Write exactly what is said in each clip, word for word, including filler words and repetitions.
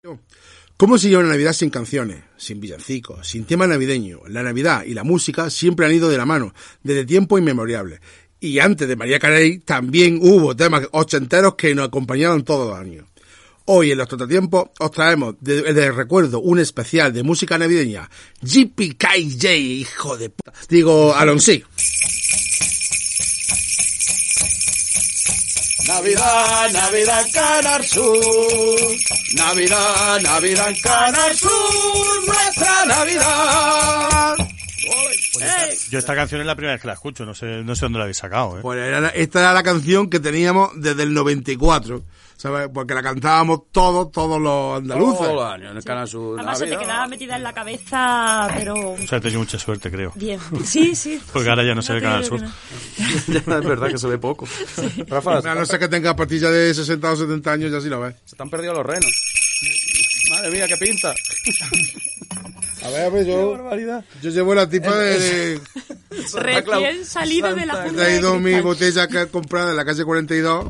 ¿Cómo sería una Navidad sin canciones, sin villancicos, sin tema navideño? La Navidad y la música siempre han ido de la mano, desde tiempos inmemorables. Y antes de Mariah Carey también hubo temas ochenteros que nos acompañaron todos los años. Hoy en los Trotatiempos os traemos de, de recuerdo un especial de música navideña. J P K J, hijo de puta. Digo, Alonsí. Navidad, Navidad en Canal Sur. Navidad, Navidad en Canal Sur. Nuestra Navidad. Pues esta, yo esta canción es la primera vez que la escucho, no sé, no sé dónde la habéis sacado, ¿eh? Pues era, esta era la canción que teníamos desde el noventa y cuatro, ¿sabes? Porque la cantábamos todos, todos los andaluces. Todos los años en el Canal Sur. Además Navidad. Se te quedaba metida en la cabeza, pero... O sea, he tenido mucha suerte, creo. Bien, sí, sí. Porque ahora ya no se ve Canal Sur. No. Ya es verdad que se ve poco. Sí. Rafa, a no ser que tenga partilla de sesenta o setenta años, ya sí lo ves. Se te han perdido los renos. Madre mía, qué pinta. A ver, a ver, yo, yo llevo la tipa de... Recién salido de la He traído mi botella que he comprado en la calle cuarenta y dos.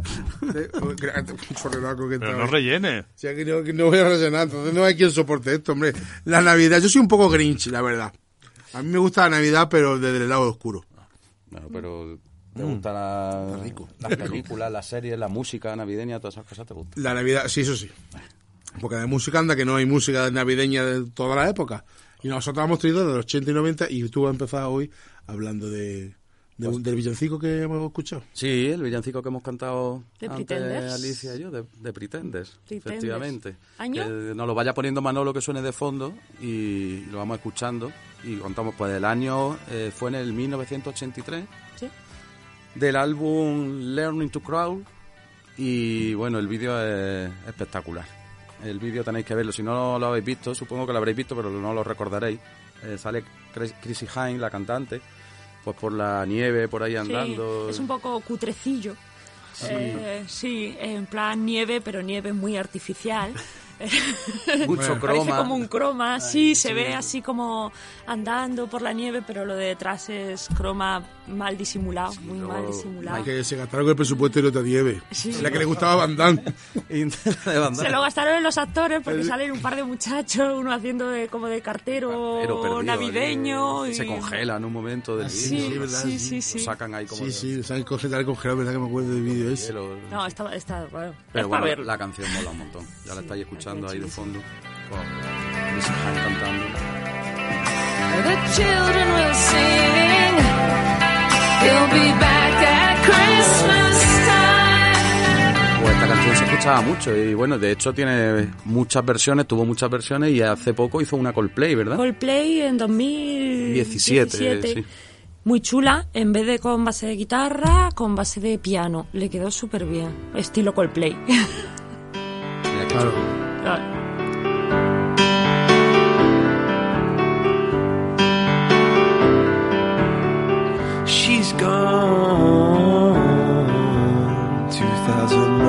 Pero no rellenes. Sí, aquí no, no voy a rellenar, entonces no hay quien soporte esto, hombre. La Navidad, yo soy un poco Grinch, la verdad. A mí me gusta la Navidad, pero desde el lado oscuro. Bueno, pero... ¿Te gustan la, las películas, las series, la música navideña, todas esas cosas te gustan? La Navidad, sí, eso sí. Porque de música anda que no hay música navideña de toda la época. Y nosotros hemos traído de los ochenta y noventa y tú has empezado hoy hablando de, de pues, del villancico que hemos escuchado. Sí, el villancico que hemos cantado de antes Pretenders. Alicia y yo, de, de Pretenders, Pretenders, efectivamente. ¿Año? Que nos lo vaya poniendo Manolo que suene de fondo y lo vamos escuchando y contamos. Pues el año eh, fue en el mil novecientos ochenta y tres. Sí. Del álbum Learning to Crawl y bueno, el vídeo es espectacular. El vídeo tenéis que verlo, si no lo habéis visto, supongo que lo habréis visto, pero no lo recordaréis. Eh, sale Chrissy Hynde, la cantante, pues por la nieve, por ahí andando. Sí, es un poco cutrecillo. Sí. Eh, sí, en plan nieve, pero nieve muy artificial. Mucho croma. Parece como un croma, Ay, sí, se sí. ve así como andando por la nieve, pero lo de detrás es croma mal disimulado, sí, muy no, mal disimulado. Que se gastaron el presupuesto de Nota Nieve, sí. La que le gustaba Van Damme. Se lo gastaron en los actores porque salen un par de muchachos, uno haciendo de, como de cartero, cartero perdido, navideño. Y... y... Se congela en un momento del sí, vídeo. Sí, ¿verdad? Sí, sí, sí. Lo sacan ahí como... Sí, sí, saben congelar, congelar, ¿verdad? Que me acuerdo del vídeo ese. No, está, está bueno. Pero es bueno, ver. la canción mola un montón. Ya sí, la estáis escuchando ahí de fondo. Wow. The children will sing. He'll be back at Christmas time. Pues esta canción se escuchaba mucho y bueno, de hecho tiene muchas versiones, tuvo muchas versiones y hace poco hizo una Coldplay, ¿verdad? Coldplay en dos mil diecisiete, diecisiete. Sí. Muy chula, en vez de con base de guitarra, con base de piano. Le quedó súper bien, estilo Coldplay. Claro. Claro. She's gone two thousand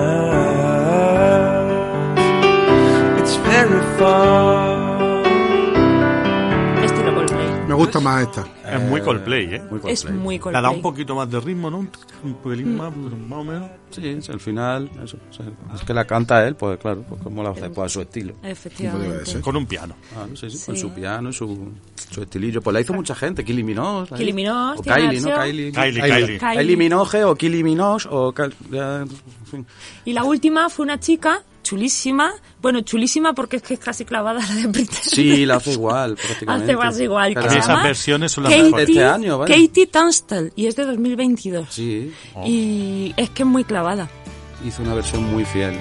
miles. It's very far. Estilo Coldplay. Me gusta más esta. Es muy Coldplay, ¿eh? Muy Coldplay. Es muy Coldplay. La da un poquito más de ritmo, ¿no? Un pelín más, pero más o menos. Sí, es el final. Eso, o sea, es que la canta él, pues claro, pues como la hace, pues a su estilo. Efectivamente. Con un piano. Ah, sí, sí, sí. Con su piano y su, su estilillo. Pues la hizo mucha gente. Kylie Minogue. Kylie Minogue. O Kylie, ¿no? Kylie. Kylie, Kylie. Kylie Minogue o Kylie Minogue o... Ya, en fin. Y la última fue una chica chulísima. Bueno, chulísima porque es que es casi clavada la de Pretenders. Sí, la hace igual, prácticamente. Hace más igual. Pero Que se esas llama versiones son las Katie, mejores. Este año, ¿vale? Katie Tunstall, y es de dos mil veintidós. Sí. Oh. Y es que es muy clavada. Hizo una versión muy fiel.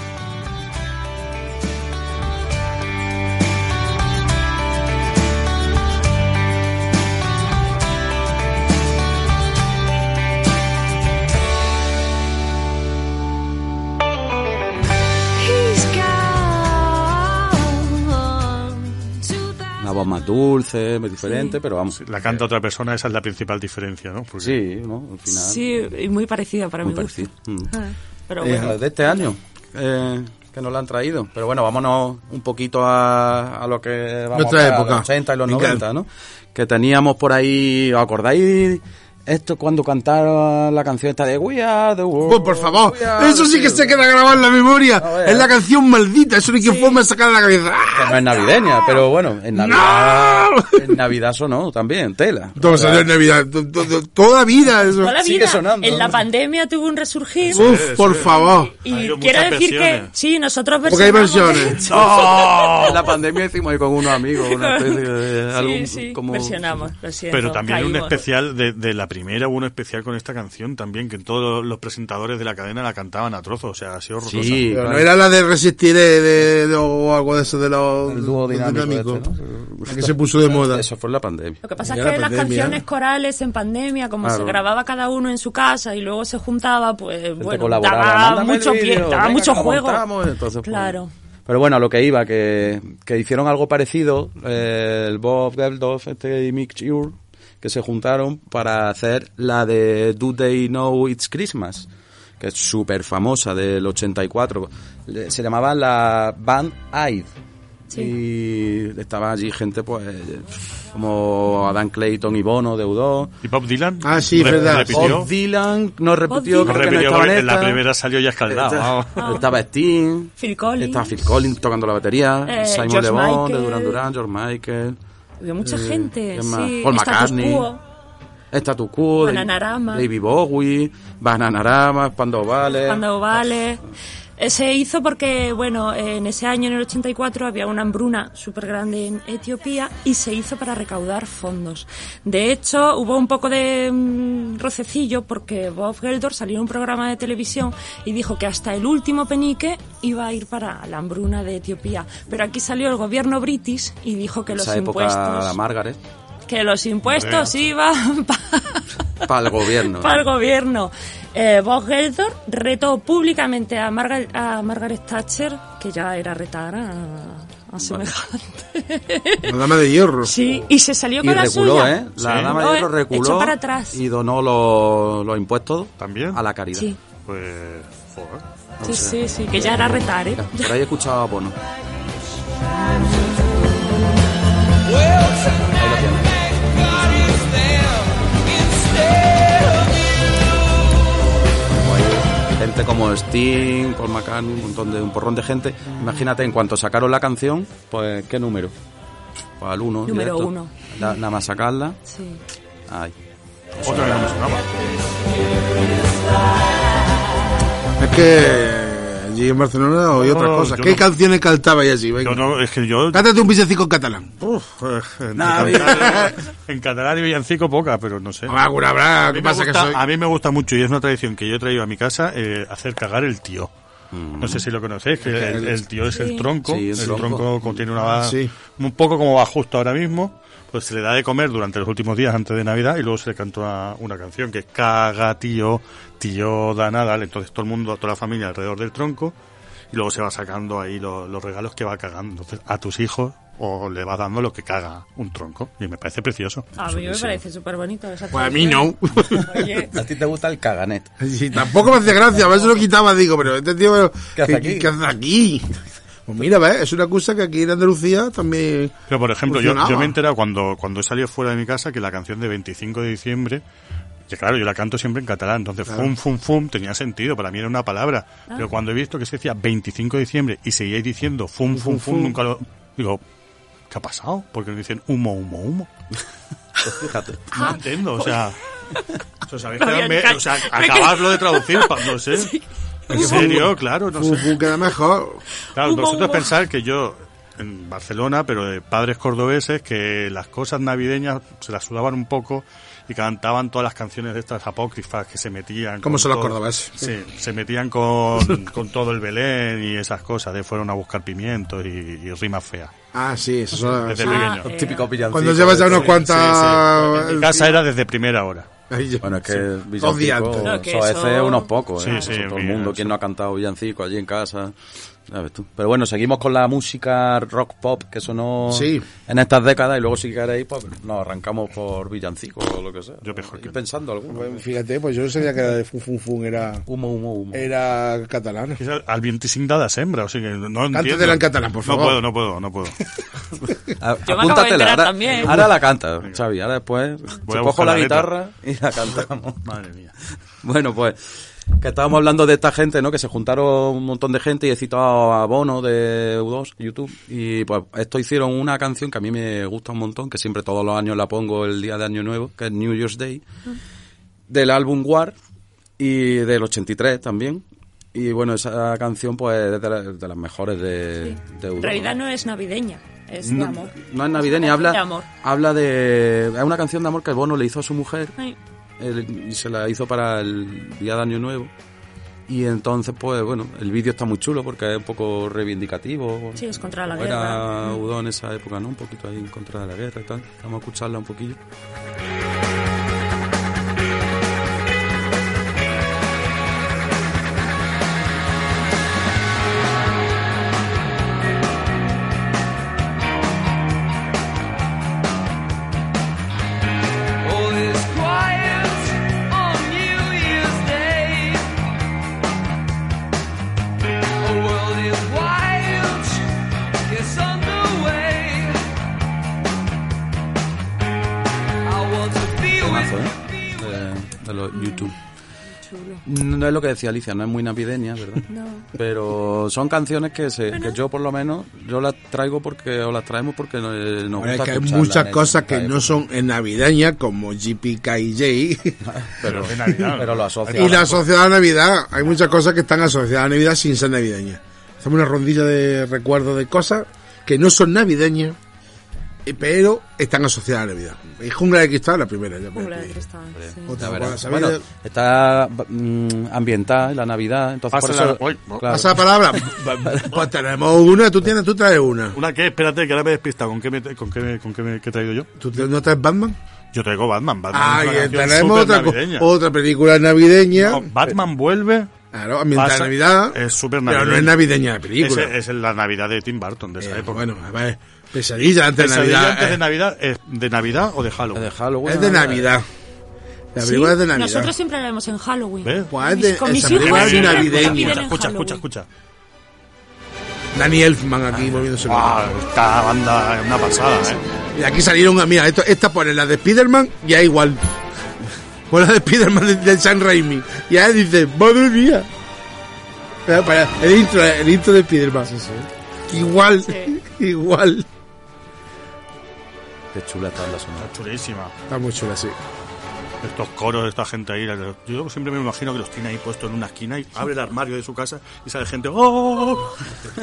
Una voz más dulce, muy diferente, Sí. pero vamos. La canta otra persona, esa es la principal diferencia, ¿no? Porque... Sí, ¿no? Al final. Sí, y muy parecida para Muy mi gusto. parecida. Mm. Ah, Pero Eh, bueno. de este año, eh, que nos la han traído. Pero bueno, vámonos un poquito a, a lo que vamos Nuestra a ver, época. a los ochenta y los Venga. noventa, ¿no? Que teníamos por ahí, ¿os acordáis esto cuando cantaron la canción esta de We Are the World. Pues por favor, We are eso the sí que World. se queda grabado en la memoria. A ver. Es la canción maldita, eso ni que forma de sacar de la cabeza. Que no es navideña, pero bueno, en Navidad, en Navidad sonó también, tela. Todo salió en Navidad, to- to- to- toda vida eso. Toda la Sigue vida. sonando. En la pandemia tuvo un resurgir. Uf, por favor. Y Hay quiero muchas decir versiones. que sí, nosotros Porque hay versionamos, de versiones. hecho. ¡No! En la pandemia hicimos ahí con unos amigos una especie de Sí, algún, sí, como versionamos, lo siento, Pero también un caímos. especial de, de la primera, hubo un especial con esta canción también, que todos los presentadores de la cadena la cantaban a trozos, o sea, ha sido horrorosa. Sí, Pero claro. no era la de Resistiré de, de- o algo de eso de los El dúo los dinámico dinámicos, este, ¿no? que se puso de moda. Eso fue en la pandemia. Lo que pasa Ya es la que las pandemia. canciones corales en pandemia, como Claro. se grababa cada uno en su casa y luego se juntaba, pues bueno, colaboraba, daba mándame el mucho pie, vídeo, daba venga, mucho que lo juego. montamos, entonces, pues, Claro. Pero bueno, a lo que iba, que, que hicieron algo parecido, eh, el Bob Geldof este y Mick Jagger, que se juntaron para hacer la de Do They Know It's Christmas, que es súper famosa, del ochenta y cuatro. Le- Se llamaba la Band Aid. Sí. Y estaba allí gente pues como Adam Clayton y Bono de U dos. ¿Y Bob Dylan? Ah, sí, es Re- verdad. repitió. Bob Dylan no repitió, Bob Dylan. creo que no Repitió estaba porque en la esta. primera salió ya escaldado. Estaba, vamos. estaba Sting, Phil Collins. estaba Phil Collins tocando la batería, Eh, Simon George Le Bon de Michael. Duran Duran, George Michael, Había mucha Eh, gente, ¿quién más? sí. Paul Status McCartney. Quo. Status Quo, Bananarama. David Bowie, Bananarama, Spandau Ballet. Cuando vale. Eh, Se hizo porque, bueno, en ese año, en el ochenta y cuatro, había una hambruna súper grande en Etiopía y se hizo para recaudar fondos. De hecho, hubo un poco de mm, rocecillo porque Bob Geldof salió en un programa de televisión y dijo que hasta el último penique iba a ir para la hambruna de Etiopía. Pero aquí salió el gobierno british y dijo que En los esa época impuestos... la Margaret, que los impuestos iban para el gobierno. para el gobierno. Eh, Bob Geldof retó públicamente a, Marga- a Margaret Thatcher, que ya era retar a, a semejante. La dama de hierro. Sí, y se salió Y con la reculó, suya. ¿eh? La Sí. dama No, de hierro eh, reculó echó para atrás. y donó los, los impuestos ¿También? a la caridad. Sí, Pues, joder. sí, sí, sí, que ya era retar, ¿eh? Por ahí he escuchado a Bono. Gente como Sting, Paul McCartney, un montón de un porrón de gente. Imagínate, en cuanto sacaron la canción, pues ¿qué número? Pues al uno. Número directo. uno. Da- nada más sacarla. Sí. Ay. Otra que no me sonaba. Es que allí en Barcelona oí No, otras no, cosas. yo ¿Qué no. canciones cantabais allí? Venga. Yo no, es que yo... Cántate un villancico en catalán. Uf, eh, en, Nah, catalán, en catalán y villancico poca, pero no sé. Ah, cura, bra, A ¿qué mí, me pasa que gusta, soy? a mí me gusta mucho y es una tradición que yo he traído a mi casa, eh, hacer cagar el tío. No sé si lo conocéis, que el, el tío es el tronco, Sí, el el tronco. tronco contiene una va- Sí. un poco como va justo ahora mismo, pues se le da de comer durante los últimos días antes de Navidad y luego se le canta una, una canción que es caga tío, tío da nada, entonces todo el mundo, toda la familia alrededor del tronco y luego se va sacando ahí los, los regalos que va cagando. Entonces, a tus hijos o le va dando lo que caga un tronco y me parece precioso. A mí me parece súper bonito esa Pues a mí no. tradición. Oye, ¿A ti te gusta el caganet? Sí, tampoco me hace gracia, a veces lo quitaba, digo, pero este tío... ¿Qué hace aquí? ¿Qué hace aquí? Pues mira, ¿ves? Es una cosa que aquí en Andalucía también... Pero por ejemplo, yo, funcionaba. yo me he enterado cuando, cuando he salido fuera de mi casa que la canción de veinticinco de diciembre, que claro, yo la canto siempre en catalán, entonces fum, fum, fum, tenía sentido, para mí era una palabra. Pero cuando he visto que se decía veinticinco de diciembre y seguíais diciendo fum, fum, fum, nunca lo... Digo, ¿qué ha pasado? Porque no dicen humo, humo, humo. Pues fíjate. No entiendo, o sea... O sea, ¿sabéis No que había me- ca- o sea, me acabaslo de traducir, pa- no sé. En serio, claro, no Fu, sé. fu, queda mejor. Claro, Humo, vosotros humo. pensáis que yo, en Barcelona, pero de padres cordobeses, que las cosas navideñas se las sudaban un poco y cantaban todas las canciones de estas apócrifas que se metían. ¿Cómo con son los todo- cordobeses? Sí, se metían con, con todo el Belén y esas cosas, de fueron a buscar pimientos y, y rimas feas. Ah, sí, eso son... Desde sí. pequeño. eh, Típico villancico. Cuando llevas ya unos Sí, cuantas... sí. En mi casa era desde primera hora. Ahí ya- Bueno, es que sí. el Dos días antes. villancico, Claro que eso eso- es unos pocos, ¿eh? Sí, sí, Eso todo el mira, mundo, eso. quien no ha cantado villancico allí en casa, Ya ves tú. Pero bueno, seguimos con la música rock pop que sonó Sí. en estas décadas y luego si queréis pues nos arrancamos por villancicos o lo que sea. Yo mejor que Ir no. pensando alguno. Bueno, fíjate, pues yo no sabía que era de Fun Fun Fun, era, Humo, humo, humo. era catalán. Es al veinticinc de desembre, o sea que no entiendo. Cántatela en catalán, por favor. No puedo, no puedo, no puedo. A- Yo me acabo de enterar ahora, también. ahora la canta, Xavi. Ahora después Voy a te buscar cojo la, la letra. guitarra y la cantamos. Madre mía. Bueno, pues que estábamos hablando de esta gente, ¿no? Que se juntaron un montón de gente y he citado a Bono de U dos, YouTube, y pues esto hicieron una canción que a mí me gusta un montón, que siempre todos los años la pongo el día de Año Nuevo, que es New Year's Day, del álbum War y del ochenta y tres también. Y bueno, esa canción pues es de, la- de las mejores de, de U dos. En realidad no es navideña, es de no, amor. no es navideña, De habla, amor. habla de... Es una canción de amor que Bono le hizo a su mujer Ay, el- y se la hizo para el día de Año Nuevo. Y entonces, pues bueno, el vídeo está muy chulo porque es un poco reivindicativo. Sí, es contra la Como Era guerra. U dos en esa época, ¿no? Un poquito ahí en contra de la guerra y tal. Vamos a escucharla un poquillo. All is quiet on New Year's Day. A world is wild, it's underway. I want to be Temazo, with ¿eh? De, de los YouTube. chulo. No es lo que decía Alicia, no es muy navideña, ¿verdad? No. Pero son canciones que se, que yo por lo menos, yo las traigo porque, o las traemos porque nos, nos Bueno, es gusta que hay escucharlas muchas en cosas esta que no época. son en navideña, como G P K J, Pero, de Navidad. pero lo asocia y la asociada a Navidad. Hay muchas cosas que están asociadas a Navidad sin ser navideñas. Hacemos una rondilla de recuerdos de cosas que no son navideñas, eh, pero están asociadas a Navidad. Y Jungla de Cristal, la primera. Ya Jungla de me- cristal. Sí. Otra, Ya verás. pues, ¿sabéis Bueno, de- está mm, ambientada en la Navidad, entonces por Pasa la- eso... Uy, claro. ¿Pasa la palabra? Pues tenemos una, tú tienes, tú traes una. ¿Una qué? Espérate, que ahora me he despistado. ¿Con qué, me, con qué, me- con qué, me- qué he traído yo? ¿Tú te- no traes Batman? Yo traigo Batman. Batman Ah, es una y canción tenemos súper otra, co- navideña. otra película navideña. No, Batman vuelve. Claro, ambientada pasa- en Navidad. es súper Pero no navideña. es navideña la película. Es, es la Navidad de Tim Burton de esa Eh, época. bueno, a ver, pesadilla antes de ¿Pesadilla Navidad. antes de eh, Navidad es de Navidad o de Halloween? De Halloween. es de Navidad. La película Sí, es de Navidad. Nosotros siempre la vemos en Halloween. ¿Ves? Pues es de, Con mis esa hijos película es siempre navideña. la piden en Escucha, Halloween. escucha, escucha. Danny Elfman aquí moviéndose. Ah, esta banda es una pasada, ¿eh? Y aquí salieron, mira, esto, esta pone la de Spider-Man y es igual. Pon la de Spider-Man de, de Sam Raimi. Y ahí dice, madre mía. Espera, espera, el intro, el intro de Spider-Man. Igual, Sí. igual. Qué chula está la sonora. Chulísima. Está muy chula, sí. Estos coros de esta gente ahí. Yo siempre me imagino que los tiene ahí puestos en una esquina y abre el armario de su casa y sale gente. ¡Oh!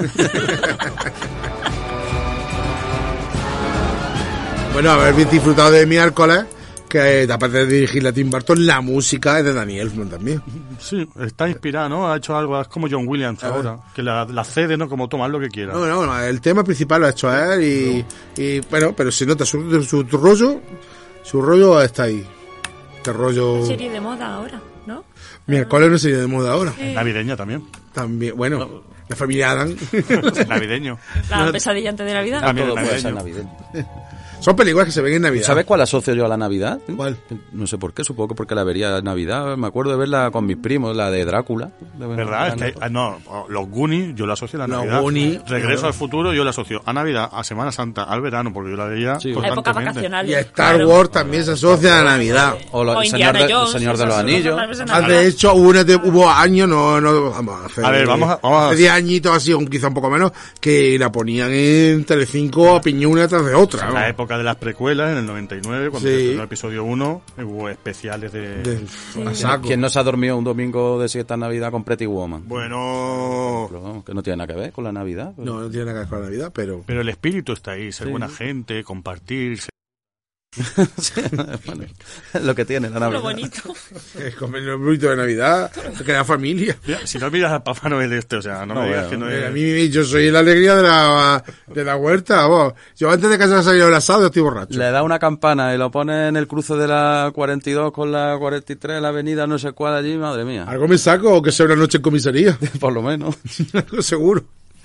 Bueno, haber disfrutado de miércoles, que aparte de dirigirla a Tim Burton, la música es de Danny Elfman también. Sí, está inspirada, ¿no? Ha hecho algo, es como John Williams ahora, que la, la cede, ¿no? Como toma lo que quiera. No, no, no, el tema principal lo ha hecho él y, y bueno, pero se nota su, su, rollo, su rollo está ahí. Este rollo... Serie de moda ahora, ¿no? Miércoles no sería de moda ahora. Navideña también. También, bueno, la familia Adam. Navideño. La pesadilla antes de Navidad. También Todo puede ser navideño. navideño. Son películas que se ven en Navidad. ¿Sabes cuál asocio yo a la Navidad? ¿Cuál? No sé por qué, supongo que porque la vería en Navidad. Me acuerdo de verla con mis primos, la de Drácula. De ¿Verdad? Es que hay- ah, no, los Goonies yo la asocio a la Los Navidad. Goonies, Regreso claro. al futuro yo la asocio a Navidad, a Semana Santa, al verano, porque yo la veía Sí. La época constantemente. vacacional. Y a Star claro. Wars también se asocia a la Navidad. O, lo- O el, señor Indiana de, el Jones, Señor de los esas Anillos. cosas, las veces Ah, Navidad. de hecho, hubo, una te- hubo años, no, no, vamos a hacer. A ver, vamos a- vamos a- hace diez añitos así, o quizá un poco menos, que la ponían en Telecinco a piñón una tras de otra. En ¿no? la época de las precuelas, en el noventa y nueve, cuando Sí. se estrenó el episodio uno, hubo especiales de... De- a saco. ¿Quién no se ha dormido un domingo de siesta en Navidad con Pretty Woman? Bueno... Pero vamos, que no tiene nada que ver con la Navidad. pero- No, no tiene nada que ver con la Navidad, pero... Pero el espíritu está ahí, ser Sí. buena gente, compartir... ser- Bueno, es lo que tiene la Lo Navidad. bonito. Es comer los brutos de Navidad, crear familia. Mira, si no miras a Papá Noel este, o sea, no, No, me digas bueno, que no Eh, A es... mí, yo soy la alegría de la, de la huerta, vos. Yo antes de que se haya el asado, estoy borracho. Le da una campana y lo pone en el cruce de la cuarenta y dos con la cuarenta y tres, la avenida no sé cuál allí, madre mía. Algo me saco o que sea una noche en comisaría. Por lo menos. Algo seguro.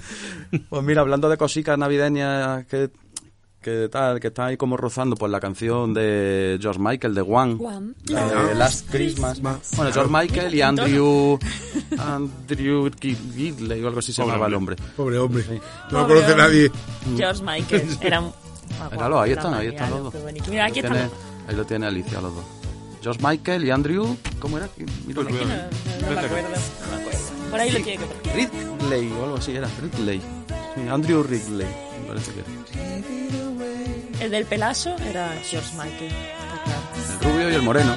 Pues mira, hablando de cositas navideñas que, que tal, que está ahí como rozando, pues la canción de George Michael, de One, One. la de Last Christmas. Bueno, George Michael y Andrew Andrew Gidley o algo así se Pobre llamaba el hombre. hombre. Pobre hombre. No lo Pobre conoce hombre. nadie. George Michael era un... Ah, Míralo, ahí era están, ahí María, están los qué dos. bonito. Mira, aquí Ahí lo están. tiene- Ahí lo tiene Alicia, los dos. George Michael y Andrew, ¿cómo era? Míralo. No, no me acuerdo, no me acuerdo. Por ahí lo tiene que poner. Ridley o algo así era, Ridley. Sí, Andrew Ridley, me parece que era. El del pelazo era George Michael. está claro. El rubio y el moreno.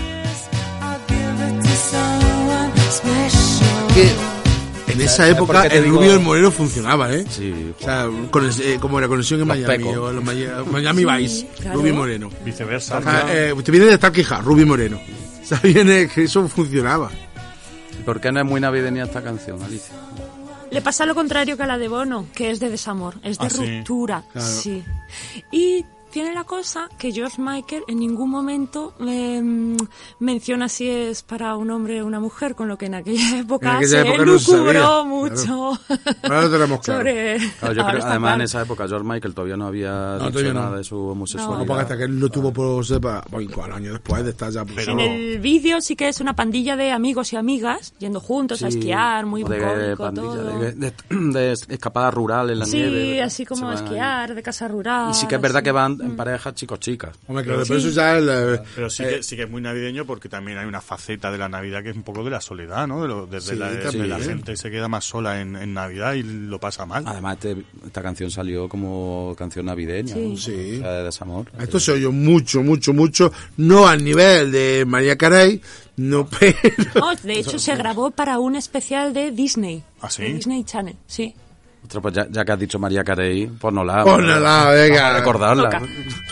Que en esa ¿Sabes por época qué te el digo? rubio y el moreno funcionaban, ¿eh? Sí, O sea, con, eh, como la conexión en Los Miami pecos. o los Maya- Miami Vice, claro. Rubio y Moreno. Viceversa. Ah, eh, usted viene de estar quija, Rubio y Moreno. O sea, viene que eso funcionaba. ¿Por qué no es muy navideña esta canción, Alicia? Le pasa lo contrario que a la de Bono, que es de desamor, es de Ah, sí. ruptura. Claro. Sí. Y tiene la cosa que George Michael en ningún momento eh, menciona si es para un hombre o una mujer, con lo que en aquella época En aquella se época no se sabía, lucubró claro. mucho. Ahora lo tenemos claro. sobre... Claro, yo Ahora creo, está además en claro. esa época George Michael todavía no había No, dicho todavía no. nada de su homosexualidad. No, porque hasta que él lo tuvo por sepa, bueno, cuatro años después de estar ya pues, Pero- En el vídeo sí que es una pandilla de amigos y amigas yendo juntos a Sí, esquiar, muy o de bucólico pandilla, todo. de, de, de escapada rural en la Sí, nieve. así como Se van ahí. esquiar, de casa rural. Y sí que es verdad así. que van en parejas chicos-chicas. Hombre, claro, pero eso ya es la- Pero sí, eh, que, sí que es muy navideño porque también hay una faceta de la Navidad que es un poco de la soledad, ¿no? De lo- desde Sí, la, de también. la gente se queda más sola en, en Navidad y lo pasa mal. Además, este- esta canción salió como canción navideña. Sí. ¿no? Sí. O sea, de desamor. Esto se oyó mucho, mucho, mucho, no al nivel de María Carey, no, pero... No, de hecho se grabó para un especial de Disney. ¿Ah, sí? De Disney Channel, sí. Ostras, pues ya, ya que has dicho María Carey, pues no la... Pónela, venga. Vamos a recordarla. Toca.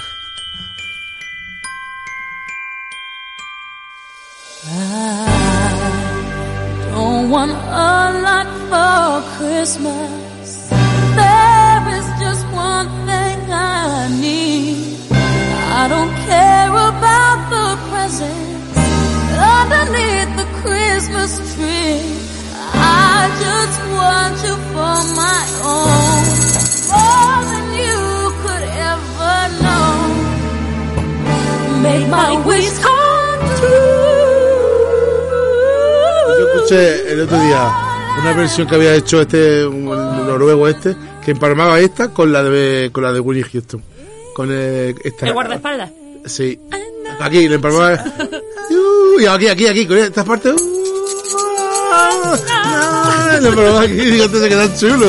Don't want a lot for Christmas. There is just one thing I need. I don't care about the presents underneath the Christmas tree. I just want you for my own, more than you could ever know. Make my wish come true. Yo escuché el otro día una versión que había hecho este, un el noruego este, que empalmaba esta con la de, con la de Whitney Houston. Con eh, esta. ¿El guardaespaldas? Sí. Aquí, le empalmaba. Uh, y aquí, aquí, aquí, con esta parte. Uh, ah, le empalmaba aquí, digo, esto se queda chulo.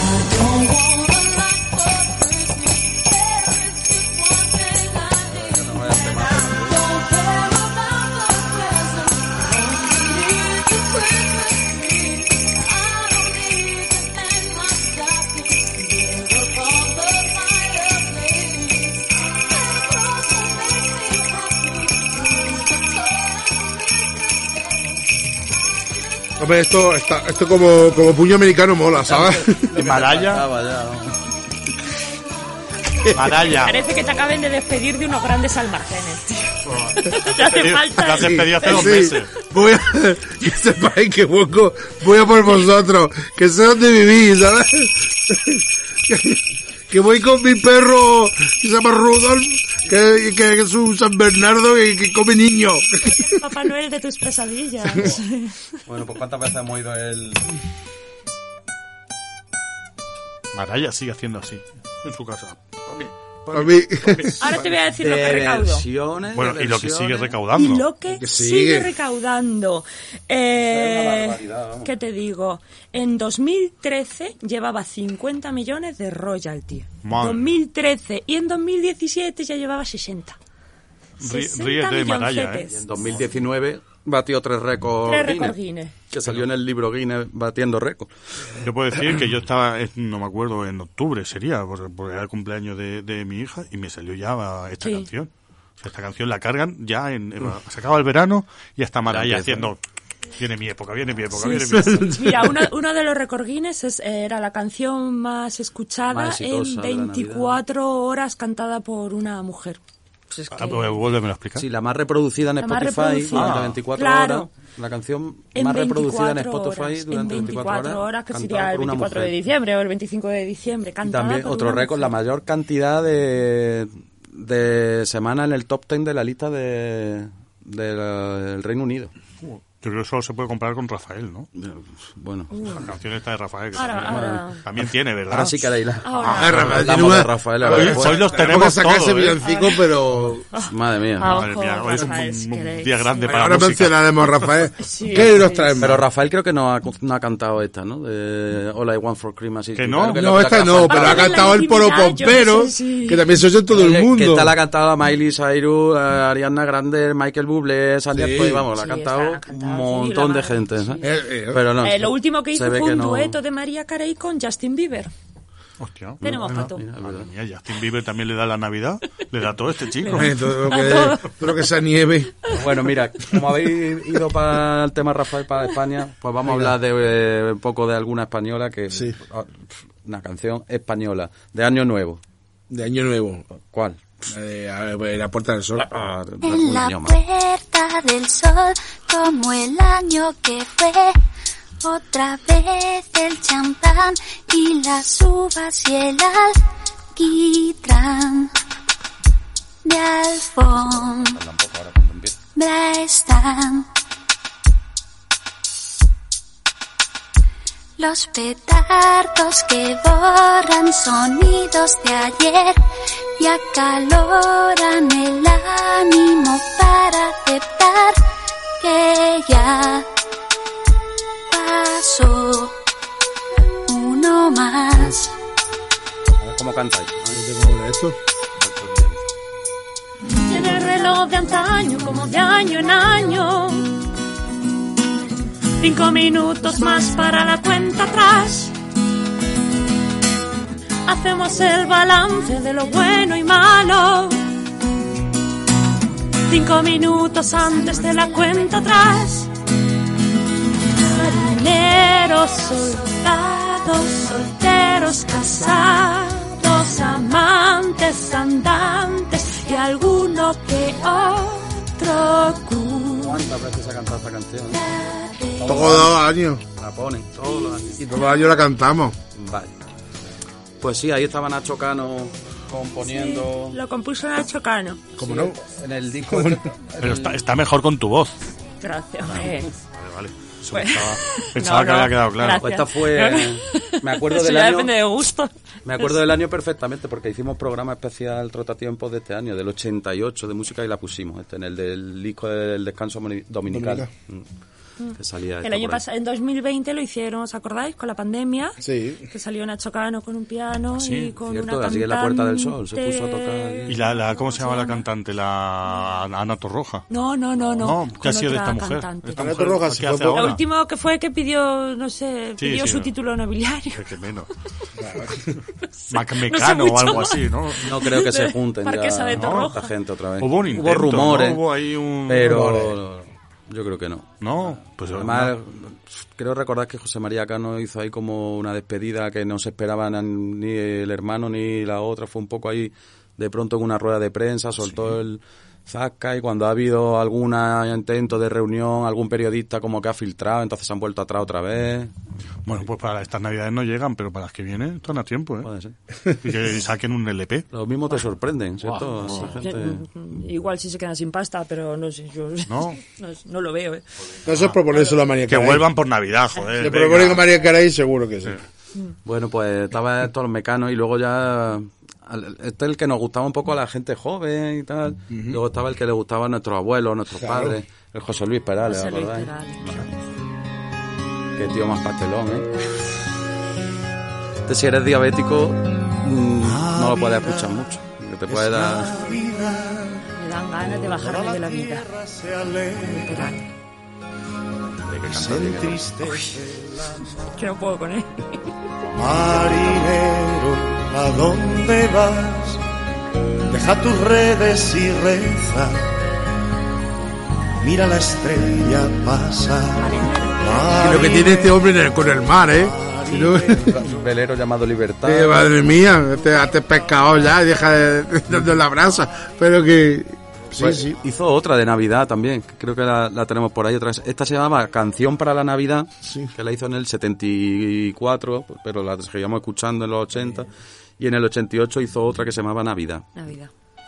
Hombre, esto, está, esto como, como puño americano mola, ¿sabes? Maraya, Maraya. Parece que te acaben de despedir de unos grandes almacenes, tío. Te hace falta. Te has despedido hace dos Sí, meses. voy a, que sepáis que hueco, voy a por vosotros, que sé dónde vivís, ¿sabes? Que, que voy con mi perro, que se llama Rudolf, que, que es un San Bernardo que, que come niños. Papá Noel de tus pesadillas. Bueno, pues ¿cuántas veces hemos ido el...? Maraya sigue haciendo así en su casa. A mí, Ahora te voy a decir lo que De recaudo. versiones, Bueno, de y lo que sigue versiones. recaudando. Y lo que, Que sigue. sigue. recaudando. Es una Eh, barbaridad, vamos. ¿Qué te digo? En dos mil trece llevaba cincuenta millones de royalty. Madre. dos mil trece. Y en dos mil diecisiete ya llevaba sesenta. Rí- sesenta ríete de Maraya, milloncetes. ¿eh? En dos mil diecinueve batió tres récords Tres Guinness, récords Guinness. que salió en el libro Guinness batiendo récords. Yo puedo decir que yo estaba, eh, no me acuerdo, en octubre sería, porque, porque era el cumpleaños de, de mi hija y me salió ya esta Sí. canción. O sea, esta canción la cargan ya en... en- se acaba el verano y hasta Maraya Ya empieza, haciendo... Viene mi época, viene mi época, Sí, viene sí, mi época. sí. Mira, uno, uno de los récords Guinness es- era la canción más escuchada Más exitosa en de la veinticuatro horas cantada por una mujer. Pues es que... Ah, pues vuélvemelo a explicar. Sí, la más reproducida en La más Spotify reproducida. durante Ah, veinticuatro claro. horas. La canción En más reproducida en veinticuatro Spotify horas, durante en veinticuatro horas. que cantada sería el por una veinticuatro de mujer. diciembre o el veinticinco de diciembre. Y Cantada también por otro una récord, la mujer. mayor cantidad de, de semanas en el top ten de la lista de, de la- del Reino Unido. Yo creo que solo se puede comparar con Rafael, ¿no? Bueno, La canción esta de Rafael, que Ahora, también, ahora. también tiene, ¿verdad? ahora sí que la Ahora. Ah, Rafael, Hablamos tiene una- de Rafael, a Hoy, ver, pues, hoy los Tenemos que tenemos sacar ese todos, ¿eh? villancico, pero... madre mía. Ah, Madre ojo, mía, hoy es un, Rafael, si un queréis. día grande para Ahora la música. mencionaremos a Rafael. Sí, ¿Qué nos sí, traen Pero más? Rafael creo que no ha, no ha cantado esta, ¿no? De All I Want for Christmas. y- Que no. creo No, la- esta la- no, pero ha Aparte de la cantado el intimidad, Poropompero, yo no sé si- que también se oye en todo Oye, el mundo. Que esta la ha cantado la Miley Cyrus, eh, Ariana Grande, Michael Bublé, Sandy Sí. Twain, vamos, la ha Sí, cantado esta la ha cantado, un sí, montón la de madre, gente, sí. ¿sabes? Eh, eh, Pero no, Eh, lo último que se hizo ve fue que un no- dueto de María Carey con Justin Bieber. Hostia. Tenemos Mira, pato. mira, es Madre verdad. mía, Justin Bieber también le da la Navidad. Le da todo este chico. eh, todo, lo que, todo lo que sea nieve. Bueno, mira, como habéis ido para el tema Rafael, para España, pues vamos a hablar de eh, un poco de alguna española que... Sí. Una canción española, de Año Nuevo. De Año Nuevo. ¿Cuál? Eh, a ver, la Puerta del Sol. Ah, de En algún la idioma. puerta del sol, como el año que fue, otra vez el champán y las uvas y el alquitrán de alfombra Tampoco ahora cuando empieza. están. Los petardos que borran sonidos de ayer y acaloran el ánimo para aceptar que ya pasó uno más. A ver cómo cantáis. ¿Cómo era esto? Tiene el reloj de antaño como de año en año. Cinco minutos más para la cuenta atrás. Hacemos el balance de lo bueno y malo. Cinco minutos antes de la cuenta atrás. Marineros, soldados, solteros, casados, amantes, andantes y alguno que otro cu. ¿Cuántas veces ha cantado esta canción? Todos los años. La ponen todos los años. Y todos los años la cantamos. Vale. Pues sí, ahí estaba Nacho Cano componiendo Lo compuso Nacho Cano. ¿Cómo no? en el disco. este- Pero está, está mejor con tu voz. Gracias. eh. Vale, vale. Eso Pues- pensaba pensaba No, que no, había quedado claro. gracias. Pues esta fue. Me acuerdo Eso del ya año. depende de gusto. Me acuerdo del año perfectamente porque hicimos programa especial Trotatiempos de este año, del ochenta y ocho de música y la pusimos, este, en el del disco del descanso moni- dominical. Mm. Que salía El esto año por ahí. pasado, en dos mil veinte lo hicieron, ¿os acordáis? Con la pandemia. Sí. Que salió Nacho Cano con un piano Sí, y con cierto, una allí en la Puerta del Sol se cantante- puso a tocar allí. ¿Y la, la cómo se llama la cantante? La Ana Torroja. No, no, no, no. No, ¿qué con ha sido de otra esta mujer? cantante. Esta Ana mujer, Torroja ¿qué se hace fue por- Lo ahora? último que fue que pidió, no sé, Sí, pidió sí, su no. título nobiliario. Que menos. sé Macmecano mucho o algo más. así, ¿no? No creo que se junten Marquesa de ya Torroja. esta gente otra vez. Hubo un intento, rumores, ¿no? Hubo ahí un... pero yo creo que no. No, pues Además, creo recordar que José María Cano hizo ahí como una despedida que no se esperaban ni el hermano ni la otra. Fue un poco ahí, de pronto en una rueda de prensa, soltó el zasca y cuando ha habido algún intento de reunión, algún periodista como que ha filtrado, entonces se han vuelto atrás otra vez. Bueno, pues para estas navidades no llegan, pero para las que vienen están a tiempo, ¿eh? Puede ser. Y que saquen un L P. Los mismos te sorprenden, ¿cierto? Esa gente- Igual si se quedan sin pasta, pero no sé, yo No. no, no lo veo. ¿eh? No eso es proponérselo a María Que Carey. vuelvan por Navidad, joder. Le venga. proponen a María Carey, seguro que sí. Bueno, pues estaba todos los mecanos y luego ya... al- Este es el que nos gustaba un poco a la gente joven y tal. Luego estaba el que le gustaba a nuestros abuelos, a nuestros Claro. padres. El José Luis Perales, José Luis ¿acordáis? Perales. Qué tío más pastelón, ¿eh? Este, si eres diabético, mm, no lo puedes escuchar mucho. Que te puede dar... Me dan ganas de bajarme de la vida. Literal. de que canta bien, ¿no? Que no puedo con él. Marinero, ¿a dónde vas? Deja tus redes y reza. Mira la estrella pasar. Y lo que tiene este hombre en el- con el mar, ¿eh? Y luego- Un velero llamado Libertad. Eh, madre mía, este, este pescado ya, deja de, de, de la brasa. Pero que... Sí, Pues sí. hizo otra de Navidad también, que creo que la, la tenemos por ahí otra vez. Esta se llamaba Canción para la Navidad, Sí. que la hizo en el setenta y cuatro, pero la seguíamos escuchando en los ochenta. Y en el ochenta y ocho hizo otra que se llamaba Navidad. Navidad.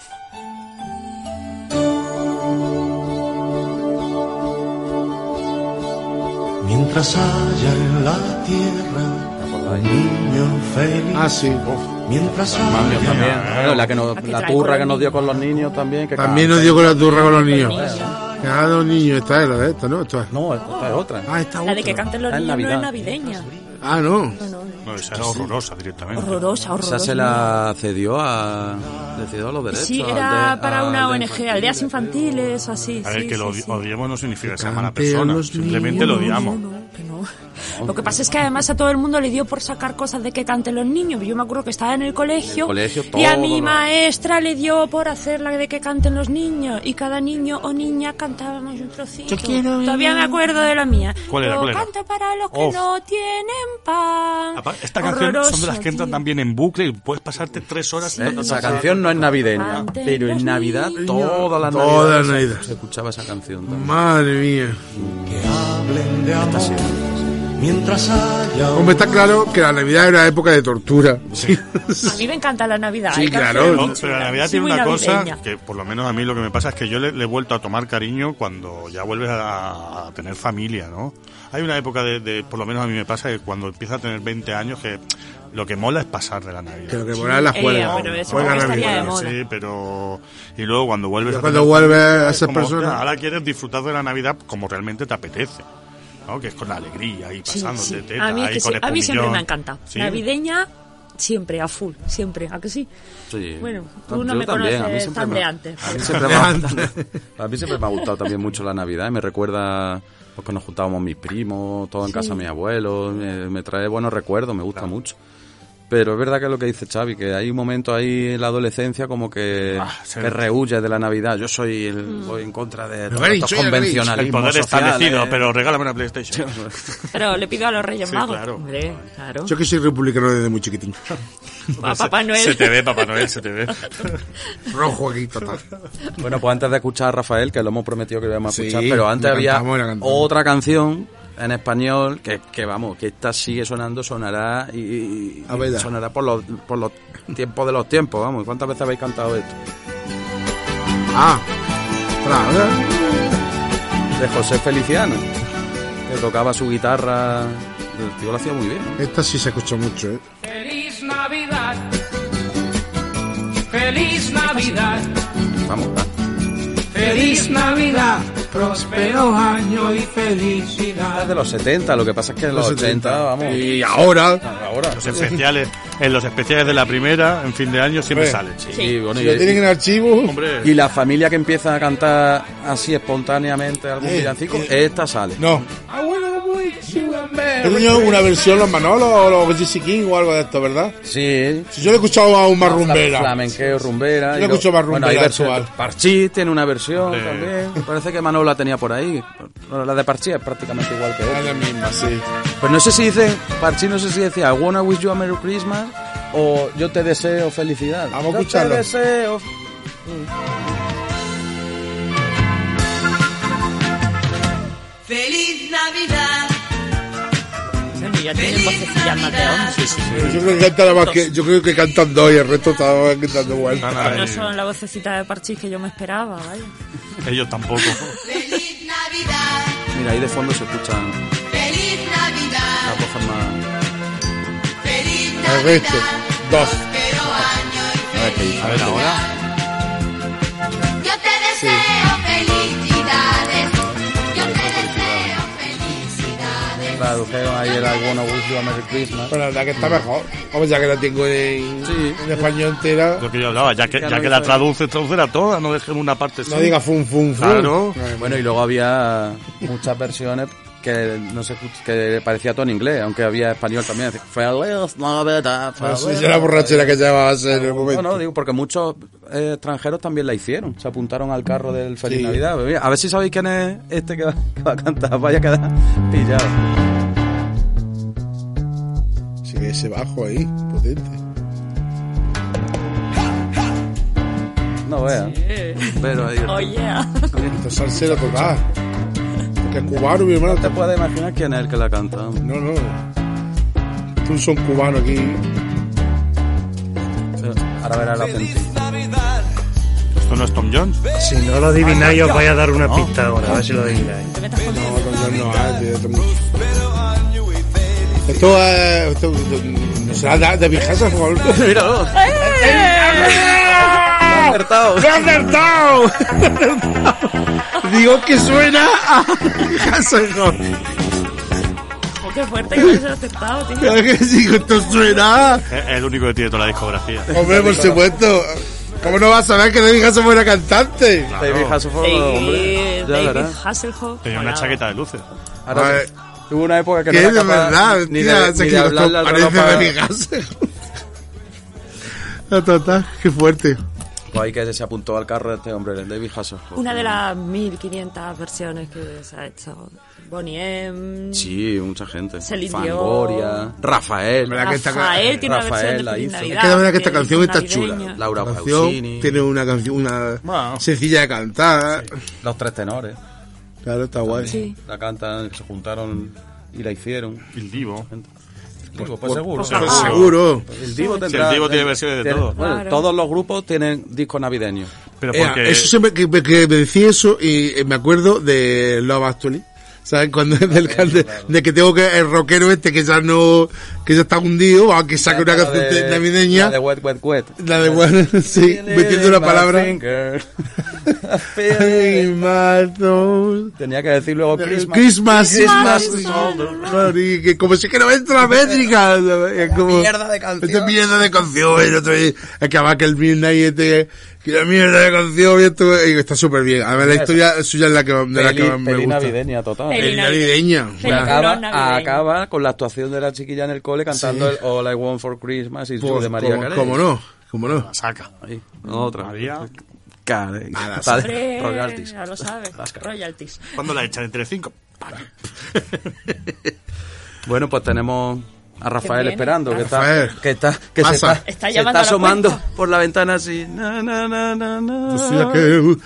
Mientras haya en la tierra un niño feliz. Ah, sí. Mientras Mami, haya también. Bueno, la que nos, La que la trae turra con que los nos dio niños. con los niños también. Que También canta. nos dio con la turra con los niños. niños. Que a los niños, esta era de esta, ¿no? Esto es. No, esta es otra. Ah, esta La de otra. que canten los Ah, en niños no es Navidad. navideña. Ah, no. No, no, No, esa era horrorosa directamente. horrorosa, horrorosa. Esa se la cedió a, le cedió a los derechos. Sí, al era de- para al una de O N G, aldeas infantiles o así. A ver, sí, que lo sí, odi- sí. odiemos no significa que sea Que mala canten persona. los Simplemente lo niños. odiamos. No, no, que no. Lo que pasa es que además a todo el mundo le dio por sacar cosas de que canten los niños. Yo me acuerdo que estaba en el colegio, En el colegio y a todo mi lo- maestra le dio por hacer la de que canten los niños. Y cada niño o niña cantábamos un trocito. Yo quiero ir- Todavía me acuerdo de la mía. ¿Cuál era, Yo cuál era? canto para los que Uf. no tienen pan. Apa- Esta canción son de las que entran tío. también en bucle y puedes pasarte tres horas. Eh, Esa canción no es navideña, Canten pero en los Navidad, niños. todas las Toda navidades la Navidad. se escuchaba esa canción también. Madre mía. que hablen de amor. Mientras haya un Hombre, está claro que la Navidad era época de tortura. Sí. A mí me encanta la Navidad. Sí, hay claro. canciones No, muy pero la chulas. Navidad Soy tiene muy una cosa navideña. que por lo menos a mí lo que me pasa es que yo le, le he vuelto a tomar cariño cuando ya vuelves a, a tener familia, ¿no? Hay una época de, de, por lo menos a mí me pasa que cuando empiezas a tener veinte años que lo que mola es pasar de la Navidad. Que lo que mola es la Eh, juega. pero eso Juega no estaría Navidad. de moda. Sí, pero... Y luego cuando vuelves Pero a cuando tener vuelves familia, a es ser como, persona- hostia, ahora quieres disfrutar de la Navidad como realmente te apetece, ¿no? Que es con la alegría y Sí, pasándote sí. teta A mí, es y que con sí, a mí siempre espumillón. me ha encantado. ¿Sí? Navideña, siempre, a full, siempre. ¿A que sí? Sí. Bueno, tú Yo no me también, conoces a mí siempre tan me- de antes. A mí, siempre me ha, a mí siempre me ha gustado también mucho la Navidad y me recuerda pues, que nos juntábamos mis primos, todo en casa de mis abuelos, me, me trae buenos recuerdos, me gusta mucho. Pero es verdad que es lo que dice Xavi, que hay un momento ahí en la adolescencia como que, Ah, sí. que rehuyes de la Navidad. Yo soy el, voy en contra de todos Grinch, estos soy el Grinch. El convencionalismos poder establecido, sociales. pero regálame una PlayStation. Pero le pido a los Reyes Sí, Magos. claro. Hombre, claro. Yo que soy republicano desde muy chiquitín. A Papá Noel. Se te ve, Papá Noel, se te ve. Rojo aquí, total. Bueno, pues antes de escuchar a Rafael, que lo hemos prometido que lo íbamos a Sí, escuchar, pero antes la había cantamos, la cantamos. otra canción en español que, que vamos, que esta sigue sonando, sonará y, y- A y ver. sonará por los, por los tiempos de los tiempos, vamos. ¿Cuántas veces habéis cantado esto? Ah. Claro. De José Feliciano, que tocaba su guitarra, el tío lo hacía muy bien, ¿no? Esta sí se escuchó mucho, ¿eh? Feliz Navidad. Feliz Navidad. Vamos, va. Feliz Navidad. Próspero año y felicidad. Es de los setenta, lo que pasa es que en los, Los ochenta, setenta. vamos. Y ahora, Ahora. Los especiales, en los especiales de la primera, en fin de año, siempre Hombre. salen. Sí, bueno, si y- lo tienen en archivo, Hombre, Y la familia que empieza a cantar así espontáneamente algún Eh, villancico, eh. esta sale. no. I wanna wish you a He merry tenido una versión los Manolos o los Jesse King o algo de esto, ¿verdad? Sí. Si yo lo he escuchado a un más rumbera. Flamenqueo, rumbera. Yo y lo escucho más bueno, hay rumbera versiones. actual. Parchís tiene una versión Sí. también. Me parece que Manolo la tenía por ahí. Bueno, la de Parchís es prácticamente igual que Es esta. la misma, sí. Pues no sé si dice, Parchís no sé si decía I wanna wish you a Merry Christmas o yo te deseo felicidad. Vamos a yo escucharlo. te deseo. Feliz Navidad. Bueno, ya tienen vocecillas más de hombre. Pero yo creo que cantan nada más que, yo creo que cantan dos y el resto estaban cantando igual. Ay, No son la vocecita de Parchís que yo me esperaba, vaya. ellos tampoco. Feliz Navidad. Mira, ahí de fondo se escuchan Feliz Navidad. las voces más... Feliz El Navidad. resto, dos. Próspero año y A ver qué dice. A ver, ahora. yo te deseo felicidades. Yo te deseo felicidades. Tradujeron ahí el I wanna wish you a Merry Christmas. Pero la verdad que está mejor. Vamos, ya que la tengo en, Sí. en español entera. Lo que yo hablaba, ya que, Ya ya no que la dice- traduce, traducera toda, no dejen una parte No sin- diga fum, fum, fum. Claro. Bueno, y luego había muchas versiones que no sé, que parecía todo en inglés, aunque había español también. Feliz Navidad, No sé feliz si era borrachera que llevaba a ser en el No, momento. no, digo, porque muchos eh, extranjeros también la hicieron. Se apuntaron al carro del Feliz Sí. Navidad. Pues mira, a ver si sabéis quién es este que va, que va a cantar. Vaya a quedar pillado. ese bajo ahí, potente. No veas. Pero ahí. Oh, yeah. Esto es salsero total. Porque es cubano, mi hermano. No te puedes imaginar quién es el que la canta. No, no. Tú un son cubano aquí. Ahora verás la gente. ¿Esto no es Tom Jones? Si no lo adivináis, os voy a dar una pista ahora, a ver si lo adivináis. Te metas con No, no, no, no, tío, esto, esto, eh, esto, no será de, de Vijasa, por favor. Míralo. acertado. ¡Me ha acertado! Digo que suena a Hasselhoff. Oh, qué fuerte que lo hayas acertado, tío. Claro que sí, esto suena. Es el único que tiene toda la discografía. Hombre, por supuesto. ¿Cómo no vas a saber que David Hasselhoff era cantante? David Hasselhoff, hombre. Ya David verás. Hasselhoff. Tenía una chaqueta de luces. Ahora, Ay, hubo una época que que no es era de capaz verdad, ni tía, de, ese ni que de esto hablarle al parece reloj para... David Hasselhoff. No, total, qué fuerte. Pues ahí que se apuntó al carro de este hombre, el David Hasselhoff. Una de las mil quinientas versiones que se ha hecho. Bonnie M. Sí, mucha gente. Celine Fangoria, Rafael. ¿Verdad que esta- Rafael tiene una Rafael versión la de Feliz hizo. Navidad. Es que la verdad que esta tiene canción está navideña. chula. Laura La canción Pausini. tiene una canción, una Bueno. sencilla de cantar. Los tres tenores. Claro, está guay. Sí. La cantan, se juntaron y la hicieron. El Divo. Pues, pues Por- seguro. pues seguro. El Divo Sí, tendrá... el Divo tiene versiones de tiene- todo. Bueno, Claro. todos los grupos tienen discos navideños. Pero Eh, porque... eso siempre que, que me decía eso y eh, me acuerdo de Love Actually. ¿Sabes? Cuando del de, de que tengo que el rockero este que ya no que ya está hundido, aunque saque una La canción de- navideña, La de Wet, Wet, Wet. la de bueno, sí, metiendo una palabra. Ay, Marto. Tenía que decir luego Christmas. Christmas, Christmas. Claro, y que como si que no entra la métrica. Es como, mierda de canción. Esta mierda de canción. Y otro día, acaba que el Midnight este, que la mierda de canción y esto, y está súper bien. A ver, la historia suya es la que, de la que Peli, más me peli gusta. navideña total. Peli Peli navideña. Peli Acaba, navideña. acaba con la actuación de la chiquilla en el cole cantando Sí. el All I Want for Christmas y Pues, de María como, Carey. como no, como no. Saca. Ahí, otra. María. Carey. Nada, Vale, Hombre, royalties. ya lo sabes. Royalties. ¿Cuándo la echan? ¿En Telecinco? Bueno, pues tenemos a Rafael viene? esperando, que está, Rafael. que está, que se Pasa. está, Está se llamando está a la asomando puerta. por la ventana así. Na, na, na, na, na. O sea que-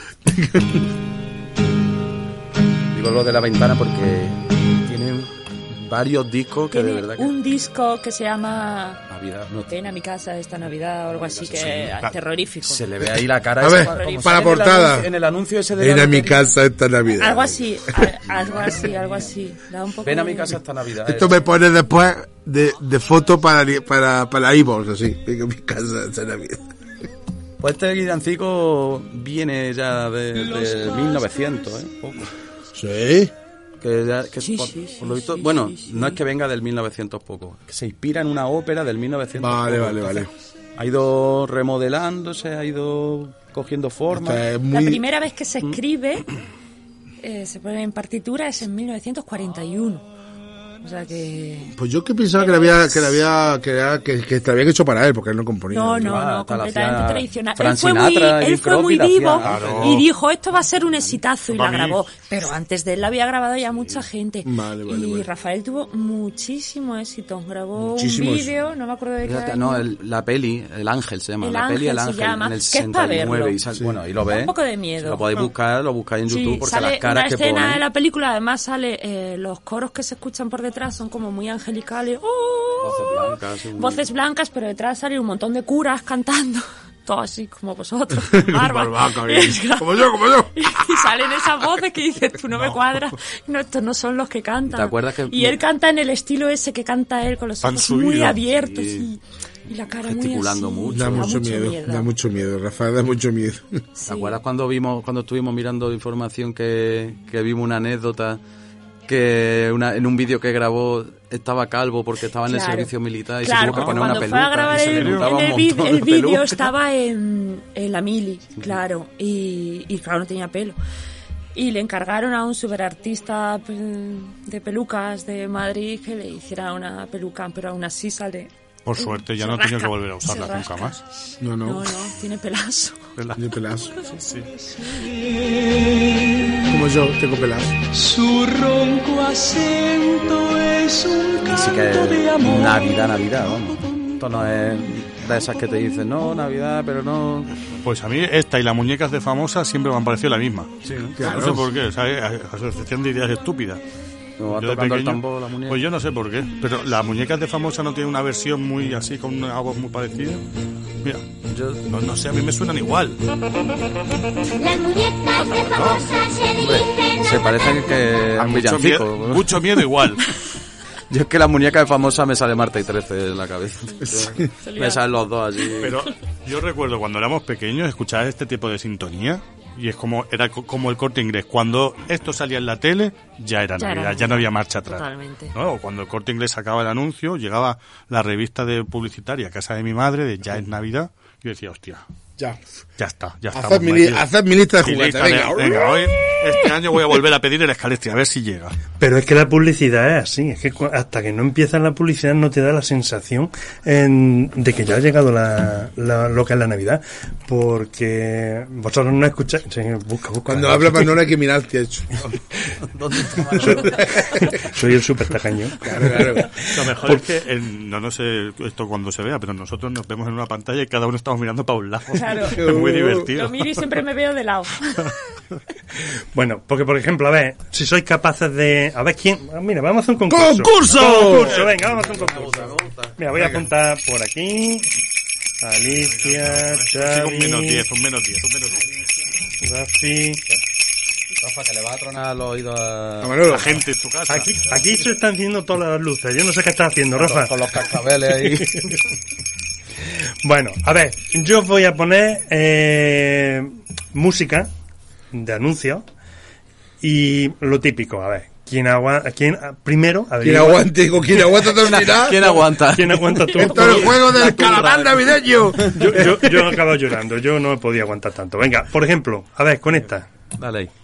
Digo lo de la ventana porque tienen varios discos que de Tiene verdad que... un disco que se llama Navidad, no, Ven a mi casa esta Navidad o algo así, que Sí, es claro. terrorífico. se le ve ahí la cara. A esa, ver, como para sale en el portada. anuncio- En el anuncio ese de Ven la a mi lotería. casa esta Navidad. Algo así, a- algo así, algo así. Da un poco Ven a de- mi casa esta Navidad. Esto me pone después de, de foto para, para, para iVoox, así. Ven a mi casa esta Navidad. Pues este villancico viene ya de, de mil novecientos, ¿eh? Poco. Sí. Que, ya- que Sí, por, sí, por lo sí, visto, sí, bueno, sí, sí. no es que venga del mil novecientos poco, que se inspira en una ópera del mil novecientos Vale, poco. vale, vale. Entonces, ha ido remodelándose, ha ido cogiendo forma. Esta es La muy... primera vez que se escribe, eh, se pone en partitura, es en mil novecientos cuarenta y uno. O sea que... Pues yo que pensaba que le había, que le había, que, era- que, que te habían hecho para él, porque él no componía. No, no, Ah, no, hasta la completamente hacía tradicional. Frank Él fue muy, Sinatra, él Bing fue Crosby muy la hacía. vivo Claro. y dijo, esto va a ser un exitazo, y la Para mí. grabó. Pero antes de él la había grabado ya mucha gente. Vale, vale, y vale. Rafael tuvo muchísimo éxito. Grabó Muchísimo un vídeo, no me acuerdo de qué Fíjate, año. no, el- la peli, El Ángel se llama, El la peli Ángel El se Ángel, llama, en el que es pa' sesenta y nueve. verlo. Y sal- bueno, y lo Da ves. un poco de miedo. Si lo podéis buscar, lo buscáis en YouTube, Sí, porque sale las caras una que escena ponen... de la película, además sale eh, los coros que se escuchan por detrás son como muy angelicales. ¡Oh! Voces blancas, sí, muy- Voces blancas, pero detrás sale un montón de curas cantando. Todo así como vosotros. Barbaca, Barba. bien. Como yo, como yo. Y salen esas voces que dices, tú no me cuadras. No, estos no son los que cantan. ¿Te acuerdas que- Y él canta en el estilo ese que canta él, con los Tan ojos muy subido. abiertos Sí. y, y la cara muy Gesticulando así. mucho. Da Da mucho miedo, da mucho miedo, Rafael, da mucho miedo. ¿Te acuerdas cuando vimos, cuando estuvimos mirando información que, que vimos una anécdota que una, en un vídeo que grabó estaba calvo porque estaba en el Claro. servicio militar y Claro, se tuvo que porque poner una cuando peluca fue a grabar y se le el, notaba en el un vid- montón el de vídeo peluca. estaba en, en la mili, claro, y, y claro, no tenía pelo. Y le encargaron a un superartista pe- de pelucas de Madrid que le hiciera una peluca, pero aún así sale... Por suerte, ya se no he tenido rasca, que volver a usarla se nunca rasca. más. No, no. No, no, tiene pelazo. Pelazo. De pelazo. Sí. Como yo, tengo pelazo. Su ronco acento es un Así canto de que amor. Navidad, Navidad, vamos. Esto no es de esas que te dicen, no, Navidad, pero no... Pues a mí esta y las muñecas de Famosa siempre me han parecido la misma. Sí, ¿no? Claro. No sé por qué, o sea, asociación de ideas estúpidas. No va Yo de tocando el pequeño- tambor, la muñeca. Pues yo no sé por qué, pero las muñecas de Famosa no tienen una versión muy así, con una voz muy parecida. Mira, Yo- no, no sé, a mí me suenan igual. Las muñecas de famosas se dicen. se parecen que a un Mucho villancico. miedo, mucho miedo igual. Yo es que la muñeca de Famosa me sale Marta y trece en la cabeza. Me salen los dos allí. Pero yo recuerdo cuando éramos pequeños escuchar este tipo de sintonía y es como era co- como el Corte Inglés. Cuando esto salía en la tele ya era Ya era Navidad, Navidad. ya no había marcha atrás. Totalmente. ¿No? O cuando el Corte Inglés sacaba el anuncio, llegaba la revista de publicitaria Casa de mi madre de Ya es Navidad y yo decía, hostia, Ya. ya está, ya está. Haced mi, li- haced mi lista de Y juguetes, lista de- venga. venga, hoy, este año voy a volver a pedir el Escalestri, a ver si llega. Pero es que la publicidad es así, es que cu- hasta que no empieza la publicidad no te da la sensación en- de que ya ha llegado la, la- lo que es la Navidad, porque vosotros no escucháis. Sí, busca, busca. Cuando habla más no hay que mirarte, hecho. Soy el súper tacaño. Claro, claro. Lo mejor es que, el- no, no sé esto cuando se vea, pero nosotros nos vemos en una pantalla y cada uno estamos mirando para un lado. Claro. Es muy Lo divertido. miro y siempre me veo de lado. Bueno, porque por ejemplo, a ver, si sois capaces de... A ver quién... ah, Mira, vamos a hacer un concurso. ¡Concurso! ¡Concurso! Venga, vamos a hacer un concurso. Mira, voy a apuntar por aquí. Alicia, Sí, un menos Xavi, diez, un menos diez, un menos diez. Rafi... Rafa, que le va a tronar los oídos a... A Manolo. La gente en tu casa. Aquí, aquí se están haciendo todas las luces. Yo no sé qué está haciendo, Rafa. Con los cascabeles ahí. Bueno, a ver, yo os voy a poner eh, música de anuncios y lo típico, a ver, quién aguanta, quién primero, a ver, ¿Quién aguante? ¿Con quién aguanta terminar? ¿Quién aguanta? quién aguanta todo. Esto es el juego del calamar navideño. Yo, yo, yo he acabado llorando, yo no he podido aguantar tanto. Venga, por ejemplo, a ver, con esta. Dale ahí.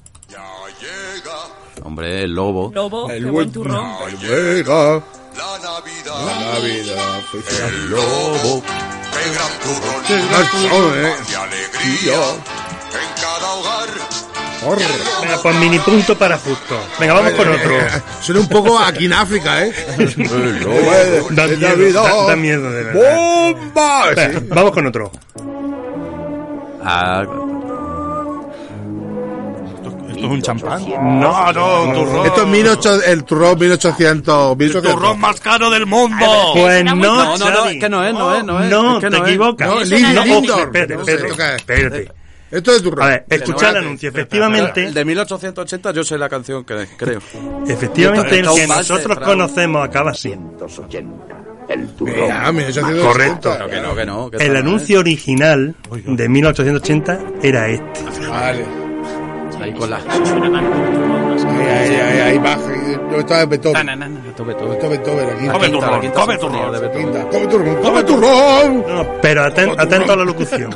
Hombre, el lobo. Lobo, El qué buen buen turrón. Ay, llega La Navidad, la Navidad. pues, el lobo, el gran turrón, Qué garchón, eh. de alegría, en cada hogar. Horror. Venga, pues mini punto para justo. Venga, vamos con otro. Suena un poco aquí en África, ¿eh? Da De miedo, Navidad. da, da miedo de verdad. ¡Bomba! Venga, Sí. vamos con otro. Ah, ¿Esto es un champán? No, no, un turrón. Esto es mil ochocientos, el turrón mil ochocientos. mil El ochocientos. turrón más caro del mundo. Pues Era muy no, no, no, no, Xavi. es que no es, no es, no es. No, es que te no es. equivocas. No, Eso Lin- era No, Lindor. espérate, No sé espérate, esto qué es. espérate. Esto es de turrón. A ver, escuchad el anuncio. Efectivamente, El de mil ochocientos ochenta yo sé la canción que creo. efectivamente el Esto es que un valse, nosotros Fran. conocemos acaba así. Mira, mil ochocientos ochenta. Correcto. Pero que no, que no. que El esta no anuncio original de mil ochocientos ochenta era este. Vale. es. Ahí con la... Ahí, ahí, ahí, ahí baja. Yo estaba en Beethoven. Na, na, na, na, tope, tope. Esto es Beethoven aquí. Come quinta, turrón, la quinta come sinfonía turrón. de Beethoven. Quinta. Come turrón, come turrón. No, pero aten- atento a la locución.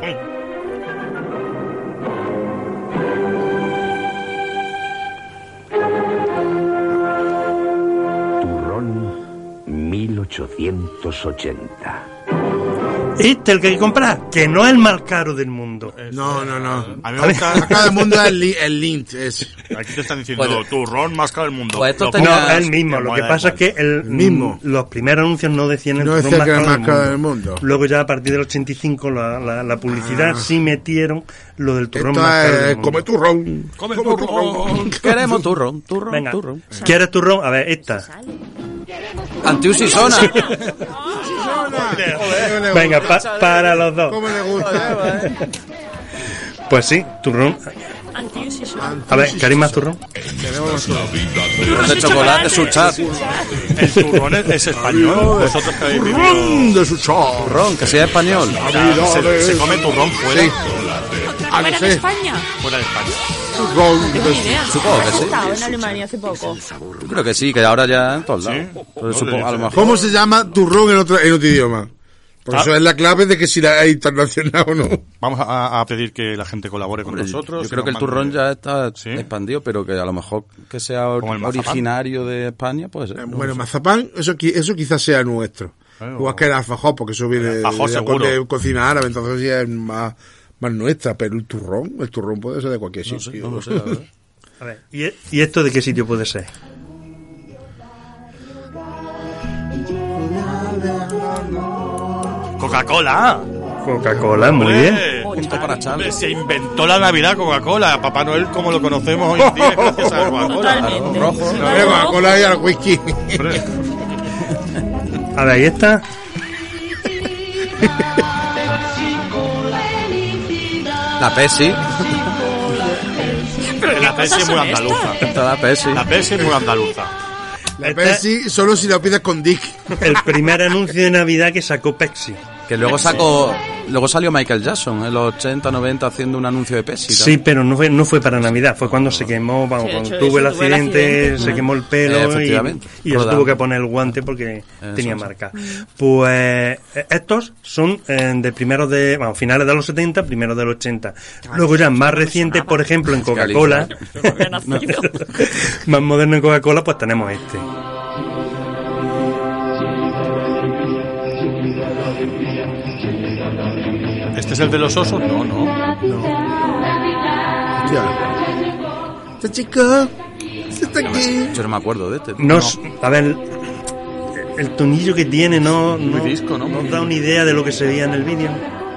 Turrón mil ochocientos ochenta. Este el que hay que comprar, que no es el más caro del mundo. No, no, no. A mí me gusta... Acá del mundo es el, li- el Lint. Es. Aquí te están diciendo Pues- turrón más caro del mundo. Pues esto Lo tenía- No, pongas, es el mismo. que Lo me que da pasa es igual. que el, El mismo. mm, los primeros anuncios no decían el No turrón decía que era más más caro caro del del mundo. mundo. Luego ya a partir del ochenta y cinco la, la, la publicidad Ah. sí metieron lo del turrón Esto más caro del es. mundo. Come turrón. Come turrón. Queremos turrón, turrón, Venga, turrón. ¿quieres turrón? A ver, esta. Antius y Sona. Venga, pa- para los dos. ¿Cómo le gusta? Pues sí, turrón. Antius y Sona. A ver, ¿queréis más turrón? Tenemos Turrón de chocolate, su chat. El turrón es, es español. Vosotros que habéis vivido... turrón de su chorro. Turrón, que sea español. Se, se come turrón fuera, Sí. Ah, no ¿Era en sé. España? fuera de España. Turrón No de tengo ni su idea. Supongo que He sí. estado en Alemania hace poco. Yo creo que sí, que ahora ya en todos lados. Sí. Pero supongo, a lo mejor... ¿Cómo se llama turrón en otro, en otro idioma? Porque Ah. eso es la clave de que si la es internacional o no. Vamos a, a pedir que la gente colabore con Hombre, nosotros. yo y creo que el nos turrón mande- ya está Sí. expandido, pero que a lo mejor que sea or- Como el mazapán. originario de España, pues ser. Bueno, mazapán, eso, qui- eso quizás sea nuestro. Eh, Igual que el alfajor, porque eso viene El alfajor de, seguro. de cocina árabe, entonces sí es más, más nuestra, pero el turrón, el turrón puede ser de cualquier No sitio. sé, no lo sé, la verdad. A ver, ¿y, e- ¿y esto de qué sitio puede ser? Coca-Cola. Coca-Cola, muy Hombre, bien. Esto para Charlie. Hombre, se inventó la Navidad Coca-Cola. Papá Noel como lo conocemos hoy en día es gracias a Coca-Cola. Totalmente. rojo, No, eh, Coca-Cola y al whisky. Hombre, A ver, ahí está. La Pepsi. la Pepsi es muy son andaluza. Esta es la Pepsi. La Pepsi es muy andaluza. La Este- Pepsi solo si la pides con Dick. El primer anuncio de Navidad que sacó Pepsi. Que luego sacó, luego salió Michael Jackson en los ochenta, noventa haciendo un anuncio de Pepsi. Sí, pero no fue, no fue para Navidad, fue cuando se quemó, vamos, Sí, cuando de hecho, tuvo el eso, tuvo el accidente, accidente. se quemó el pelo Eh, y, efectivamente. y ya se Rodando. tuvo que poner el guante porque Eso, tenía sí. marca. Pues eh, estos son eh, de primeros de, vamos, finales de los setenta, primeros de los ochenta. Luego ya más recientes, por ejemplo, en Coca-Cola, No había nacido. más moderno en Coca-Cola, pues tenemos este. ¿Este es el de los osos? No, no. Hostia. Este chico, este está aquí. Yo no me acuerdo de este. No, s- a ver, el tonillo que tiene no, Muy no disco, ¿no? nos da una idea de lo que se veía en el vídeo.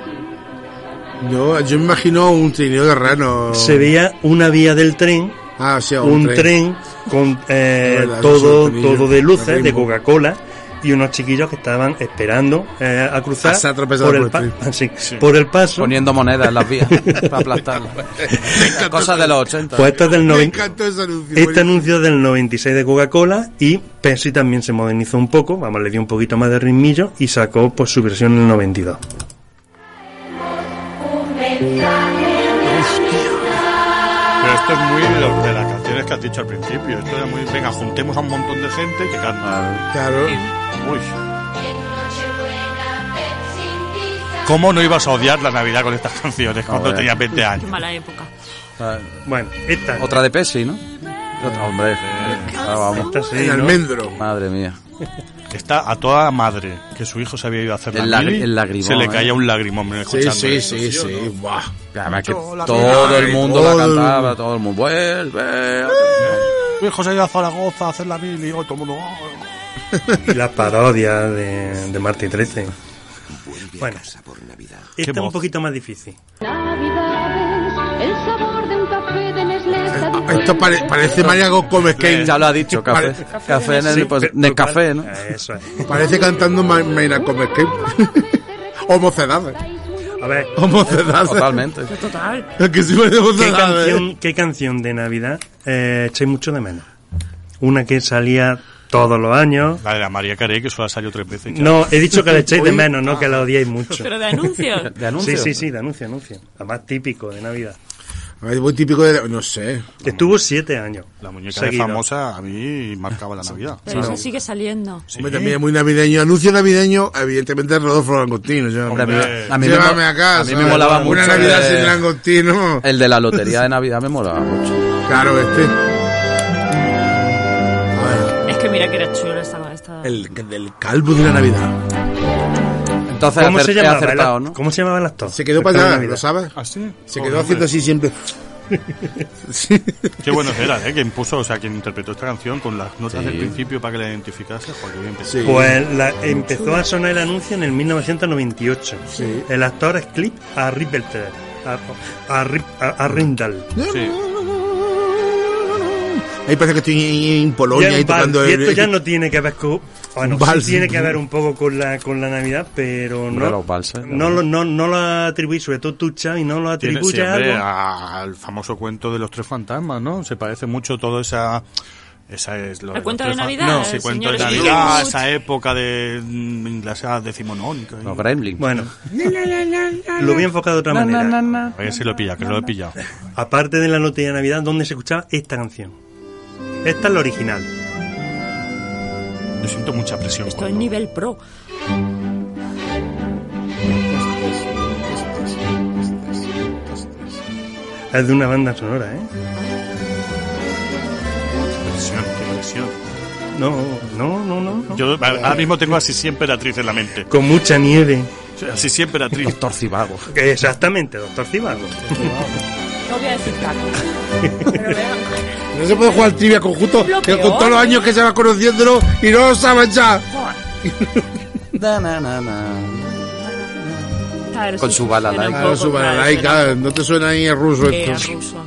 No, yo me imagino un trineo de reno. Se veía una vía del tren, Ah, sí, un tren con eh, Es verdad, todo esos tonillos, todo de luces, el de ritmo. Coca-Cola, y unos chiquillos que estaban esperando eh, a cruzar A ser atropellados por el, por el pa- sí, por el paso. Poniendo monedas en las vías para aplastarlas. Cosas de los ochenta. Pues esto es del Me noventa. encantó ese anuncio. Este anuncio es del noventa y seis de Coca-Cola, y Pepsi también se modernizó un poco, vamos, le dio un poquito más de ritmillo y sacó pues su versión en el noventa y dos. Pero esto es muy de, lo- de las canciones que has dicho al principio. Esto era muy, venga, juntemos a un montón de gente que canta. Claro. Uy. ¿Cómo no ibas a odiar la Navidad con estas canciones cuando Joder. tenías veinte Qué años? mala época. Ah, Bueno, esta, Otra de Pepsi, ¿no? Otra, hombre. Ah, vamos. esta sí, El ¿no? almendro. Madre mía. Está a toda madre que su hijo se había ido a hacer El la lagri- mili, el lagrimón, se le ¿eh? caía un lagrimón Sí, escuchando sí, eso. sí, sí. Buah. Además que Yo la todo el Ay, mundo todo la el- cantaba, todo el mundo. Vuelve. Tu hijo se ha ido a Zaragoza a hacer la mili y todo el mundo... "Oh". Y las parodias de, de Marty trece. Bueno, esta es un voz. poquito más difícil. El sabor de un café de Nestlé está Esto pare- parece Mariago Come Skate. Ya lo ha dicho, café. Café en el, Sí, pues, pe- de café, ¿no? Eso es. Parece cantando Ma- Mayra Come Skate. O mocedades. A ver, O mocedades. Totalmente. Total. Es que sí parece ¿qué mocedades. canción, ¿qué canción de Navidad eh, echáis mucho de menos? Una que salía todos los años. La de la María Carey, que solo ha salido tres veces. ya. No, he dicho que la echáis de menos, no que la odiáis mucho. Pero de anuncios. ¿De Sí, anuncios? sí, sí, de anuncio, anuncio. La más típico de Navidad. Es muy típico de... No sé. Estuvo siete años. La muñeca seguido. de famosa a mí marcaba la Navidad. Pero eso sigue saliendo. Hombre, también es muy navideño. Anuncio navideño, evidentemente, Rodolfo Langostino. Yo, Hombre, a mí, a mí me, Llévame mo- a casa. a mí me molaba mucho. Una Navidad el- sin Langostino. El de la lotería de Navidad me molaba mucho. Claro, este. Es que mira que era chulo esta. esta... El del calvo de la Navidad. Entonces ¿Cómo acer- se he llamaba? acertado, el- ¿no? ¿Cómo se llamaba el actor? Se quedó Actor para de allá, Navidad. ¿lo sabes? ¿Ah, sí? Se Joder, quedó haciendo así siempre. Sí. Qué buenos eran, ¿eh? Quien puso, o sea, quien interpretó esta canción con las notas Sí. del principio para que la identificase. Joder, bien pensado. Sí. Pues la- empezó a sonar el anuncio en el mil novecientos noventa y ocho. Sí. El actor es Clip a Rippleter. A, a, Rip- a, a Rindal. Sí. Ahí parece que estoy en Polonia Ya ahí un vals, tocando y el... esto ya no tiene que ver con, bueno, Un sí vals. tiene que ver un poco con la con la Navidad, pero Hombre, no los valses, no lo no no lo atribuís, sobre todo tú, Xavi, no lo Tiene, atribuye sí, hombre, algo. a- al famoso cuento de los tres fantasmas, ¿no? Se parece mucho todo esa... Esa es lo ¿El los cuento tres de fa- Navidad? No, ¿El sí, cuento de señor Navidad, Scrooge? esa época de mm, Inglaterra decimonónica. y- Los Gremlins. Bueno, lo voy a enfocar de otra manera. A ver si lo he pillado, que no lo he pillado. Aparte de la lotería de Navidad, ¿dónde se escuchaba esta canción? Esta es la original. Yo siento mucha presión. Esto es cuando- nivel pro. Es de una banda sonora, ¿eh? Presión, qué presión. No, no, no, no. no. Yo ahora mismo tengo así siempre la actriz en la mente. Con mucha nieve. Así siempre actriz. Doctor Zivago. Exactamente, Doctor Zivago. No voy a decir taco. Pero vean. No se puede jugar trivia conjunto Lo que peor, con todos los años que se va conociéndolo y no lo saben ya. Da, na, na, na. Claro, Con sí, su sí, balalaika. suena un Claro, poco, su claro, balalaika, suena un no te suena ahí en ruso poco. esto. Eh, ruso,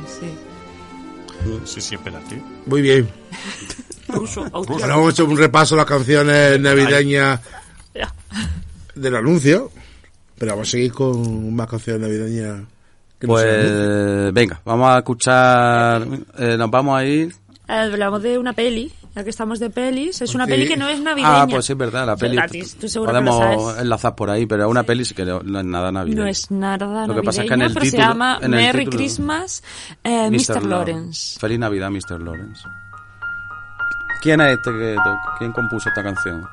sí. Sí, siempre actriz. Muy bien. Ruso, Ahora vamos a hacer un repaso a las canciones navideñas Ya. del anuncio. Pero vamos a seguir con más canciones navideñas. Que no sean anuncios. Pues venga, vamos a escuchar, eh, nos vamos a ir. Hablamos de una peli, ya que estamos de pelis. Es una Ok. peli que no es navideña. Ah, pues sí, es verdad, la peli. Gratis, tú seguro que lo podemos sabes. enlazar por ahí, pero es una peli sí que no, no es nada navideña. No es nada Lo que pasa es que en navideña, el pero título- se llama en el Merry título- Christmas, eh, mister Lawrence. Feliz Navidad, mister Lawrence. ¿Quién es este que to- quién compuso esta canción?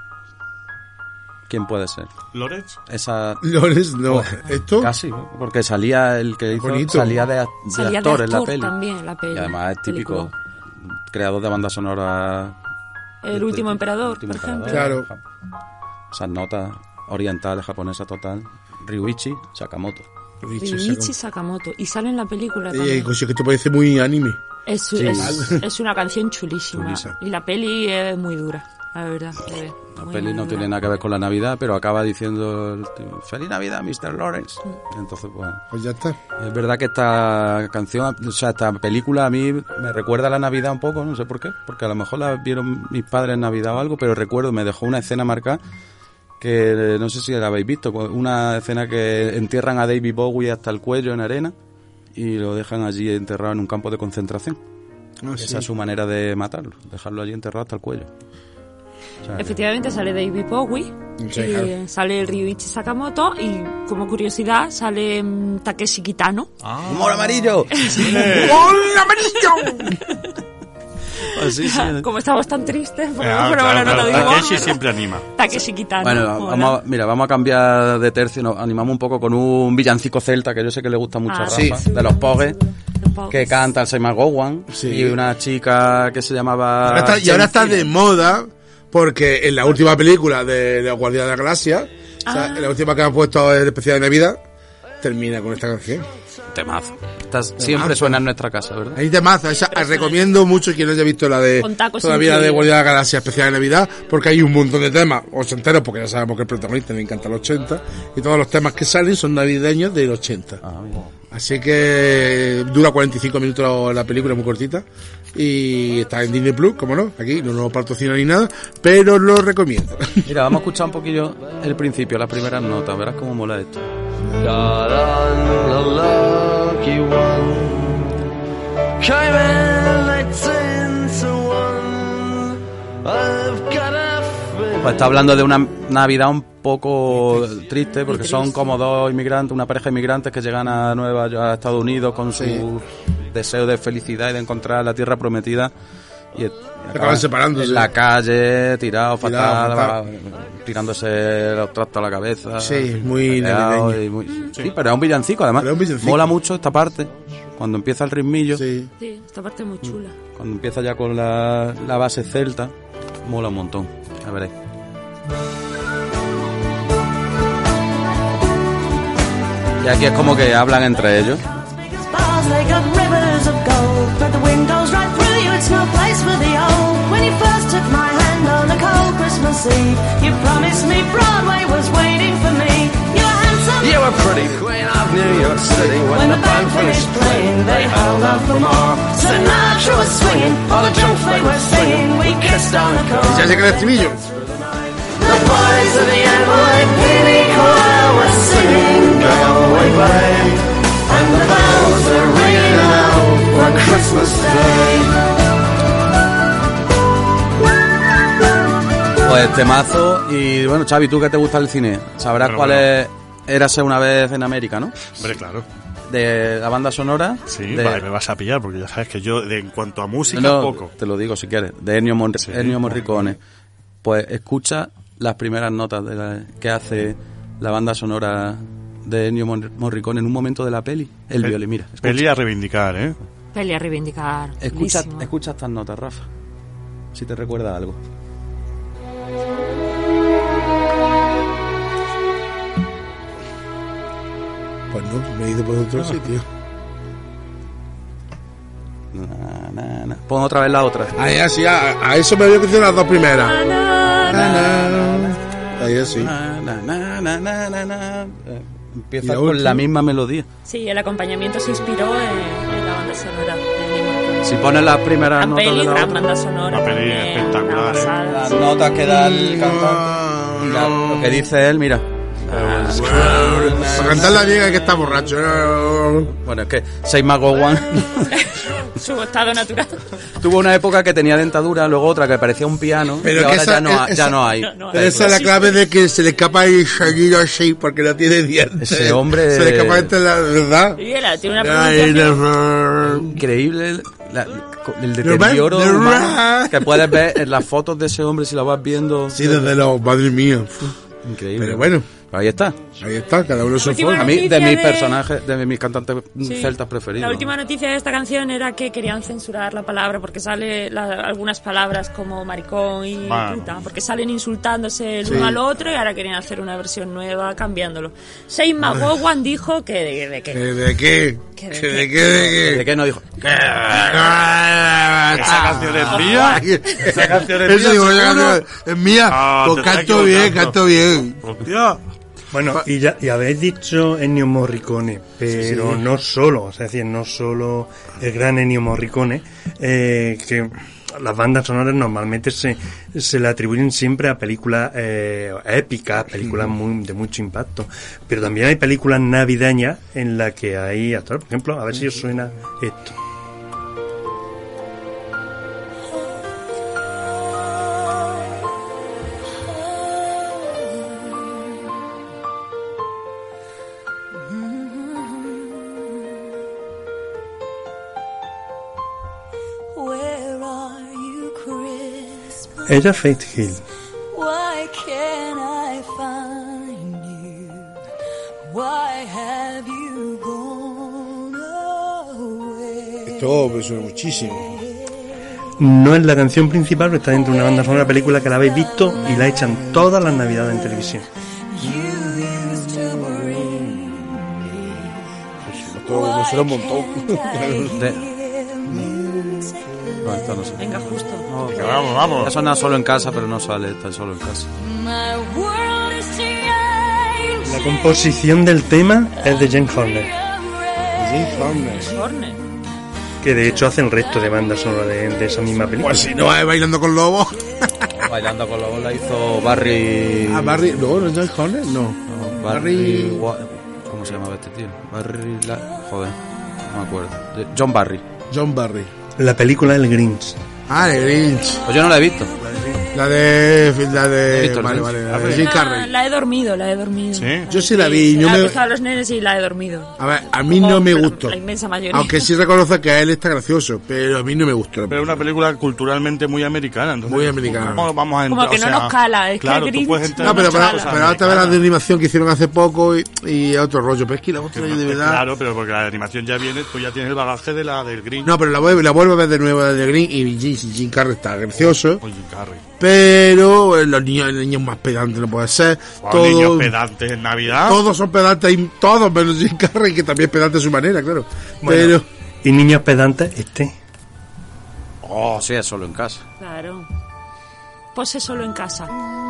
¿Quién puede ser? ¿Lorenz? Esa Lorenz, no. ¿Esto? casi, porque salía el que hizo, Bonito. salía de, act- de Salía de actor en la actor peli. también en la peli. Y además es típico Película. creador de banda sonora. El último emperador, Último por ejemplo. Emperador. Claro. Esas notas orientales, japonesas total. Ryuichi Sakamoto. Ryuichi Sakamoto. Y sale en la película Y también. coño, que esto parece muy anime. Es, Sí. es, es una canción chulísima. Chulísima. Y la peli es muy dura, la verdad. de ver. La Muy, peli muy no dura. tiene nada que ver con la Navidad, pero acaba diciendo el tío, Feliz Navidad, mister Lawrence. Entonces, pues, Pues ya está. es verdad que esta canción, o sea, esta película a mí me recuerda a la Navidad un poco, no sé por qué, porque a lo mejor la vieron mis padres en Navidad o algo, pero recuerdo, me dejó una escena marcada que no sé si la habéis visto, una escena que entierran a David Bowie hasta el cuello en arena y lo dejan allí enterrado en un campo de concentración. Ah, sí. Esa es su manera de matarlo, dejarlo allí enterrado hasta el cuello. O sea, que- Efectivamente sale David Bowie, Sí, y claro. sale Ryuichi Sakamoto y como curiosidad sale mm, Takeshi Kitano. ¡Humor amarillo! ¡Hola, amarillo! Pues sí, sí. Como estamos tan tristes, por Ah, pero claro, bueno, no claro, lo digo. Takeshi siempre anima. Takeshi Kitano. Bueno, mola. vamos a, mira, vamos a cambiar de tercio, nos animamos un poco con un villancico celta que yo sé que le gusta mucho Ah, a Rafa, sí. de los Pogues, Los Pogues. que canta el Seymour Gowan Sí. y una chica que se llamaba... Ahora está- y ahora está Jane de Field. moda porque en la última película de la Guardia de la Galaxia, o sea, Ah. en la última que han puesto el especial de Navidad, termina con esta canción. Temazo. Estas siempre suena en nuestra casa, ¿verdad? Ahí te maza, esa, recomiendo mucho quien no haya visto la de Con tacos todavía la de incluidos. Guardia de la Galaxia especial de Navidad, porque hay un montón de temas ochenteros, porque ya sabemos que el protagonista le encanta los ochenta, y todos los temas que salen son navideños del ochenta. Ah, mira. Así que dura cuarenta y cinco minutos la película, muy cortita. Y está en Disney Plus, como no, aquí no nos patrocina ni nada, pero lo recomiendo. Mira, vamos a escuchar un poquillo el principio, las primeras notas, verás cómo mola esto. Got on a lucky one. Came in like ten to one. I've got a feeling. Pues está hablando de una Navidad un poco triste, porque son como dos inmigrantes, una pareja de inmigrantes que llegan a Nueva York, a Estados Unidos con su Sí. deseo de felicidad y de encontrar la tierra prometida. Y, y acaban separándose. en la calle, tirados, Tirado, fatal, fatal. tirándose los trastos a la cabeza. Sí, muy peleados navideño. y muy- sí, pero es un villancico, además. Pero es un villancico. Mola mucho esta parte, cuando empieza el ritmillo, Sí. Sí, esta parte es muy chula. cuando empieza ya con la, la base celta, mola un montón. A veréis. Y aquí es como que hablan entre ellos. Bars, they got rivers of gold, but the wind goes right through you, it's no place for the old. When you first took my hand on a cold Christmas Eve, you promised me Broadway was waiting for me. You were handsome, You were pretty queen of New York City. When, when the band finished playing, they held out for more. Sinatra was swinging, all the junk they were singing, we kissed on the Ya corner. sé que el estribillo. The boys of the N Y P D choir were singing, go away, babe, and the bells are ringing out for Christmas Day. Pues temazo. Y bueno, Xavi, tú que te gusta el cine, sabrás Bueno, cuál bueno. es Érase una vez en América, ¿no? Hombre, claro. De la banda sonora. Sí, de... vale, me vas a pillar, porque ya sabes que yo, de, en cuanto a música, No, poco. te lo digo si quieres, de Ennio, Mon- Sí, Ennio Morricone. Morricone. Pues escucha las primeras notas de la- que hace la banda sonora de Ennio Mon- Morricone en un momento de la peli. El Pe- violín, mira. Escucha, Peli a reivindicar, ¿eh? Peli a reivindicar. escucha, chulísimo. escucha estas notas, Rafa. Si te recuerda algo. Pues no, me he ido por otro sitio. Na, na, na. Pon otra vez la otra. Ahí así, a, a eso me había que las dos primeras. Na, na. Ahí así. Na, na, na, na, na, na, na. Eh, Empieza ¿Y la con última? la misma melodía. Sí, el acompañamiento se inspiró en, en la banda sonora de Ennio. Si pones las primeras Gran notas de peli, la gran otra, banda sonora. Una peli también, espectacular, una ¿eh? pasada, las sí. notas que da el cantante y la- lo que dice él, mira. Para cantarla bien hay que estar borracho. Bueno, es que Seis McGowan Su estado natural. tuvo una época que tenía dentadura, luego otra que parecía un piano, Pero y que ahora esa- ya, no, ha- esa- ya no hay. No, no, Pero esa es la clave de que se le escapa el seguido así porque no tiene dientes. Ese hombre- Se le escapa entre la verdad. Y él tiene una Ay, pronunciación. no. Increíble el, la- el deterioro The humano Rat. que puedes ver en las fotos de ese hombre si lo vas viendo. Sí, desde los... Madre mía. Increíble. Pero bueno, Ahí está. ahí está, cada uno su Última forma. A mí, de noticia mis de- personajes, de mis cantantes Sí. celtas preferidos. La última noticia de esta canción era que querían censurar la palabra porque sale la- algunas palabras como maricón y Bueno. puta, porque salen insultándose el Sí. uno al otro y ahora querían hacer una versión nueva cambiándolo. Shane McGowan dijo que de, de que ¿Que ¿De qué? ¿Que de ¿Que qué? ¿De qué? ¿De ¿De qué? qué no dijo? Esa canción es mía. Esa canción es Eso mía. digo, esa seguro. canción es mía. Ah, Pues te estás canto bien, equivocando. canto bien. Hostia. Bueno, y ya y habéis dicho Ennio Morricone, pero Sí. no solo, o sea, es decir, no solo el gran Ennio Morricone, eh, que las bandas sonoras normalmente se, se le atribuyen siempre a películas eh, épicas, películas muy, de mucho impacto, pero también hay películas navideñas en las que hay actores, por ejemplo, a ver si os suena esto. Where are you, Christmas? Ella Faith Hill. Why can't I find you? Why have you gone away? Esto me suena muchísimo. No es la canción principal, pero está dentro de una banda sonora, película que la habéis visto y la echan todas las navidades en televisión. You used to bring Esto me suena un montón. De- No, esta no sé. venga justo. No, Que vamos, vamos. esta suena solo en casa, pero no sale, está solo en casa. my world is changed. La composición del tema es de James Horner, Horner. que de hecho hace el resto de bandas sonoras de, de esa misma película. Pues si no, eh, bailando con lobos. Bailando con la bola hizo Barry... Ah, Barry. No, no es John Horner, no. No, Barry- Barry... Wa- ¿Cómo se llamaba este tío? Barry... La... Joder, no me acuerdo. De- John Barry. John Barry. La película El Grinch. Ah, el Grinch. Pues yo no la he visto. La de. La de. Víctor Vale, Grinch. vale. La Ah, de pues- Jim Ah, Carrey. la he dormido, la he dormido. Sí. Yo sí la vi. Yo Ha me, gustado a los nenes y la he dormido. a ver, a mí Como no me la- gustó. La inmensa mayoría. Aunque sí reconoce que a él está gracioso, pero a mí no me gustó. Pero es una película culturalmente muy americana. Entonces, Muy americana. ¿cómo vamos a Como entrar? que O no sea, nos cala, es que claro, el tú Grinch puedes entrar No, en pero, muchas pero, cosas pero ahora te ves las de americanas. animación que hicieron hace poco y, y otro rollo. Pero es que la otra de verdad. Claro, pero porque la animación ya viene, pues ya tienes el bagaje de la del Green. No, pero la vuelvo, la vuelvo a ver de nuevo de Green y Jim, Jim Carrey está gracioso. Oye, Carrey. Pero eh, los niños, los niños más pedantes no puede ser. Los niños Todos, pedantes en Navidad. todos son pedantes, y todos menos Jim Carrey, que también es pedante a su manera, claro. Bueno, Pero. y niños pedantes, este. Oh, sí, es solo en casa. Claro. Pose solo en casa.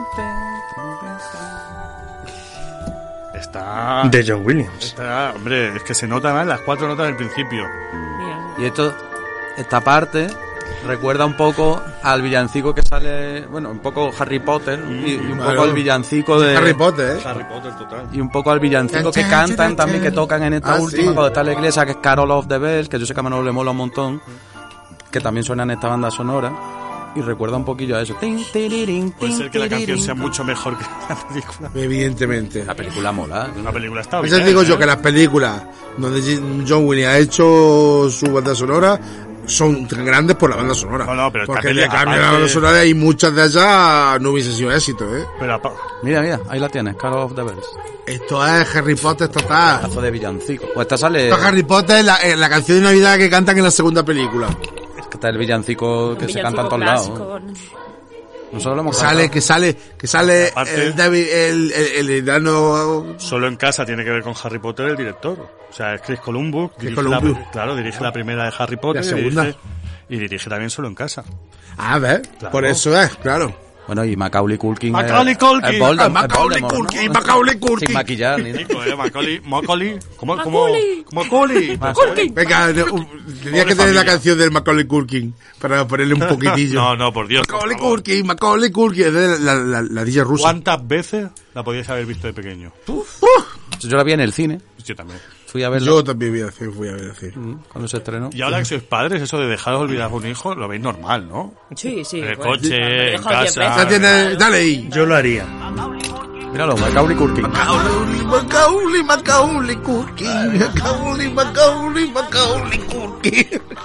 Está... De John Williams. Está, hombre, es que se notan más las cuatro notas del principio. Mira. Y esto, esta parte recuerda un poco al villancico que sale, bueno, un poco Harry Potter y, y un Claro. poco al villancico de Harry Potter, ¿eh? Harry Potter total. y un poco al villancico que Chan, chan, cantan chan, también, chan. que tocan en esta Ah, última sí. cuando está en la iglesia, que es Carol of the Bells, que yo sé que a Manolo le mola un montón, que también suena en esta banda sonora y recuerda un poquillo a eso. Tin, tirirín, Puede tin, ser que la canción tirirín. sea mucho mejor que la película. Evidentemente. La película mola. La película está A bien. veces digo yo ¿eh? que las películas donde Jim- John Williams ha hecho su banda sonora son tan grandes por la banda sonora. No, no, pero esta porque peli, le cambia la aparte- banda sonora y muchas de ellas no hubiese sido éxito, ¿eh? Pero apa- Mira, mira, ahí la tienes, Carol of the Bells. Esto es Harry Potter total. Pedazo de villancico. Pues esta sale... Esto es Harry Potter, la, eh, la canción de Navidad que cantan en la segunda película. Es que está el villancico que se Villancico canta en todos lados. clásico. Nosotros lo hemos sale, cantado. que sale, que sale Aparte- el David, el, el, el enano. Solo en casa tiene que ver con Harry Potter el director. O sea, es Chris Columbus. Chris dirige la- Columbus. claro, dirige la primera de Harry Potter. La y segunda. dirige- Y dirige también Solo en casa. A ver, Claro. por eso es, claro. Bueno, y Macaulay Culkin. Macaulay es- Culkin. es Voldemort, Ah, es Macaulay Voldemort, Culkin, ¿no? Macaulay Culkin. Sin maquillar ni nada. Chico, eh, Macaulay, Macaulay, ¿cómo, cómo, Macaulay. Macaulay, Culkin. Venga, no, un- tenía que tener familia. la canción del Macaulay Culkin para ponerle un poquitillo. No, no, por Dios. por Macaulay favor. Culkin, Macaulay Culkin, es de la, la, la D J rusa. ¿Cuántas veces la podías haber visto de pequeño? Yo la vi en el cine. Yo también. Fui a verla Yo también voy a decir, fui a decir. cuando se estrenó. Y ahora que sois padres, eso de dejaros olvidar a un hijo, lo veis normal, ¿no? Sí, sí. En el pues, coche, me he en dejado diez casa. Ya tiene, dale ahí. Yo lo haría. Míralo, Macaulay Culkin. Macaulay, Macaulay, Macaulay Culkin, Macaulay, Macaulay, Macaulay Culkin.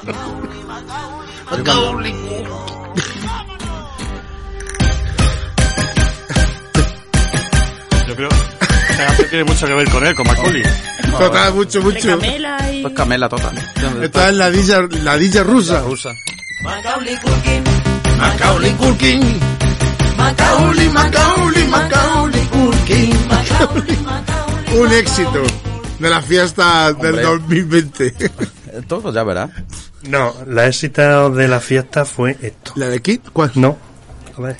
Macaulay Culkin. Yo creo que esta canción tiene mucho que ver con él, con Macaulay. Total, mucho, Entre mucho. Camela y... Pues Camela total. Esta es la D J, la D J rusa. rusa. Macaulay Culkin, Macaulay Culkin. Macaulay, Macaulay, Macaulay Culkin. Un éxito de la fiesta del Hombre. dos mil veinte. Esto pues ya verás. No, la éxito de la fiesta fue esto. ¿La de Kid? ¿Cuál? No. A ver.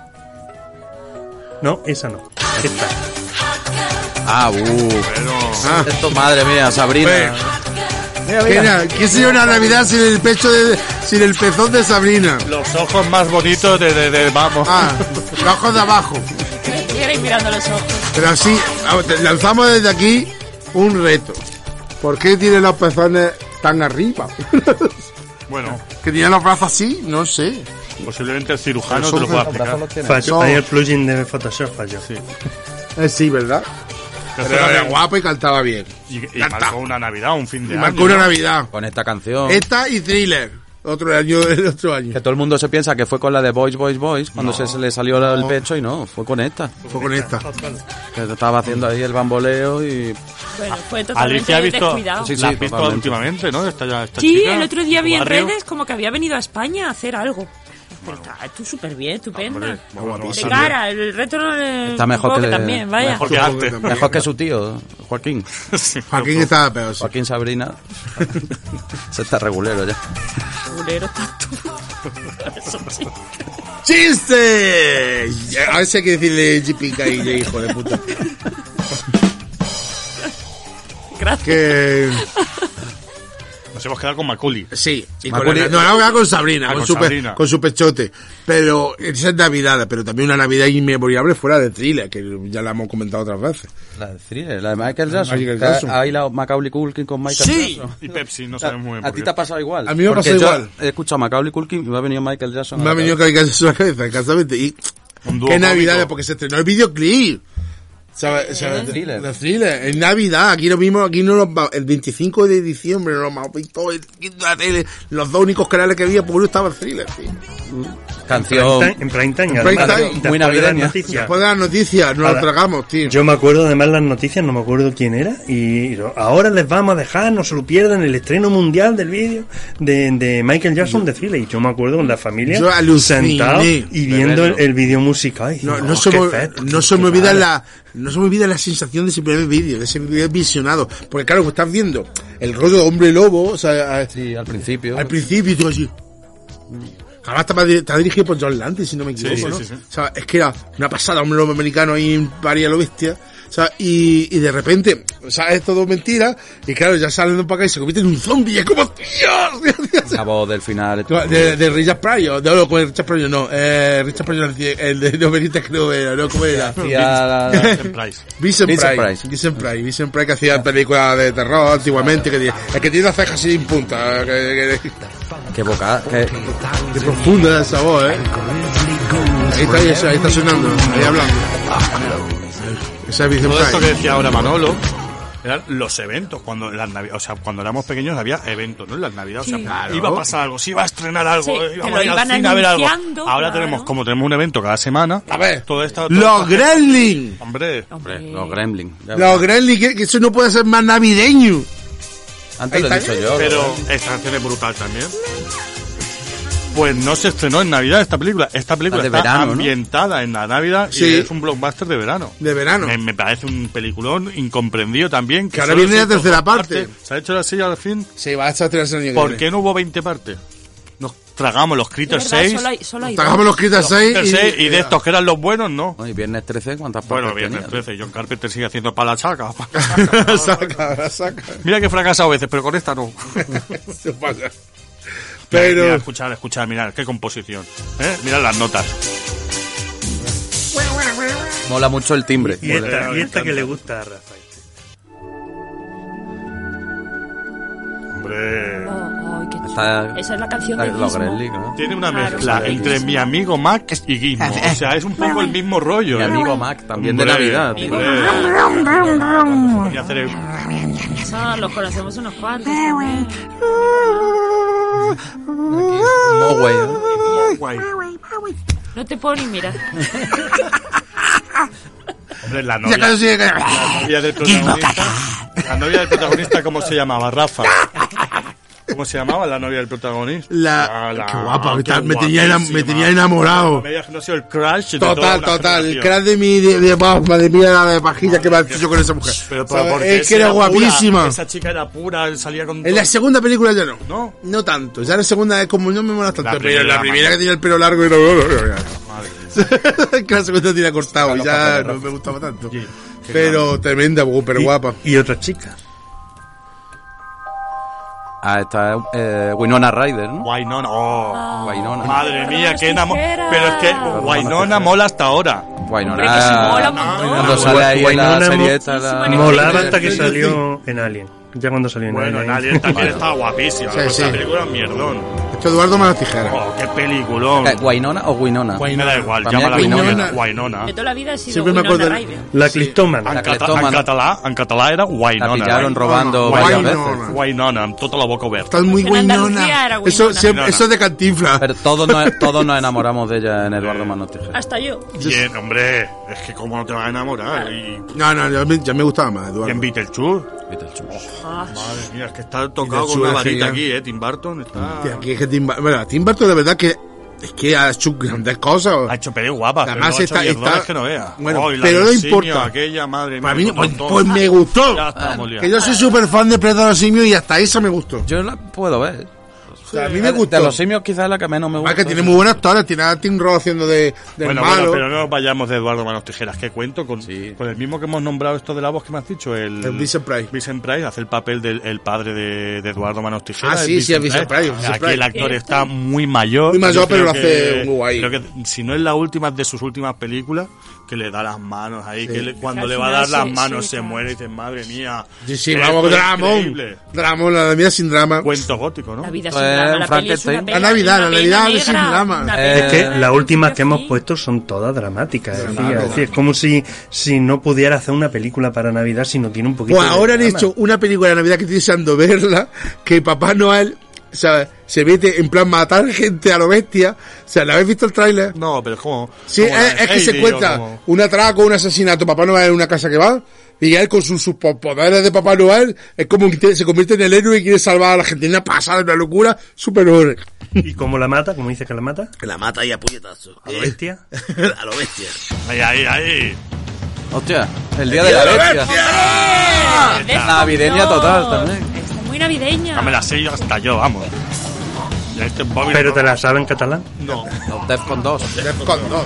No, esa no. Esta. Ah, uh. Ah. Esto, madre mía, Sabrina. Hombre. Mira, ¿Qué, mira. era? ¿Qué sería una Navidad sin el pecho de, sin el pezón de Sabrina? Los ojos más bonitos de, de, de- vamos. Ah, los ojos de abajo. Quiere ir mirando los ojos. Pero así, vamos, te lanzamos desde aquí un reto. ¿Por qué tiene los pezones tan arriba? Bueno, Que tiene los brazos así, no sé. posiblemente el cirujano Los te lo pueda ojos- explicar. Falló. Son- Ahí el plugin de Photoshop falló. Sí. Eh, sí, ¿verdad? Pero Pero era también- guapo y cantaba bien. Y, y Ya está. marcó una Navidad, un fin de Y año. marcó una ¿no? Navidad. Con esta canción. Esta y Thriller. Otro año, el otro año. Que todo el mundo se piensa que fue con la de Boys, Boys, Boys, cuando se, se le salió el pecho y no, fue con esta. Fue con esta. Que estaba haciendo ahí el bamboleo y... Bueno, fue totalmente Alicia ha visto, descuidado. Sí, la has sí, visto totalmente. últimamente, ¿no? Esta, ya- esta Sí, chica, el otro día vi en barrio. redes como que había venido a España a hacer algo. Pero está tú súper bien, estupenda. Hombre, bueno, De sí. cara, el reto eh, Está mejor supongo que- también, vaya. Mejor que Supongo que antes. también. Mejor que su tío, Joaquín. Sí, Joaquín estaba peor, sí. Joaquín Sabrina. Se está regulero ya. Culero tanto. Eso sí. ¡Chiste! A ver si hay que decirle Jipica y ya, hijo de puta. Gracias. Que... Nos hemos quedado con Macaulay. Sí, y con Macaulay- la- no, ahora con Sabrina, Ah, con, con su pe- Sabrina. con su pechote. Pero esa es Navidad, pero también una Navidad inmemoriable fuera de Thriller, que ya la hemos comentado otras veces. La de Thriller, la de Michael Jackson. Michael Que Jackson. Ahí la Macaulay Culkin con Michael Sí. Jackson. Y Pepsi, no sabemos muy bien A por ti qué. te ha pasado igual. A mí me ha Porque pasado yo igual. He escuchado a Macaulay Culkin y me ha venido Michael Jackson. a Me ha la venido cabeza. que hay que la cabeza, exactamente. Y Un dúo qué Navidad, cómico. porque se estrenó el videoclip. ¿Sabes? ¿Sabes? de Thriller. De Thriller. En Navidad, aquí lo mismo, aquí no los va- el veinticinco de diciembre no lo hemos visto en la tele. Los dos únicos canales que había, por uno estaba el Thriller, tío. Canción. En prime time, En prime además, time. después Muy de las navideña. noticias. Después de las noticias, nos Ahora, lo tragamos, tío. Yo me acuerdo además las noticias, no me acuerdo quién era, y ahora les vamos a dejar, no se lo pierdan, el estreno mundial del vídeo de, de Michael Jackson de Thriller. Y yo me acuerdo con la familia Yo aluciné sentados y de viendo el, verlo. el vídeo musical. Y No, digo, no, "Oh, se qué me, fest, no qué- se me qué olvida padre". la, no se me olvida la sensación de ese primer vídeo, de ese vídeo visionado. Porque claro, pues estás viendo el rollo de hombre lobo, o sea, a- Sí, al principio. al principio y tú así. Además estaba, di- estaba dirigido por John Lantis, si no me equivoco, sí, ¿no? sí, sí. O sea, es que era una pasada, hombre lobo americano ahí en París a lo bestia. O sea, y, y de repente, o sea, es todo mentira, y claro, ya salen para acá y se convierte en un zombie, y es como, ¡Dios! La voz del final. De, de Richard Pryor, no, no, con Richard Pryor no, eh, Richard Pryor, el de Novelita creo era, ¿no? ¿Cómo era? Hacía la- Vincent Price. Vincent Vincent Price, Price. Vincent Price, Vincent Price que hacía películas de terror antiguamente, que tiene- el que tiene las cejas sin punta, que, que, Qué boca. Qué... que profunda esa voz, eh. Ahí está, ahí está, ahí está sonando, ahí hablando. Ese es Vincent Todo esto que Price. decía ahora Manolo eran los eventos. Cuando en las navi- o sea, cuando éramos pequeños había eventos, ¿no? En las navidades. O sea, Sí. Claro. iba a pasar algo, si iba a estrenar algo, Sí, eh, que íbamos lo a ir al iban cine a ver algo. anunciando, Ahora claro. tenemos, como tenemos un evento cada semana, A ver, todo esto. todo los esto- Gremlins, Hombre, Hombre, los Gremlins. Ya los ves. Gremlins, que, que eso no puede ser más navideño. Antes lo he Ahí dicho está. yo. pero ¿no? esta canción es brutal también. Pues no se estrenó en Navidad esta película. Esta película de está verano, ambientada ¿no? en la Navidad Sí. y es un blockbuster de verano. De verano. Me, me parece un peliculón incomprendido también. Que, Que ahora solo viene se la hizo tercera dos parte. partes. ¿Se ha hecho así al fin? Sí, va a estar tres años que ¿Por viene. qué no hubo veinte partes? Nos tragamos los De Critters verdad, seis. solo hay, solo hay Tragamos dos. los Critters seis Critters seis y, y, de estos que eran los buenos, no. No, y Viernes trece, ¿cuántas partes Bueno, Viernes tenía? trece, John Carpenter sigue haciendo para la chaca. saca, saca. Mira que he fracasado a veces, pero con esta no. Se pasa. Pero... Pero... Mira, escuchar, escuchar, mirad, qué composición. ¿Eh? Mirad las notas. Mola mucho el timbre. Y esta, y esta que le gusta a Rafael. Hombre... Oh, oh, qué chulo. Está- Esa es la canción la- de los Gizmo. Gremlins, ¿no? Tiene una Claro, mezcla sí. entre mi amigo Mac y Gizmo. O sea, es un poco el mismo rollo. Mi ¿eh? amigo Mac, también de Hombre, Navidad, tío. hombre. Y hacer el- Ah, los conocemos unos cuantos también. Mogwai, ¿no? Guay. No te puedo ni mirar. Hombre, la Ya novia, casi sigue- la novia del protagonista. La novia del protagonista, ¿cómo se llamaba? Rafa. ¿Cómo se llamaba la novia del protagonista? La... Ah, la- Qué guapa, me, qué ta- me tenía, ena- me guapísima. tenía enamorado. Me digas que no ha sido el crush de toda Total, una total. El generación. crack de mi... De, de, de, madre mía, la de pajilla que me ha hecho con esa mujer. Pero, pero ¿Sabes? porque Es que era esa guapísima. pura, esa chica era pura, salía con... En la segunda película ya no. ¿No? No tanto. Ya la segunda es como no me mola tanto. La pero primera, la primera madre. que tenía el pelo largo y no, no, no, no, ya. Madre. Que la segunda tenía cortado y Los ya papeles no rojos. me gustaba tanto. Sí, qué Pero tremenda, pero Y- guapa. Y otra chica. Ah, está eh, Winona Ryder, ¿no? Wynonna, oh. Winona. Madre mía, las qué enamor... tijeras. Pero es que Wynonna mola hasta ahora. Winona. Hombre, que sí mola un montón. Cuando sale ahí en la Winona serie mo- esta, la... Sí, Molaba hasta que salió en Alien. Ya cuando salió en Bueno, Alien. Alien también estaba guapísima. Sí, Esa sí. película es mierdón. Esto Eduardo Manos Tijeras. Oh, qué peliculón. Eh, ¿Winona o Winona? Me da igual, Para mí llámala es como Winona. quieras, Wynonna. De toda la vida he sido Siempre me Winona acuerdo- Ryder. La clistómana. En, La cata- cleptómana. en català, en català era Wynonna. La pillaron right? robando Wynonna. varias Wynonna. veces. Wynonna, amb tota la boca oberta. Estás muy En Andalucía buenona. era Eso, Winona. siempre- eso es de Cantinflas. Pero todos nos, todos nos enamoramos de ella en Eduardo Manos Tijeras. Hasta yo. Bien, hombre, es que cómo no te vas a enamorar. Y, No, no, ya me, ya me gustaba más, y en Eduardo. Beetlejuice. Ah, Madre mía, es que está tocado Beetlejuice con una es varita genial. aquí, eh. Tim Burton está... Tío, aquí es que Tim, Bur- bueno, Tim Burton de verdad que es que ha hecho grandes cosas. Ha hecho pelis guapas, pero Además no ha hecho está- mierdones está- que no veas. Bueno, Oh, y la pero del no simio, importa. Aquella, madre Para mía, mí, con pues, todo. pues me gustó. Ya estamos liados. Que yo soy súper fan de Planeta de los Simios y hasta esa me gustó. Yo la puedo ver. O sea, a mí me De gustó. los simios quizás es la que menos me gusta. Además que tiene muy buenas actores, tiene a Tim Roth haciendo de, del Bueno, malo. bueno, pero no nos vayamos de Eduardo Manos Tijeras. ¿Qué cuento? Con, Sí. con el mismo que hemos nombrado esto de la voz que me has dicho, el... El Vincent Price. Vincent Price hace el papel del el padre de, de Eduardo Manos Tijeras. Ah, el sí, sí, el Vincent Price, Vincent Aquí Price. el actor está muy mayor. Muy mayor, Yo pero creo lo que- hace muy guay. Creo que si no es la última de sus últimas películas, que le da las manos ahí, Sí. que le- cuando Al le va a final dar las sí, manos sí, se claro. muere y dice, madre mía. Sí, sí, esto vamos, es dramón. increíble". Dramón, la vida sin drama. Cuento gótico, ¿no? La vida Pues, sin drama. La peli es una Frankenstein. pena, La Navidad, una la pena Navidad negra, sin drama. una Eh, pena Es que negra, las últimas que hemos fin. puesto son todas dramáticas. Es decir, Claro. es decir, es como si, si no pudiera hacer una película para Navidad si no tiene un poquito Pues de ahora han drama. hecho una película de Navidad que estoy deseando verla, que Papá Noel, o sea, se mete en plan matar gente a lo bestia. O sea, ¿la habéis visto el tráiler? No, pero es como... Sí, como la es, de es que se Heidi, encuentra o como- un atraco, un asesinato, Papá Noel en una casa que va, y él con sus, sus poderes de Papá Noel, es como que se convierte en el héroe y quiere salvar a la gente. Una pasada, una locura, súper horrible. ¿Y cómo la mata? ¿Cómo dice que la mata? Que la mata y a puñetazos. ¿A lo bestia? A lo bestia. Ahí, ahí, ahí. Hostia, el día de la bestia. ¡Hombre! Navideña total también. Está muy navideña. No me la sé yo hasta yo, vamos. Ya este Bobby ¿Pero no- te la sabe en catalán? No. Los Defcon dos. Defcon dos.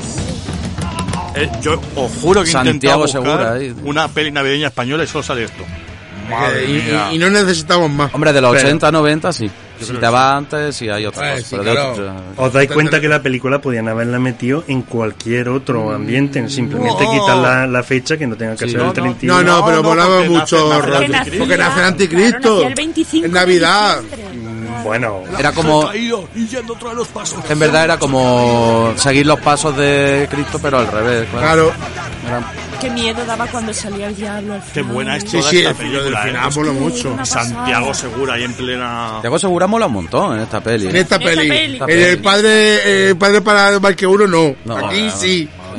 Eh, yo os juro que he Santiago intentado buscar Segura, ahí. una peli navideña española y solo sale esto. Madre Y, mía. y- y no necesitamos más. Hombre, de los Pero- ochenta, noventa, sí. Si te vas antes, sí hay otros. Pues sí, pero de claro. otros, eh, ¿Os dais cuenta que la película podían haberla metido en cualquier otro ambiente? Simplemente No. quitar la, la fecha que no tenga que Sí, ser no, el treinta y uno. No, no, pero no, molaba porque mucho. nace- nace- rollo. nacía- Porque nace el anticristo. claro, nacía el veinticinco en de Navidad. diciembre. Bueno, Era como... y yendo otra vez los pasos. En verdad era como seguir los pasos de Cristo, pero al revés. Claro. Claro. Era- Qué miedo daba cuando salía el diablo al Qué final. buena es Sí, toda sí, esta el final del película. final eh. mola mucho. Una pasada. Santiago Segura ahí en plena... Te Segura mola un montón en esta peli. En esta En esta peli. peli. En el padre, eh, padre para más que uno, no. No, Aquí no, sí.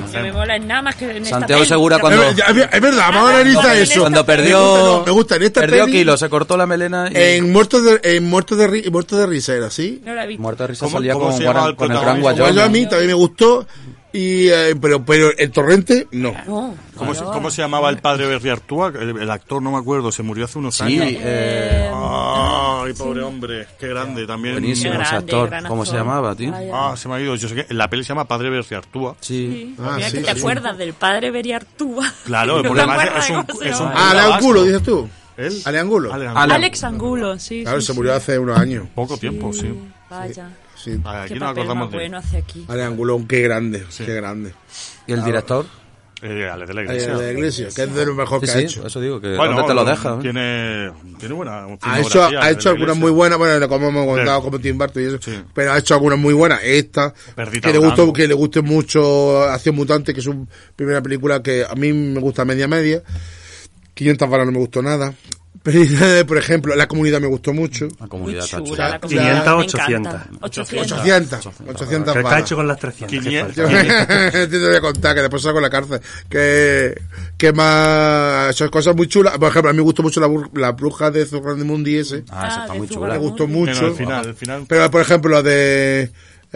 que me mola en nada más que en esta Santiago peli. Segura cuando... Es, ver- es verdad, vamos a analizar eso. Cuando perdió... Me gusta, no, me gusta en esta perdió peli, kilos, se cortó la melena y... En Muertos de, en Muertos de, ri- Muertos de Risa era, ¿sí? No la he visto. Muerto de risa ¿Cómo- salía cómo con, se llama Guaran- el con el Gran protagonista? Wyoming. Wyoming también me gustó, y, eh, pero, pero el Torrente, no. No, ¿Cómo, se, claro. ¿Cómo se llamaba el padre de Riartúa? El, el actor, no me acuerdo, se murió hace unos Sí, años. eh, Ay, pobre hombre, qué grande también. buenísimo Qué ese grande, actor. gran ¿Cómo se actor. llamaba, tío? Vaya. Ah, se me ha ido. Yo sé que la peli se llama Padre de Riartúa. Sí. Ah, Mira sí, que te sí. acuerdas del padre Beriartúa. Claro, No porque me además acuerdo es de un... cómo se Es un llama. Ah, Ale vasco. Angulo, dices tú. ¿Él? Ale Angulo. Ale Ale- Alex Angulo, sí. Claro, sí, se sí. murió hace unos años. Poco tiempo, sí. Vaya. Sí. Ah, Qué Aquí nos papel acordamos más de... bueno hace aquí. Ale Angulo, qué grande, qué grande. ¿Y el director? Eh, Ale de la Ale Iglesia. de la Iglesia, que es de lo mejor Sí, que sí, ha hecho. eso digo, que Bueno, ¿dónde te lo dejas? eh? Tiene, tiene buena Ha hecho, filmografía, ha Ale hecho de la algunas Iglesia. muy buenas, bueno, como hemos contado, Sí. como Tim Burton y eso, Sí. pero ha hecho algunas muy buenas. Esta, Perdita que le Blanco. gustó, que le guste mucho Acción Mutante, que es su primera película que a mí me gusta media media. quinientas varas no me gustó nada. Pero, por ejemplo, La Comunidad me gustó mucho. La comunidad está Chula, chula. la comunidad, quinientas, me ochocientas. encanta. ochocientas. ochocientas. ochocientas ¿Qué ha varas. hecho con las trescientas? ¿Qué quinientas. falta? Yo te voy a contar que después salgo de la cárcel. Que, que más, son cosas muy chulas. Por ejemplo, a mí me gustó mucho la, bur- la bruja de Zorrandimundi ese. Ah, esa está de muy Zugarramurdi. chula. Me gustó Bueno, mucho. al final, al final. Pero, por ejemplo, la de,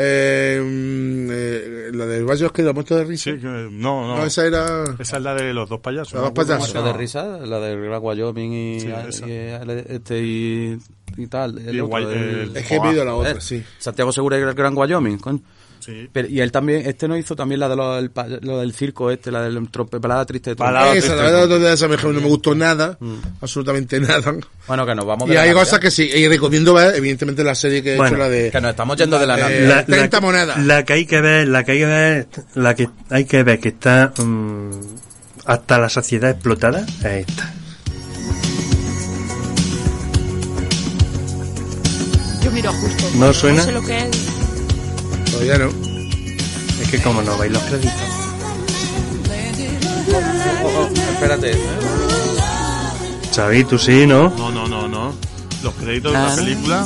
eh, mm, eh, la del Valle que la muerte de risa. Sí, que, no, no. No, esa era, Esa es la de los dos payasos. Los ¿no? dos payasos. Muerto de risa, la del Gran Wyoming y, Sí, y- esa. y- este y, y tal. El Y otro, Guay- el- el- es que he visto la otra, eh, sí. Santiago Segura y el Gran Wyoming, coño. Sí. Pero, y él también, este no hizo también la de lo, el pa- lo del circo este, la del trompe, balada triste de trompe. Balada Esa, la triste. verdad, de esa me no me gustó nada. Absolutamente nada. Bueno, que nos vamos Y de la hay Navidad. cosas que sí, y recomiendo ver, evidentemente, la serie que he Bueno, hecho, la de, Que nos estamos yendo de la Eh, Navidad. La, treinta la- monedas. la que hay que ver, la que hay que ver, la que hay que ver que está mm, hasta la saciedad explotada es esta. Yo miro justo. ¿No suena? No sé lo que es. todavía no. Es que como no veis los créditos. Oh, oh, espérate. Xavi, tú sí, ¿no? No, no, no, no. Los créditos de Ah. la película.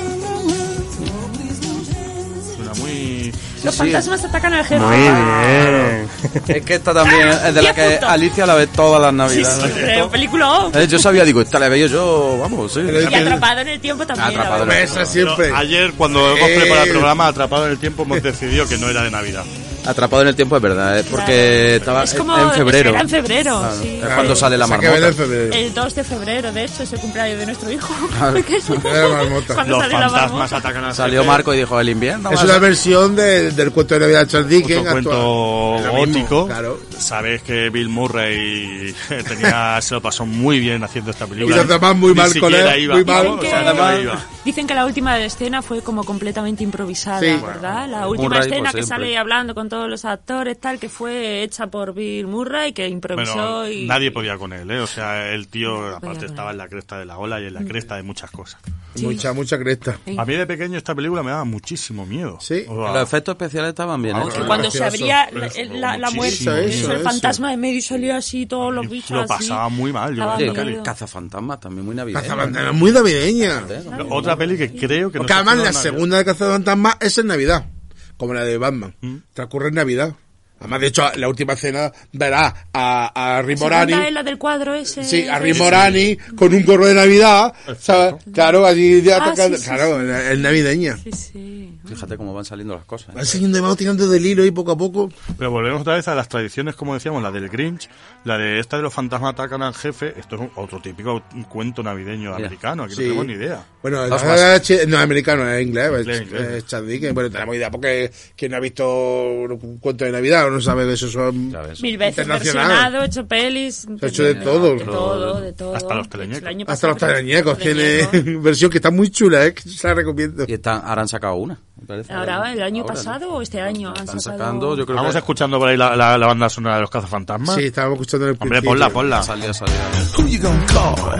Suena muy. Los sí. fantasmas atacan al jefe. Muy bien. Es que esta también es de la que Diez puntos. Alicia la ve todas las Sí, navidades. sí, pero película. Eh, yo sabía, digo, esta la veo yo, vamos, sí. Y atrapado en el tiempo también. Atrapado la en el verdad. Esa siempre. Pero ayer, cuando hemos Eh. preparado el programa Atrapado en el Tiempo, hemos decidido que no era de Navidad. Atrapado en el tiempo es verdad, es porque estaba Es como en febrero. Era en febrero, Claro, sí. Es cuando sale la O sea, que verla marmota. en febrero. El dos de febrero, de hecho, es el cumpleaños de nuestro hijo. Claro. Que es- Era la marmota. Cuando Los salió la fantasmas marmota. atacan a Salió Marco y dijo, el invierno. Es va a una ser- versión de- del cuento de Navidad de Charles Dickens. Otro cuento actual. Lo mismo, gótico. Claro. Sabes que Bill Murray tenía, se lo pasó muy bien haciendo esta película. Y los demás muy Ni mal con siquiera él, iba. muy mal. O sea, Dicen no que- iba. Dicen que la última escena fue como completamente improvisada, Sí. ¿verdad? La última Murray, escena pues, que siempre. sale hablando con todos los actores, tal, que fue hecha por Bill Murray, que improvisó Bueno, y... nadie podía con él, ¿eh? O sea, el tío, podía aparte, con estaba él. en la cresta de la ola y en la cresta de muchas cosas. Sí. Mucha, mucha cresta. Sí. A mí de pequeño esta película me daba muchísimo miedo. Sí. O sea, Los efectos especiales estaban bien Ah, hechos. Que cuando se gracioso. abría la, Pero la, la muerte, muchísimo, eso, el eso. fantasma de medio y salía así, todos los bichos lo así. pasaba muy mal. Yo Daba creo Sí, que- miedo. Cazafantasmas también muy navideño. Cazafantasmas, muy navideña. Otra peli que creo que no Porque se además estrenó la en Navidad. segunda de Cazafantasmas es en Navidad. Como la de Batman. ¿Mm? Transcurre en Navidad. Además, de hecho, la última escena verá a, a La Rimorani. segunda es la del cuadro ese. Sí, a ese- Rimorani con un gorro de Navidad. ¿Sabes? Claro, allí ya Ah, atacando. sí, sí, claro, sí. es navideña. Sí, sí. Fíjate cómo van saliendo las cosas. ¿eh? Va siguiendo, va tirando del hilo y poco a poco. Pero volvemos otra vez a las tradiciones, como decíamos, la del Grinch, la de esta de los fantasmas atacan al jefe. Esto es un- otro típico cuento navideño Mira. americano, aquí Sí. no tenemos ni idea. Bueno, Dos la- más. chi- no es americano, es inglés, es, Inglés, inglés. es Charles Dickens. Bueno, tenemos idea porque quien no ha visto un cuento de Navidad o no sabe que eso son Ya ves. Mil veces internacional. versionado, hecho pelis. Ha hecho de todo. De todo, de todo. Hasta los teleñecos. El año Hasta los pasado, teleñecos tiene teleñecos. versión que está muy chula, ¿eh? Que se la recomiendo. Y están, ahora han sacado una, me parece. Ahora, el año Ahora, pasado ¿no? o este año han Están sacado... sacando, yo creo Vamos que... escuchando por ahí la, la, la banda sonora de los cazafantasmas. Sí, estábamos escuchando en el Hombre, principio. ponla, ponla. Salía, salía. Who you gonna call?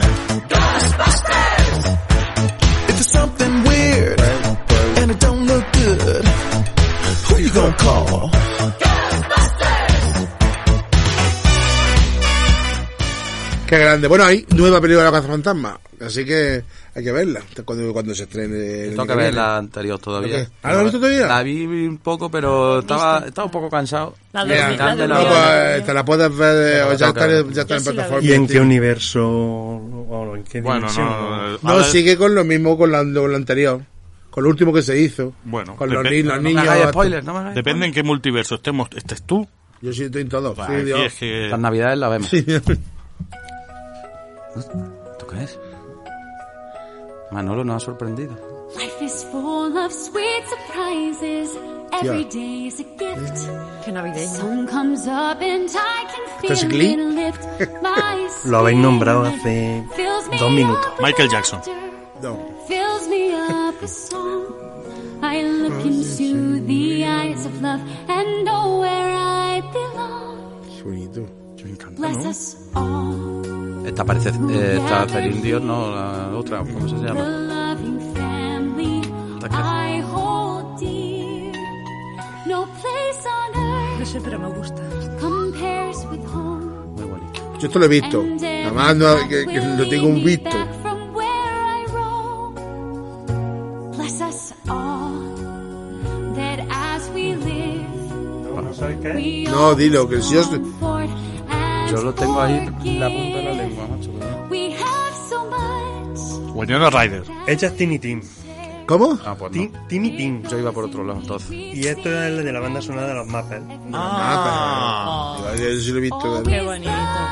Ghostbusters! If it's something weird and it don't look good, who you gonna call? Qué grande. Bueno, hay nueva película de los cazafantasmas. Así que hay que verla cuando, cuando se estrene. Tengo que ver la anterior todavía. ¿Ah, la has visto todavía? La vi un poco, pero estaba, estaba un poco cansado. La Mira, dormí- la no, dormí- pues, te la puedes ver, o ya tengo que está, ver. ya está Yo en sí la plataforma. ¿Y en qué universo o en qué Bueno, dimensión? no, No, ahora- sigue con lo mismo con, la, con lo anterior. Con lo último que se hizo. Bueno, con los, depe- ni- los No me niños. hagáis spoilers, no me hagáis Depende en qué multiverso estemos, estés tú. Yo sí estoy en todo. Bah, Sí, aquí Dios. es que- Las navidades la vemos. Sí. ¿Tú qué es? Manolo nos ha sorprendido. Life is full of sweet surprises. Every day is a gift. Qué navideño. Sun comes up and I can ¿Esto es feel Glee? it lift my Lo habéis nombrado spirit. hace Fills me dos minutos. up with Michael Jackson. laughter. No. Fills me up with song. I look into the eyes of love and know where I belong. Qué bonito. Me encanta, Bless ¿no? us all. Esta parece, eh, esta Celine Dion, no, la otra, ¿cómo se The llama? loving family Esta que- I hold dear. No place on No earth sé, pero me gusta. compares with home. Muy bonito. Yo esto lo he visto. Nada más no, que, que lo tengo un visto. From where I roam. Bless us all, that as we live, we No, all dilo, que si yo... comfort and Yo lo tengo ahí en la punta de la lengua, macho. pero- we have so much. Winona Ryder. Ella es Tiny Tim. ¿Cómo? Ah, pues Ti- no. Timmy Tim. Yo iba por otro lado, entonces. Y esto es el de la banda sonora de los Muppets. Ah, pero... Yo sí lo he visto. Qué bonito.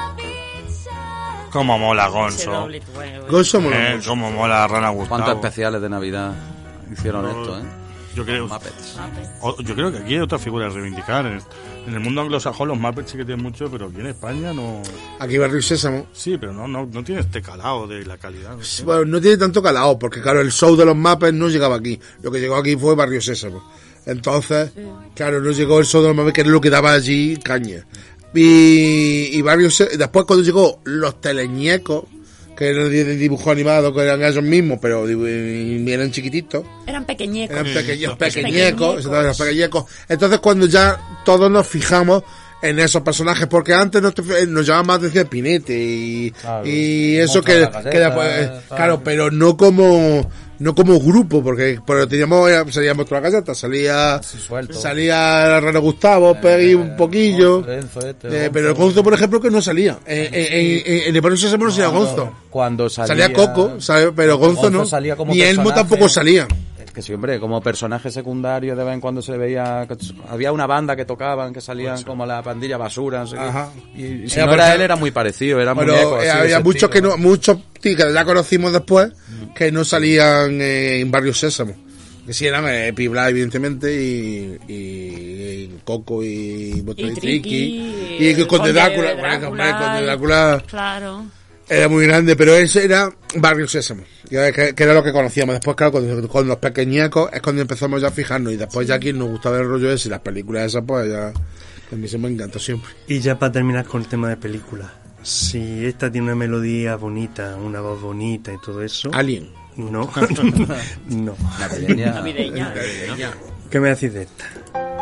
Cómo mola Ese Gonzo. doble, bueno, bueno. Gonzo mola Eh, mucho. cómo mola Rana ¿Cuántos Gustavo. especiales de Navidad hicieron No, esto, eh? Yo creo, Muppets. o- yo creo que aquí hay otra figura a reivindicar. En, en el mundo anglosajón los Muppets sí que tienen mucho, pero aquí en España no... Aquí Barrio Sésamo. Sí, pero no, no, no tiene este calado de la calidad. ¿no? Sí, bueno, no tiene tanto calado, porque claro, el show de los Muppets no llegaba aquí. Lo que llegó aquí fue Barrio Sésamo. Entonces, claro, no llegó el show de los Muppets, que era lo que daba allí caña. Y, y Barrio Sésamo, después cuando llegó los teleñecos, que eran de dibujo animado, que eran ellos mismos, pero dibu- eran chiquititos. Eran pequeñecos. Eran pequeños, Los pequeñecos, pequeñecos. exactamente, los pequeñecos. Entonces cuando ya todos nos fijamos en esos personajes, porque antes nos, te- nos llamaba más atención Pinete y, Claro. y eso Monstruo que, de la Caseta, que después, tal. claro, pero no como, no como grupo, porque, porque teníamos, salía Monstruo de la Caseta, salía, suelto. salía Rano Gustavo, Peggy un poquillo, Renzo, este, eh, Gonzo. pero el Gonzo, por ejemplo, que no salía. Eh, eh, en, en, en el Barrio Sésamo no salía Gonzo. Cuando salía... Salía Coco, ¿sabe? Pero Gonzo, no. salía como Ni Elmo personaje. tampoco salía. Que siempre, como personaje secundario, de vez en cuando se veía. que había una banda que tocaban, que salían como la pandilla basura. No sé qué. Ajá. Y, y si Era no era porque- él, era muy parecido. Era Pero muñeco, así, eh, de había ese muchos que estilo. no, muchos tí, que ya conocimos después, que no salían eh, en Barrio Sésamo. Que sí eran eh, Pibla, evidentemente, y, y, y Coco y Botón Y y Triqui, Triqui. y Y el Conde Conde Drácula. Drácula, Bueno, hombre, el Conde Drácula Claro. era muy grande, pero ese era Barrio Sésamo. Que, que- que era lo que conocíamos. Después, claro, con, con los pequeñecos es cuando empezamos ya a fijarnos. Y después ya aquí nos gustaba el rollo ese y las películas esas, pues ya... A mí se me encantó siempre. Y ya para terminar con el tema de películas. Si esta tiene una melodía bonita, una voz bonita y todo eso... Alien. No. No. Navideña. Navideña. ¿Qué me decís de esta?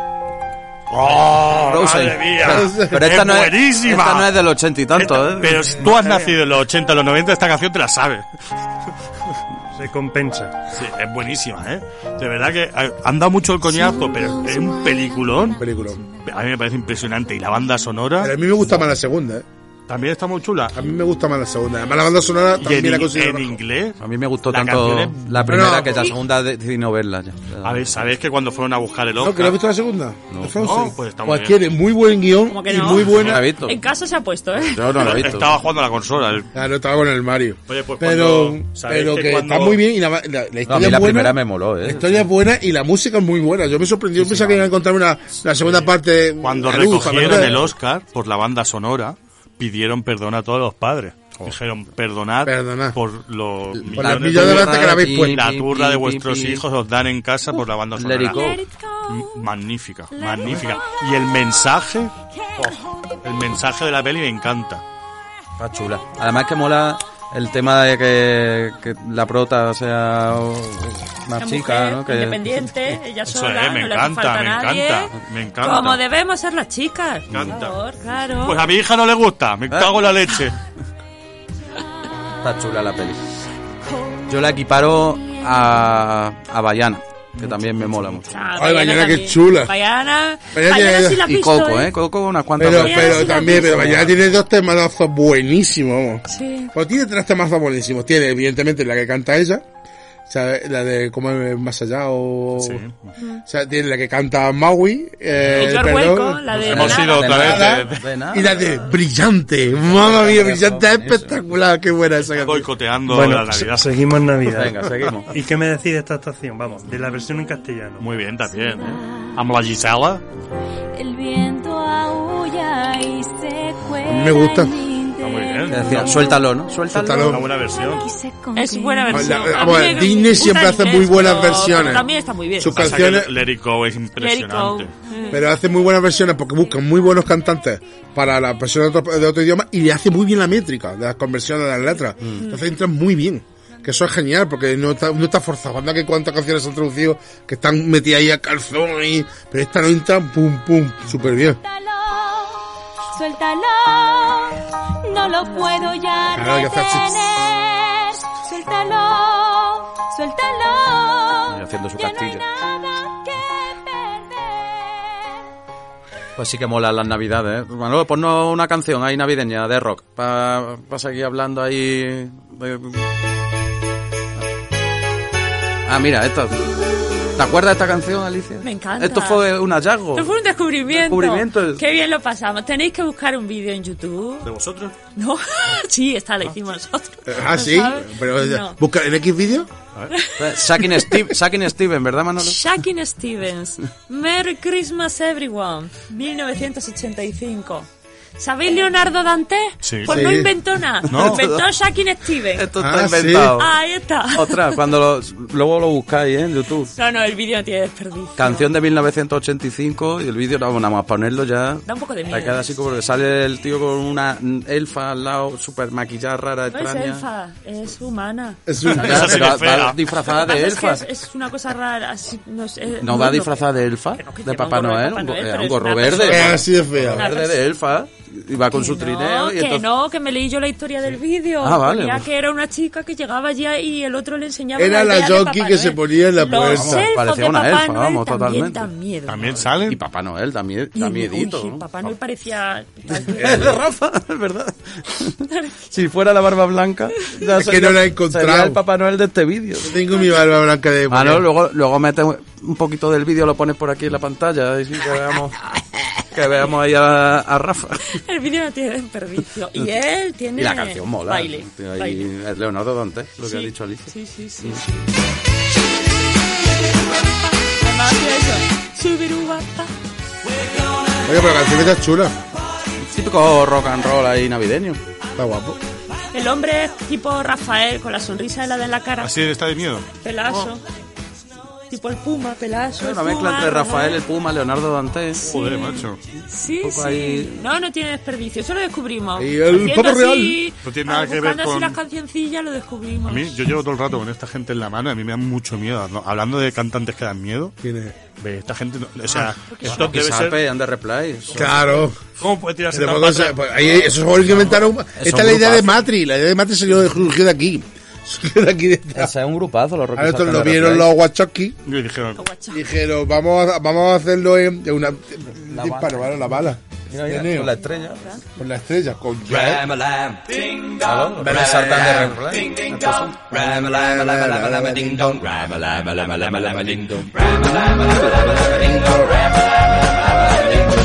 ¡Oh, Frozen. madre mía! Pero, pero esta, ¡Es no es, buenísima! esta no es del ochenta y tanto, Esta- ¿eh? Pero si tú has nacido en los ochenta, en los noventa, esta canción te la sabes. Se compensa. Sí, es buenísima, ¿eh? De verdad que eh, han dado mucho el coñazo, pero es un peliculón. Peliculón. A mí me parece impresionante. Y la banda sonora Pero a mí me gusta más la segunda, ¿eh? también está muy chula. A mí me gusta más la segunda. Además, la banda sonora Y también en, la in- considero en mejor. inglés, A mí me gustó La tanto canción es- la primera Bueno, que la sí. segunda decidí no verla ya. a ver, ¿sabéis que cuando fueron a buscar el ¿No? ¿Que Oscar? no has visto la segunda? No. ¿De Frozen? No, pues está muy Pues bien. tiene muy buen guión ¿Cómo que y no? muy No la he buena... visto. En casa se ha puesto, ¿eh? Yo no la he visto. Estaba jugando a la consola. el- Claro, estaba con el Mario. Oye, pues pero cuando- ¿sabéis pero que que, cuando- está muy bien y la, la, la No, a historia mí es la buena. primera me moló, ¿eh? La historia es buena y la música es muy buena. Yo me sorprendí. Yo pensaba que iba a encontrar una, la segunda parte... Cuando la luz, recogieron ¿verdad? el Oscar por la banda sonora, pidieron perdón a todos los padres. Dijeron, perdonad, Perdonad. por los Por las millones millones de de veces que la habéis puesto. la turra de Pi, pi, vuestros pi. hijos os dan en casa por la banda Let sonora. it go. Let it go. M- Magnífica, magnífica. Y el mensaje, oh, el mensaje de la peli me encanta. Está chula. Además que mola el tema de que, que la prota sea una Una chica, mujer ¿no? Que, independiente, ella Eso sola, es, me no le hace encanta, falta a me nadie. encanta, me encanta. Como debemos ser las chicas. Por encanta. favor, claro. Pues a mi hija no le gusta, me cago en la leche. Está chula la peli. Yo la equiparo a, a Baiana, que también me mola mucho. Ah, Ay, Baiana, qué también. chula. Baiana, Baiana Baiana tiene- sí la has Y visto, Coco, ¿eh? ¿eh? Coco unas cuantas Pero, veces. pero sí la también, he visto. pero Baiana tiene dos temazos buenísimos, vamos. Sí. Pues tiene tres temazos buenísimos. Tiene, evidentemente, la que canta ella. O sea, la de Como es más allá o... Sí. O sea, tiene la que canta Maui. Eh, Y George perdón. Welco, la de Hemos nada. ido otra De vez nada. de- de- De nada. Y la de Brillante. Mamma mía, Brillante es espectacular. Qué buena esa canción. boicoteando Bueno, la Navidad. se- seguimos en Navidad. Venga, seguimos. ¿Y qué me decís de esta actuación? Vamos, de la versión en castellano. Muy bien, también. ¿eh? Amb la Gisela. El viento aúlla y se cuela. A mí me gusta. Está muy bien. Decía, suéltalo, ¿no? Suéltalo. Suéltalo. Una buena versión. Es buena versión. La- A mí bueno, me Disney gusta siempre en hace inglés, muy buenas pero- versiones. pero también está muy bien. Sus Pasa canciones... que Let It Go es Let It Go. impresionante. Mm. Pero hace muy buenas versiones porque buscan muy buenos cantantes para las versiones de otro, de otro idioma y le hace muy bien la métrica de las conversiones de las letras. Entonces entran muy bien. Que eso es genial porque no está, no está forzado. Anda que cuántas canciones han traducido que están metidas ahí a calzón ahí, pero esta no entra pum pum, súper bien. Suéltalo, no lo puedo ya Claro, hay que hacer así. retener. Suéltalo, suéltalo. Y haciendo su Ya no hay castillo. nada que perder. Pues sí que mola las navidades, ¿eh? Manolo, ponnos una canción ahí navideña de rock para seguir hablando ahí de... Ah, mira, esto. ¿Te acuerdas de esta canción, Alicia? Me encanta. Esto fue un hallazgo. Esto fue un descubrimiento. Descubrimiento. Qué bien lo pasamos. Tenéis que buscar un vídeo en YouTube. ¿De vosotros? No, sí, esta la hicimos nosotros. Ah, ¿No sí, sabes? pero No. busca en X vídeo. Shakin' Steve, Shakin' Steven, ¿verdad, Manolo? Shakin' Stevens. Merry Christmas Everyone. mil novecientos ochenta y cinco. ¿Sabéis Leonardo Dantes? Sí. Pues Sí. no inventó nada. No. Lo inventó Shakin' Stevens. Esto Ah, está sí. inventado. Ahí está. Otra, cuando lo, luego lo buscáis, ¿eh? En YouTube. No, no, el vídeo no tiene desperdicio. Canción de mil novecientos ochenta y cinco y el vídeo, no, nada más ponerlo ya. Da un poco de Me miedo. queda así como que sale el tío con una elfa al lado, súper maquillada, rara, No es extraña. elfa, es humana. Es un... Ya, Esa sí pero que es fea. va disfrazada de Es que elfa. Es, es una cosa rara. Así, no, sé, ¿No muy va disfrazada de loca. elfa? Que no, que De lleva un Papá gorro de Noel, Papá un, go- Noel, eh, pero un es gorro una verde. persona. Es así de fea. Un verde de elfa. Y va con su Que trineo. no, y que entonces... no, que me leí yo la historia del vídeo. Ah, vale, Ponía pues. que era una chica que llegaba allá y el otro le enseñaba Era la idea de jockey Papá que Noel. se ponía en la Los puerta. elfos Parecía de una Papá elfa, Noel vamos, también totalmente. dan miedo. También Y salen. Papá Noel también, Y- da uy, miedito. sí, ¿no? Papá Noel parecía... Es de Rafa, es verdad. Si fuera la barba blanca, ya Es que sería- no la he encontrado. sería el Papá Noel de este vídeo. Tengo mi barba blanca de... Ah, no, luego, luego metes un poquito del vídeo, lo pones por aquí en la pantalla y sí, que veamos, que veamos ahí a, a Rafa. El vídeo no tiene desperdicio. Y él tiene... Y la canción mola. Baile. Tío, ahí baile. es Leonardo Dantes, lo que Sí, ha dicho Alicia. Sí, sí, sí. Además hacía eso. Subirubapa. Oye, pero la canción está chula. Típico rock and roll ahí navideño. Está guapo. El hombre es tipo Rafael, con la sonrisa helada en la cara. Así está de miedo. Pelazo. Tipo el puma, pelazo. Una mezcla entre Rafael, el Puma, Leonardo Dantes. Joder, macho. Sí, Un poco sí. ahí- No, no tiene desperdicio. Eso lo descubrimos. Y el Haciendo pavo real. así, No tiene nada que ver buscando así con- las cancioncillas, lo descubrimos. A mí, yo llevo todo el rato con esta gente en la mano y a mí me dan mucho miedo. ¿no? Hablando de cantantes que dan miedo, ¿Quién es? ve, esta gente, no- o sea, esto Bueno, debe Kisape, ser... and the Reply. Claro. ¿Cómo puede tirarse Pero tan porque, o para sea, atrás? pues, ahí, eso fue lo que inventaron. Esta es la idea de grupazo. Matri. La idea de Matri salió de, surgió de aquí. Surgió de aquí. De esta. Ese es un grupazo, los Rocky Ahora esto Salt lo and the vieron Reply. los Wachowski. Y dijeron, Guacha. Dijeron, vamos a, vamos a hacerlo en, en una. Disparo, ¿vale? La bala. Mira, mira, De Neo. con la estrella. Con la estrella. Con Ram-a-lam, ding-dong, Rocky Salt and the Reply. Ding-dong, ram-a-lam-a-lam-a-lam-a-ding-dong, ram-a-lam-a-lam-a-lam-a-lam-a-ding-dong, ram-a-lam-a-lam-a-lam-a-lam-a-ding-dong, ram-a-lam-a-lam-a-lam-a-lam-a-ding-dong,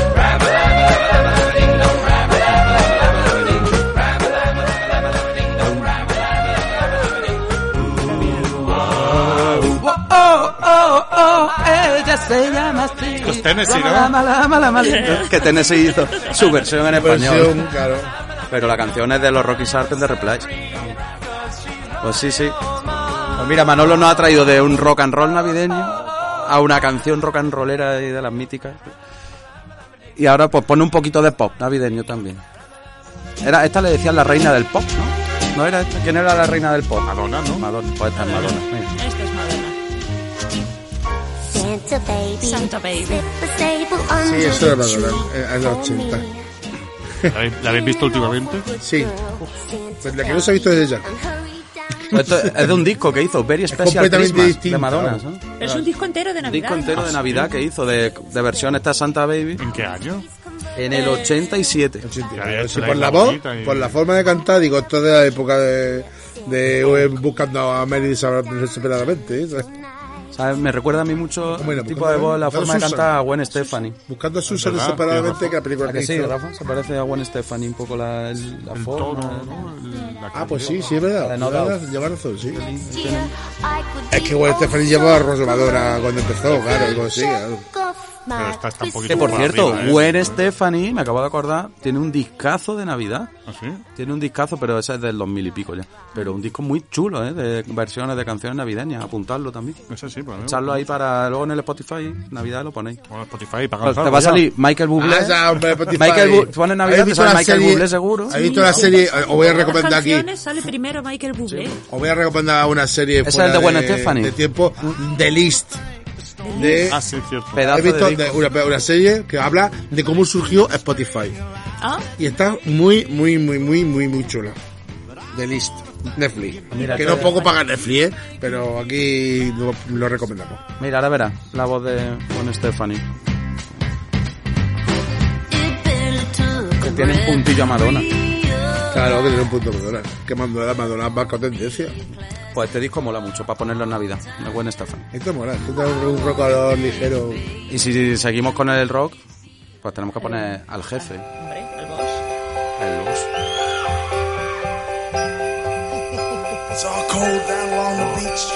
oh, oh, oh, ella se llama así. Los Tennessee, ¿no? Lama, lama, lama, lama. Que Tennessee hizo su versión en español. versión, claro. Pero la canción es de los Rocky Salt and the Reply. Pues sí, sí. Pues mira, Manolo nos ha traído de un rock and roll navideño a una canción rock and rollera y de las míticas. Y ahora pues pone un poquito de pop navideño también. Era, esta le decían la reina del pop, ¿no? ¿No era esta? ¿Quién era la reina del pop? Madonna, ¿no? Madonna, pues esta es Madonna. Mira. Esta es Madonna. Santa baby. Santa baby. Sí, eso era Madonna. eh, En los ochenta. ¿La habéis, la habéis visto últimamente? Sí. Pues la que no se ha visto es ella. Pues esto es de un disco que hizo, Very Special completamente Christmas, distinto, de Madonna, ¿no? ¿no? Pero es un disco entero de Un Navidad. disco entero de Navidad que hizo, de, de versión esta Santa Baby. ¿En qué año? En el ochenta y siete. Sí, por la voz, por la forma de cantar, digo, esto es de la época de, de eh, buscando a Mary desesperadamente, ¿eh? ¿Sabes? Me recuerda a mí mucho Bueno, el tipo de voz, la forma de Susan. cantar a Gwen Stefani. Buscando a Susan ¿Verdad? desesperadamente, que la película ¿A que que sí, hizo. Rafa? Se parece a Gwen Stefani un poco la, el- la El forma. tono, ¿no? La Ah, pues sí, sí, es verdad. La no Lleva- doubt. lleva razón, sí. Es que bueno, Stephanie llevaba reservadora cuando empezó, claro, algo así, claro. Pero esta está un poquito Que por por cierto, arriba, ¿eh? Gwen Stefani, me acabo de acordar, tiene un discazo de Navidad. ¿Ah, sí? Tiene un discazo, pero ese es del dos mil y pico ya. Pero un disco muy chulo, ¿eh? De versiones de canciones navideñas. Apuntarlo también. Ese sí, pues. Echarlo ahí para luego en el Spotify, Navidad lo ponéis. Bueno, Spotify, para Te va a salir Michael Bublé. Ah, ya, hombre, Spotify. Michael Bu- pones Navidad, ¿Habéis te visto sale la Michael serie? Bublé seguro. ¿Habéis visto la serie? Os voy a Las recomendar aquí. canciones sale primero Michael Bublé. Os voy a recomendar una serie Ese fuera es el de Gwen de, Stefani. de tiempo, The List. De, Ah, sí, cierto. Pedazo he visto de de disco. una, una serie que habla de cómo surgió Spotify. ¿Ah? Y está muy, muy, muy, muy, muy, muy chula. The List. Netflix. Mira, que que- no poco paga Netflix, ¿eh? Pero aquí lo, lo recomendamos. Mira, ahora verás la voz de Gwen Stefani. Que tiene un puntillo a Madonna. Claro, que tiene un punto Madonna. Que Madonna, Madonna va con tendencia. Pues este disco mola mucho para ponerlo en Navidad, de Gwen Stefani. Esto mola. Esto da un, un rocador ligero. Y si seguimos con el rock, pues tenemos que poner al jefe, Hombre, el boss. el boss. It's all cold down along the beach.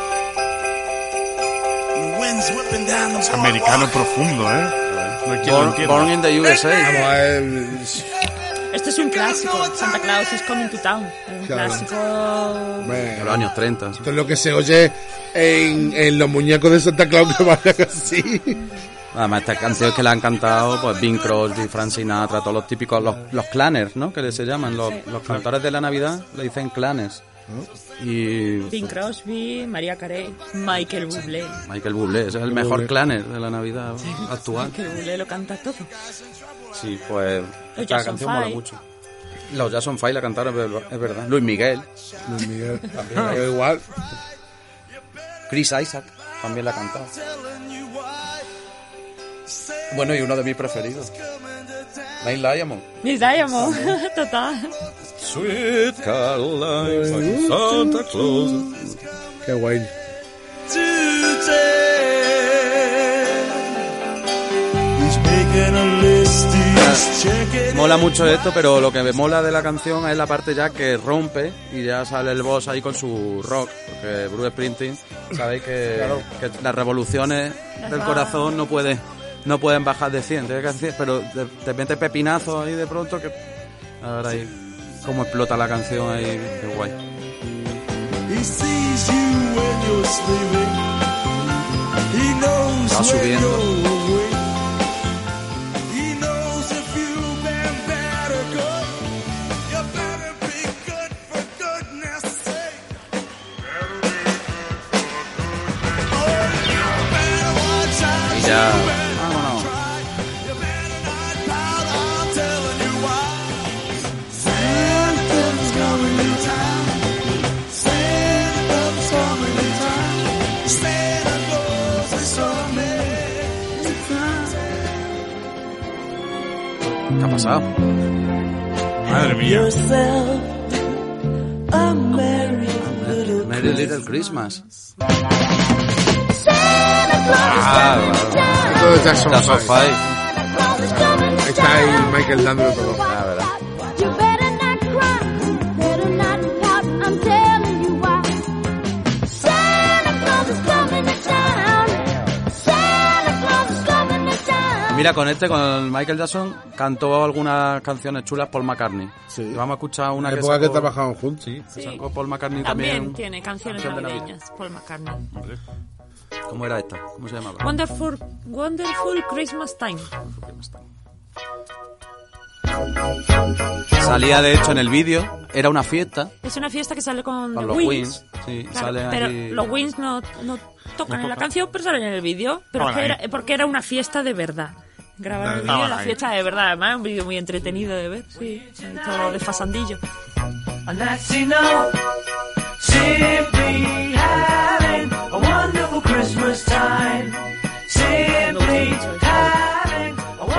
The wind's whipping down the Es americano profundo, ¿eh? No hay quien lo Born, entienda. Born in the U S A. Vamos a ver. Este es un clásico. Santa Claus is coming to town. Es un Claro. clásico. De los años treinta. Esto es lo que se oye en, en los muñecos de Santa Claus que van así. Además, estas canciones que le han cantado, pues Bing Crosby, Frank Sinatra, todos los típicos, los, los clanners, ¿no? Que se llaman, los, los cantores de la Navidad le dicen clanes. Y Bing Crosby, Mariah Carey, Michael Bublé. Michael Bublé, ese es el Bublé. mejor clanner de la Navidad actual. Michael Bublé lo canta todo. Sí, pues Los esta Jackson canción mola Five. mucho. Los Jackson Five la cantaron, es verdad- es verdad. Luis Miguel, Luis Miguel. También. Igual. Chris Isaac también la ha cantado. Bueno, y uno de mis preferidos, Neil Diamond. Miss Diamond, total. Sweet Caroline, Santa Claus. Qué guay. He's making a list, he's checking. Mola mucho esto, pero lo que me mola de la canción es la parte ya que rompe y ya sale el boss ahí con su rock, porque Bruce Springsteen, sabéis que, que las revoluciones del corazón no puede, no pueden bajar de cien, tiene que hacer- pero te, te mete pepinazo ahí de pronto que ahora ahí cómo explota la canción ahí, qué guay. He sees you when you're sleeping. He knows Va when subiendo. you're awake. He knows if you've been bad or good. You better be good for goodness sake. Oh, you better watch out. Y ya, vámonos. You better not pout, I'm telling you why. Santa's coming to town. Santa's coming to town. Santa Claus is coming to town. ¿Qué ha pasado? Madre mía. Yourself a merry little Merry Little Christmas. Santa Claus is Ah, coming to claro. town. Esto de Jackson Jackson Five. Five. Santa Claus is coming to Está ahí town. Michael dándolo todo. Ah, verdad. You better not cry, better not pout, I'm telling you why. Santa Claus is coming to town. Santa Claus is coming to town. Mira, con este, con Michael Jackson, cantó algunas canciones chulas Paul McCartney. Sí. Y vamos a escuchar una La que época que sacó, trabajaban juntos. sí, que Sí. sacó Paul McCartney También también. tiene canciones canción de Navidad. navideñas, Paul McCartney. ¿Cómo era esta? ¿Cómo se llamaba? Wonderful, Wonderful Christmas Time. Salía, de hecho, en el vídeo. Era una fiesta Es una fiesta que sale con, con The los Wings. Wings. Sí, Claro, salen pero aquí- los Wings no, no tocan en la tocan. canción, pero salen en el vídeo. Pero Estaban es que ahí. era, porque era una fiesta de verdad. Grabaron el vídeo Estaban de la ahí. fiesta de verdad. Además, un vídeo muy entretenido de ver. Sí, todo de fasandillo. And that's enough. Sing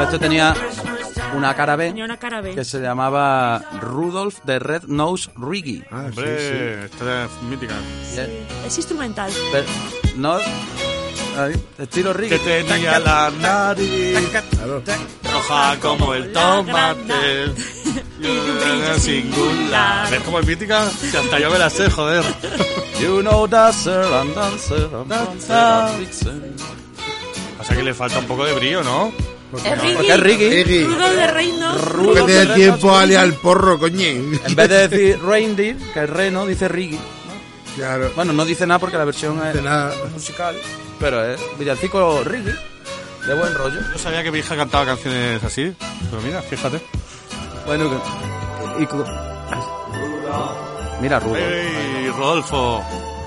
este tenía una cara B, Tenía una cara B. que se llamaba Rudolph the Red-Nosed Reggae. Ah, sí, Hombre, esta es mítica. Es instrumental. Pero, no, ahí, estilo reggae. Que tenía la nariz roja como el tomate y un brillo singular. ¿Ves cómo es mítica? Que hasta yo me la sé, joder. You know dancer and dancer and dancer and vixen. O sea que le falta un poco de brillo, ¿no? Porque, Es no, reggae. Porque es reggae. Reggae. Rudolf de Reino. Porque tiene tiempo a liar el porro, coño. En vez de decir reindeer, que es reno, dice reggae. Claro. Bueno, no dice nada porque la versión es De nada. musical, pero es villancico reggae, de buen rollo. No sabía que mi hija cantaba canciones así, pero mira, fíjate. Bueno, que- y, co- mira, Rudolf. ¡Ey, Rodolfo!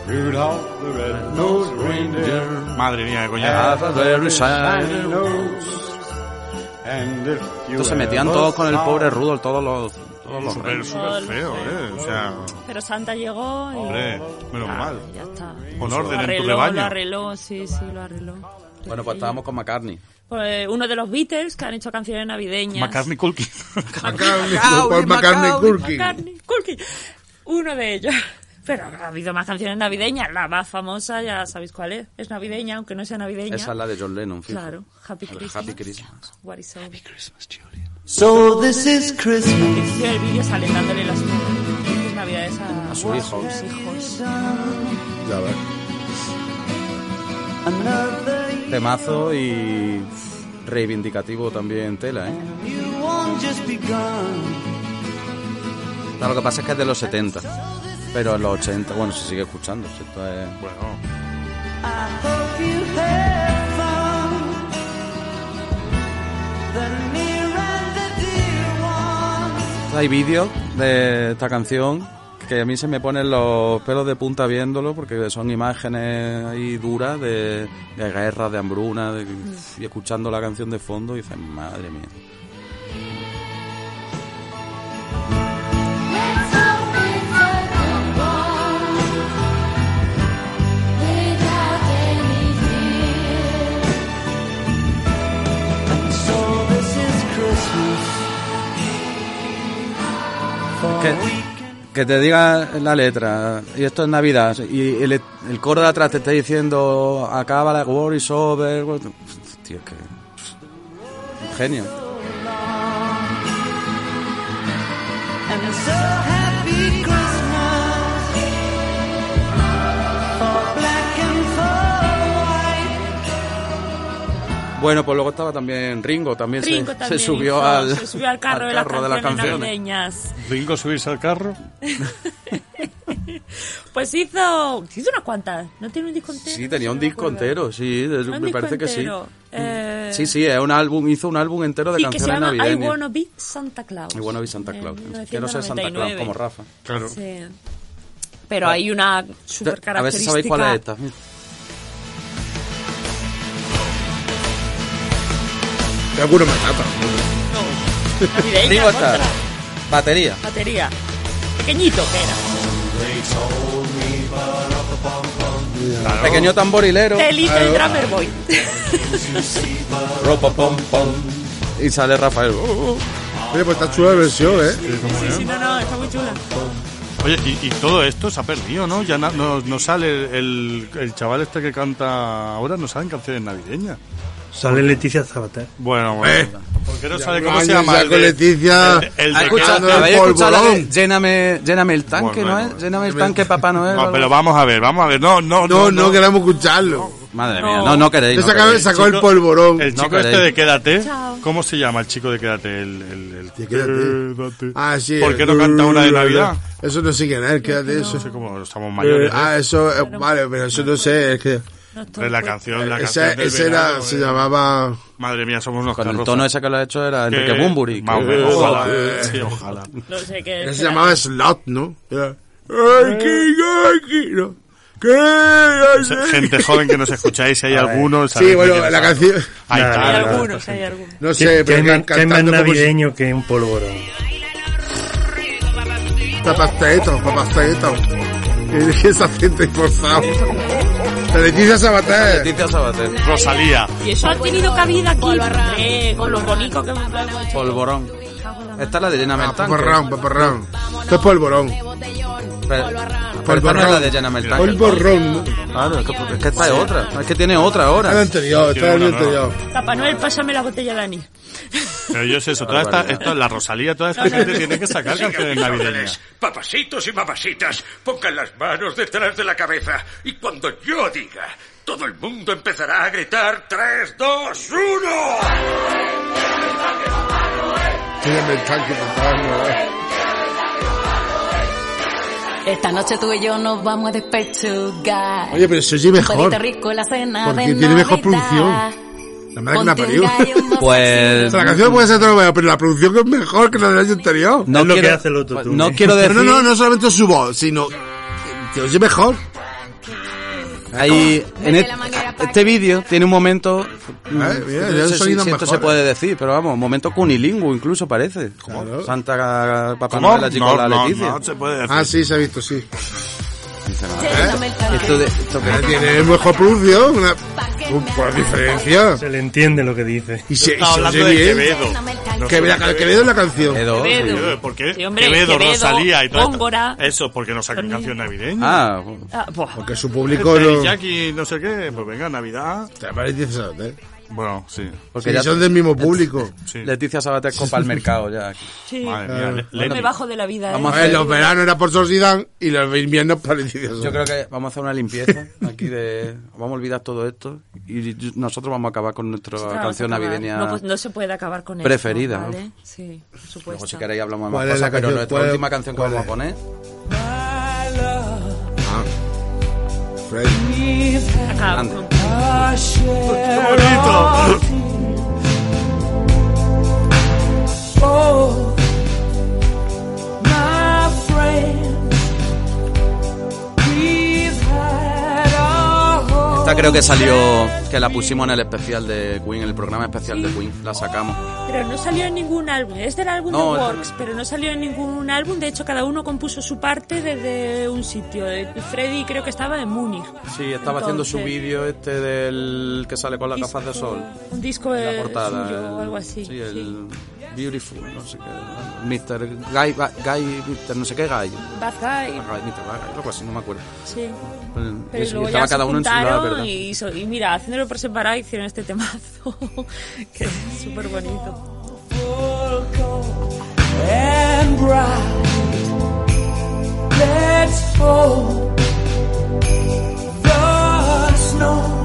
Madre mía, de coña. Have a very shiny nose. Entonces se metían todos con el pobre Rudolf, todos los... Todos los Súper, súper feo, ¿eh? O sea, Pero Santa llegó y... hombre, menos Ah, mal. ya está. Con Lo orden en tu arregló, rebaño. Lo arregló, sí, sí, lo arregló. Bueno, pues estábamos con McCartney. Pues uno de los Beatles que han hecho canciones navideñas. McCartney Culkin. McCartney, Paul McCartney, Culkin. McCartney, Culkin. Uno de ellos. Pero ha habido más canciones navideñas. La más famosa, ya sabéis cuál es. Es navideña, aunque no sea navideña. Esa es la de John Lennon, fijo. Claro. Happy Christmas. Happy Christmas. What is over? Happy Christmas, Julian. So this is Christmas. Y el vídeo sale dándole las felices navidades a, A su hijo. sus hijos. Ya ves. Temazo y reivindicativo también tela, ¿eh? You won't just be gone. Claro, lo que pasa es que es de los setenta. Pero en los ochenta, bueno, se sigue escuchando. Esto es... Bueno, I hope you have fun. The near and the dear one. Hay vídeos de esta canción que a mí se me ponen los pelos de punta viéndolo porque son imágenes ahí duras de, de guerra, de hambruna, de- y escuchando la canción de fondo y dices, madre mía. So this is Christmas. Que, que te diga la letra, y esto es Navidad, y el, el coro de atrás te está diciendo, acaba la war is over. Tío, que... genio. And so happy Christmas for black and for white. Bueno, pues luego estaba también Ringo, también, se- Ringo se, también subió hizo- al, se subió al carro, al de, las carro de las canciones canciones. navideñas. Ringo subirse al carro. Pues hizo, hizo unas cuantas. ¿No tiene un disco entero? Sí, tenía un No me disco acuerdo. entero, sí, de- Un me disco parece que sí. entero. Eh, Sí, sí, es un álbum, hizo un álbum entero de sí, que se canciones llama I navideñas. Wanna Be Santa Claus. I Wanna Be Santa Claus. En Quiero ser Santa Claus, mil novecientos noventa y nueve. como Rafa. Claro. Sí. Pero hay una super característica. A ver si sabéis cuál es esta. Que alguno me mata. Navideña, Ringo Starr. otra. Batería. Batería. Pequeñito que era. Pequeño tamborilero. The Little Drummer Boy. Ropa pom pom. Y sale Rafael. Uh, uh. Oye, pues está chula la versión, ¿eh? Sí, sí, no, no, está muy chula. Oye, y, y todo esto se ha perdido, ¿no? Ya na- no, no sale el, el chaval este que canta ahora, no salen canciones navideñas. Sale Leticia Sabater. Bueno, bueno. Eh. ¿Por qué no Ya sabe un cómo se año llama? ya El con de- Leticia. el- el de ¿Has escuchado? Quedando el ¿Habéis escuchado la de polvorón. Lléname, lléname el tanque, Bueno, no bueno. es? Lléname el tanque, Papá Noel. No, pero vamos a ver, vamos a ver. No, no, No, no queremos escucharlo. Madre mía, no, no queréis. Te No sacó, queréis. sacó el Chico- polvorón. El No chico este queréis. de Quédate, Chao. ¿cómo se llama el chico de Quédate? El, el, el... Sí, Quédate. Ah, sí. ¿Por qué no canta una de Navidad? Eso no sé quién es, quédate eso. No sé cómo estamos Eh, mayores. ah, eso, eh, vale, pero eso no sé, es que... No estoy Pero la pues- canción, la Esa, canción del ese era, verano, se eh. llamaba... Madre mía, somos unos Con el carrozas. tono ese que lo ha hecho era Que- Enrique Bunbury. Más o que- menos, ojalá. Joder. Sí, ojalá. No sé qué. Ese qué se era. llamaba Slot, ¿no? Era... ¡Ay, qué, ay, qué, no! ¿Qué? Gente joven que nos escucháis, si hay alguno. Sí, sabéis de bueno, quién la es. canción... Ahí Nada, está. Hay nada. algunos, hay algunos. No ¿Qué, sé, qué pero es más, qué es más cantando como si- navideño que un polvorón? Papasteto, papasteto. Y ese acento forzado. Leticia Sabater. Leticia Sabater. Rosalía. Y eso ha tenido cabida aquí, eh, con lo bonito que hemos hecho. Polvorón. Esta es la de Jenna Ah, Meltanque. Polvorón, polvorón. Esto es polvorón. Pero, pero esta no es la de Jenna Meltanque. Polvorón. Claro, es que, es que esta es otra. Es que tiene otra ahora. Está el anterior, está el anterior. Papá Noel, pásame la botella de anís. Pero yo sé eso, toda esta, esto, la Rosalía, toda esta gente tiene que sacar canciones navideñas. Papasitos y mamacitas, pongan las manos detrás de la cabeza y cuando yo diga, todo el mundo empezará a gritar tres, dos, uno. Tírame el tanque, papá Noel. Esta noche tú y yo nos vamos a despechugar. Oye, pero se oye mejor. Un pedito rico en la cena Porque de tiene mejor Navidad. producción. La madre que la parió. Pues... O sea, la canción puede ser todo lo mejor, pero la producción es mejor que la del año anterior. No es lo quiero- que hace el autotune. No quiero decir... No, no, no solamente su voz, sino que se oye mejor. Ahí, en et- este vídeo tiene un momento, mira, no ya sé el si, sonido si esto mejor, se puede decir, pero vamos, momento cunilingüe incluso parece. Claro. Santa Papá ¿Cómo? Noel allí con la No, no, Leticia. no se puede decir. Ah, sí, se ha visto, sí. Esto de, esto que- Ya tiene mejor producción, una, un- por diferencia. Se le entiende lo que dice. Y se, y Está se hablando oye de bien. Quevedo. No Quevedo, sé. Quevedo es la canción. Quevedo, sí. Quevedo. ¿Por qué? Sí, hombre, Quevedo, Quevedo, Rosalía y todo esto. Góngora. Eso, porque no sacan canción navideña. Ah, Ah, buah. Porque su público Daddy no... Yankee, no sé qué, pues venga, Navidad. Te parece Sabater. Bueno, sí. porque Sí, ya son del mismo público. sí. Leticia Sabater copa el mercado ya. Sí. Madre Claro. mía, Le- No me Lenny. bajo de la vida. Vamos ¿eh? a A ver, hacer- los veranos era por Sorsidán y los inviernos para Leticia Yo Sabater. creo que vamos a hacer una limpieza aquí de... Vamos a olvidar todo esto y nosotros vamos a acabar con nuestra Vamos a canción acabar. navideña No, pues no se puede acabar con preferida, esto, ¿no? ¿vale? Sí, por supuesto. Luego si queréis hablamos de ¿Cuál más es la cosas, pero canción? nuestra ¿Cuál- última canción que cuál vamos a es? poner... Ah. Freddy. Acá, Grande. con- ¡Qué bonito! Oh, my friends, we've had a whole Esta creo que salió, que la pusimos en el especial de Queen, en el programa especial de Queen, la sacamos. Pero no salió en ningún álbum. Es del álbum No, de es- Works, pero no salió en ningún álbum. De hecho, cada uno compuso su parte desde un sitio. Freddy creo que estaba en Múnich. Sí, estaba haciendo su Entonces, vídeo este del que sale con las gafas de sol. Un disco En de la portada. suyo el- o algo así. Sí, el Beautiful, no sé qué. mister Guy, Guy, mister no sé qué Guy. Bad Guy. mister Guy, algo así, no me acuerdo. Sí. Pero Pero y luego estaba ya cada se uno en su lado, juntaron ¿verdad? y, hizo- y mira, haciéndolo por separado hicieron este temazo que es súper bonito. and bright. Let's hope the snow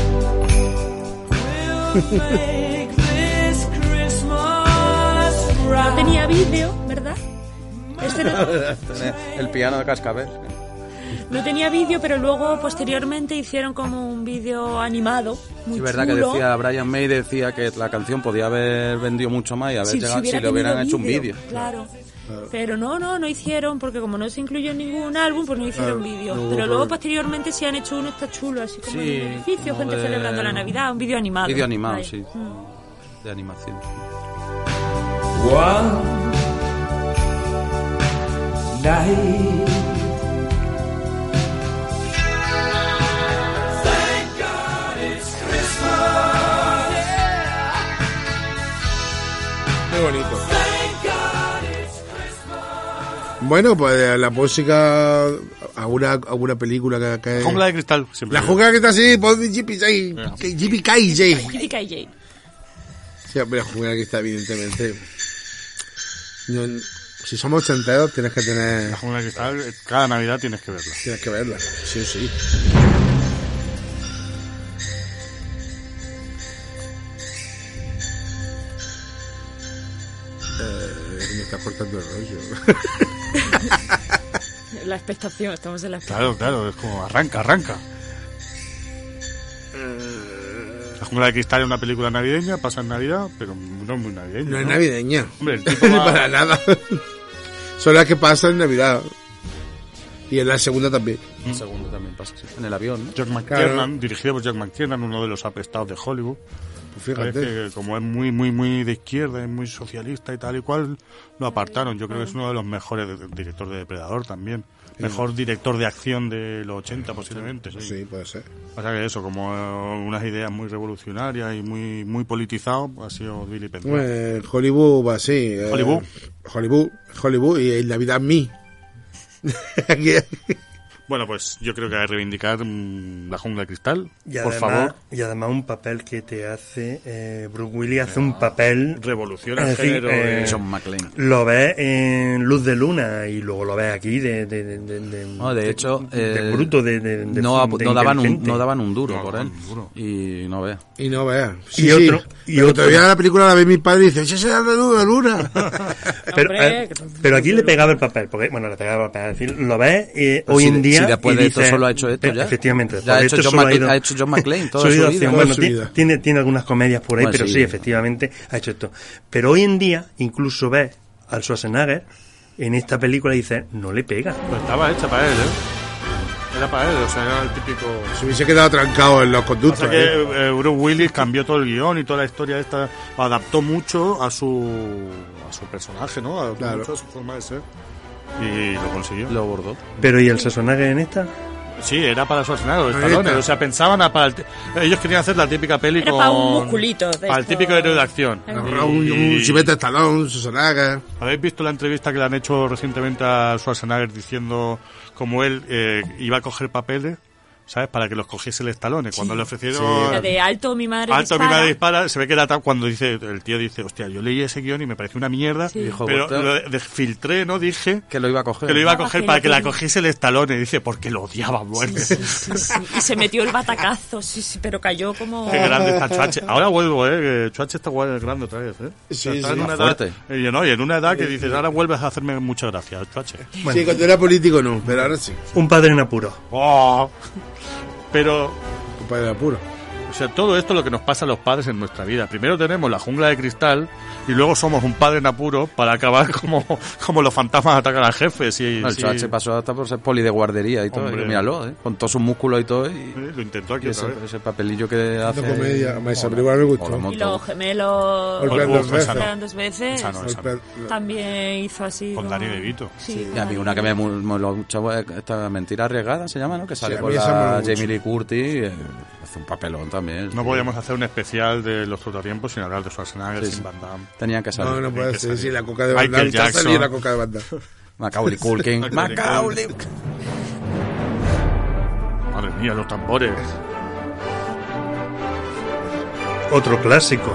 will make this Christmas No bright. tenía vídeo, ¿verdad? Este no, El piano de Cascabel. no tenía vídeo, pero luego posteriormente hicieron como un vídeo animado muy Es verdad que chulo. decía, Brian May decía que la canción podía haber vendido mucho más y haber Si- si llegado, si, hubiera le hubieran tenido hecho un vídeo, vídeo. Claro. Pero no, no, no hicieron, porque como no se incluyó en ningún álbum, pues no hicieron Claro, vídeo. no hubo Pero luego problema. posteriormente sí han hecho uno, está chulo, así como Sí, en el edificio, como gente de- celebrando la Navidad, un vídeo animado. Vídeo animado, Vaya. sí. Mm. De animación. One night. Thank God it's Christmas. Qué bonito. Thank God it's Bueno, pues la música, alguna, alguna película que... que... Jungla de cristal. Siempre La jungla que está así, pon J P J. J P K J. Y K J. Sí, hombre, la jungla que está evidentemente... No, si somos ochenteros tienes que tener... La jungla de cristal, cada Navidad tienes que verla. Tienes que verla, sí o sí. Eh, me está cortando el rollo. La expectación, estamos en la expectación. Claro, claro, es como arranca, arranca. La jungla de cristal es una película navideña, pasa en Navidad, pero no es muy navideña. No es navideña. Hombre, el tipo va- Para nada. Son las que pasan en Navidad. Y en la segunda también. El segundo también pasa así. En el avión, ¿no? Jack McTiernan, Claro. dirigido por Jack McTiernan, uno de los apestados de Hollywood. Fíjate. Parece que como es muy, muy, muy de izquierda, es muy socialista y tal y cual, lo apartaron. Yo creo que es uno de los mejores de- directores de Depredador también. Mejor director de acción de los ochenta posiblemente. Sí, sí puede ser. O sea que eso, como eh, unas ideas muy revolucionarias y muy muy politizado, ha sido vilipendiado. Bueno, Hollywood va así. eh, Hollywood. Hollywood, Hollywood y en Navidad mí. Aquí- Bueno, pues yo creo que hay que reivindicar mm, La Jungla de Cristal, Y por además, favor. y además un papel que te hace eh, Bruce Willis hace un papel revoluciona es el decir, género eh, de John McClane. Lo ves en Luz de Luna y luego lo ves aquí de de de, de, de- No, de hecho, de, de eh, bruto de, de, de- no, de no daban un, inteligente. no daban un duro No por daban él. Y no veas. Y no veas. Y Sí, otro- sí. y Pero otro- todavía la película la ve mi padre y dice, ¡ese es de luna, de luna! Pero, Hombre, eh, pero aquí le pegaba el papel, porque bueno, le pegaba el papel, es decir, lo ves eh, Pero hoy si en de- día si después y de esto dices- solo ha hecho esto eh, ya. efectivamente, Ya ha después hecho de esto John solo ha Mc- ido- ha hecho John McClane toda solo ha su ido vida. hacia- Toda bueno, su ti- vida. tiene tiene algunas comedias por ahí, Bueno, pero sí. sí, efectivamente ha hecho esto. Pero hoy en día incluso ves al Schwarzenegger en esta película y dices, no le pega. Pues estaba hecha para él, ¿eh? Era para él, o sea, era el típico... Se hubiese quedado trancado en los conductos. Pasa que ¿eh? eh, Bruce Willis cambió todo el guión y toda la historia esta, adaptó mucho a su a su personaje, ¿no? Adaptó Claro. mucho a su forma de ser. Y lo consiguió. Lo abordó. Pero ¿y el Schwarzenegger en esta? Sí, era para Schwarzenegger, los Ahí talones. está. O sea, pensaban a para el t- ellos querían hacer la típica peli Era con... para un musculito. de para el estos- típico héroe de acción. Un, Y- un Sylvester Stallone, Schwarzenegger. ¿Habéis visto la entrevista que le han hecho recientemente a Schwarzenegger diciendo cómo él eh, iba a coger papeles, ¿sabes? Para que los cogiese el Stallone. Cuando le ofrecieron... La de alto, mi madre Alto, mi dispara. madre dispara, se ve que era tal cuando dice, el tío dice, hostia, yo leí ese guión y me pareció una mierda, Sí. Dijo, pero "Pues, lo de- filtré, ¿no? Dije Que lo iba a coger. que lo iba a Ah, coger que para lo que la quería. cogiese el Stallone. Y dice, porque lo odiaba a muerte. Sí, sí, sí. Y se metió el batacazo, sí, sí, pero cayó como... Qué grande está Chuache. Ahora vuelvo, eh, que Chuache está guay, grande otra vez, eh. O sea, Sí, está sí. en una Está edad, fuerte. y, no, y en una edad que dices, ahora vuelves a hacerme muchas gracias, Chuache. Sí, cuando era político no, pero ahora sí. Un padre en apuro. Oh. Pero Tu padre era puro. o sea, todo esto es lo que nos pasa a los padres en nuestra vida. Primero tenemos la jungla de cristal y luego somos un padre en apuro para acabar como, como los fantasmas atacan al jefe. Sí, No, el sí. Chuache pasó hasta por ser poli de guardería y todo. Hombre. Y míralo, ¿eh? Con todos sus músculos y todo. Y, Eh, Lo intentó aquí y otra ese, vez. ese papelillo que hace. Haciendo comedia. Además, esa Mola. película me gustó. Mola un Y montón. los gemelos... Golpean Uf, dos esa veces. no. Eran dos veces. Esa no, esa no. También hizo así... Con como- Danny DeVito. Sí, Y a mí una que me mu- moló mucho, eh, esta Mentira Arriesgada se llama, ¿no? Que sale a con mí esa me moló la mucho. Jamie Lee Curtis. eh, hace un papelón también. No podíamos hacer un especial de los protatiempos sin hablar de Schwarzenegger, Sí, sin sí. Van Damme. Tenían que salir. No, no puede que ser. salir. Sí, la coca de Michael Van Damme. Está Jackson. salida la coca de Van Damme. Macaulay Culkin. Macaulay Macaulay. Madre mía, los tambores. Otro clásico.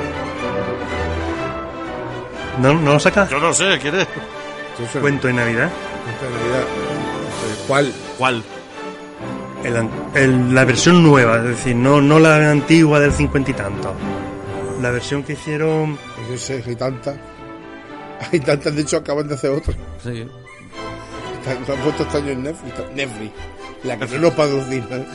¿No, no lo sacas? Yo no sé, ¿quieres? Cuento de Navidad. Esta Navidad. ¿Cuál? ¿Cuál? El an- el- la versión nueva, es decir, no, no la antigua del cincuenta y tanto. La versión que hicieron... Yo sé, hay tantas. Hay tantas, de hecho acaban de hacer otra. Sí. Están- Lo han puesto este año en Netflix. Netflix. La que no nos patrocina. ¿eh?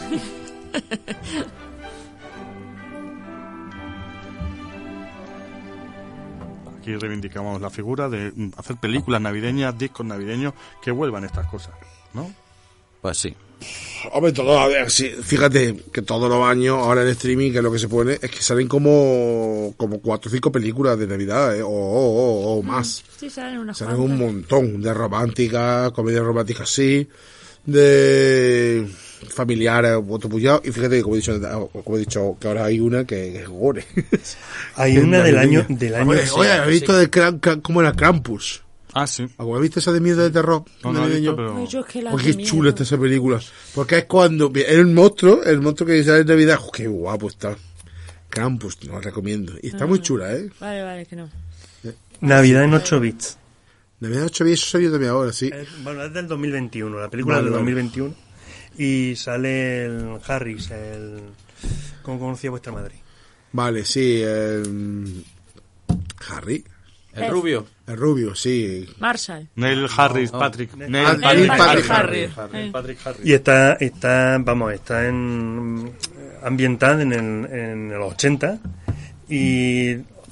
Aquí reivindicamos la figura de mm, hacer películas navideñas, discos navideños, que vuelvan estas cosas, ¿no? Pues sí. Hombre, todo, a ver, sí, fíjate que todos los años, ahora en streaming, que es lo que se pone, es que salen como, como cuatro o cinco películas de Navidad, ¿eh? o, o, o, o más. Sí, salen unas Salen cuantas. un montón de románticas, comedias románticas sí, de familiares, otro puñado, y fíjate que como he dicho, como he dicho que ahora hay una que, que es gore. Hay una del año... Del año Oye, oye, ¿has visto de Kram- Kram- cómo era Krampus? Ah, sí. ¿Has visto esa de miedo de terror? No, no he navideño? visto, pero... Ay, yo es que la Porque de es miedo. chula está esa película. Porque es cuando el monstruo, el monstruo que sale en Navidad, ¡jo, qué guapo está! Krampus, te lo recomiendo. Y está Ah. muy chula, ¿eh? Vale, vale, que no. Navidad en ocho bits. Navidad ocho días, eso salió también ahora, sí. Es, bueno, es del dos mil veintiuno, la película Vale, es del vale. dos mil veintiuno. Y sale el Harris, el... ¿Cómo conocía vuestra madre? Vale, sí. El... Harry. El rubio. El rubio, sí. Marshall. Neil Harris, No. Patrick. Neil Neil Harris, Patrick, Patrick Harris. Harris. Patrick Harris. Y está, está, vamos, está en ambientada en, el, en los ochenta y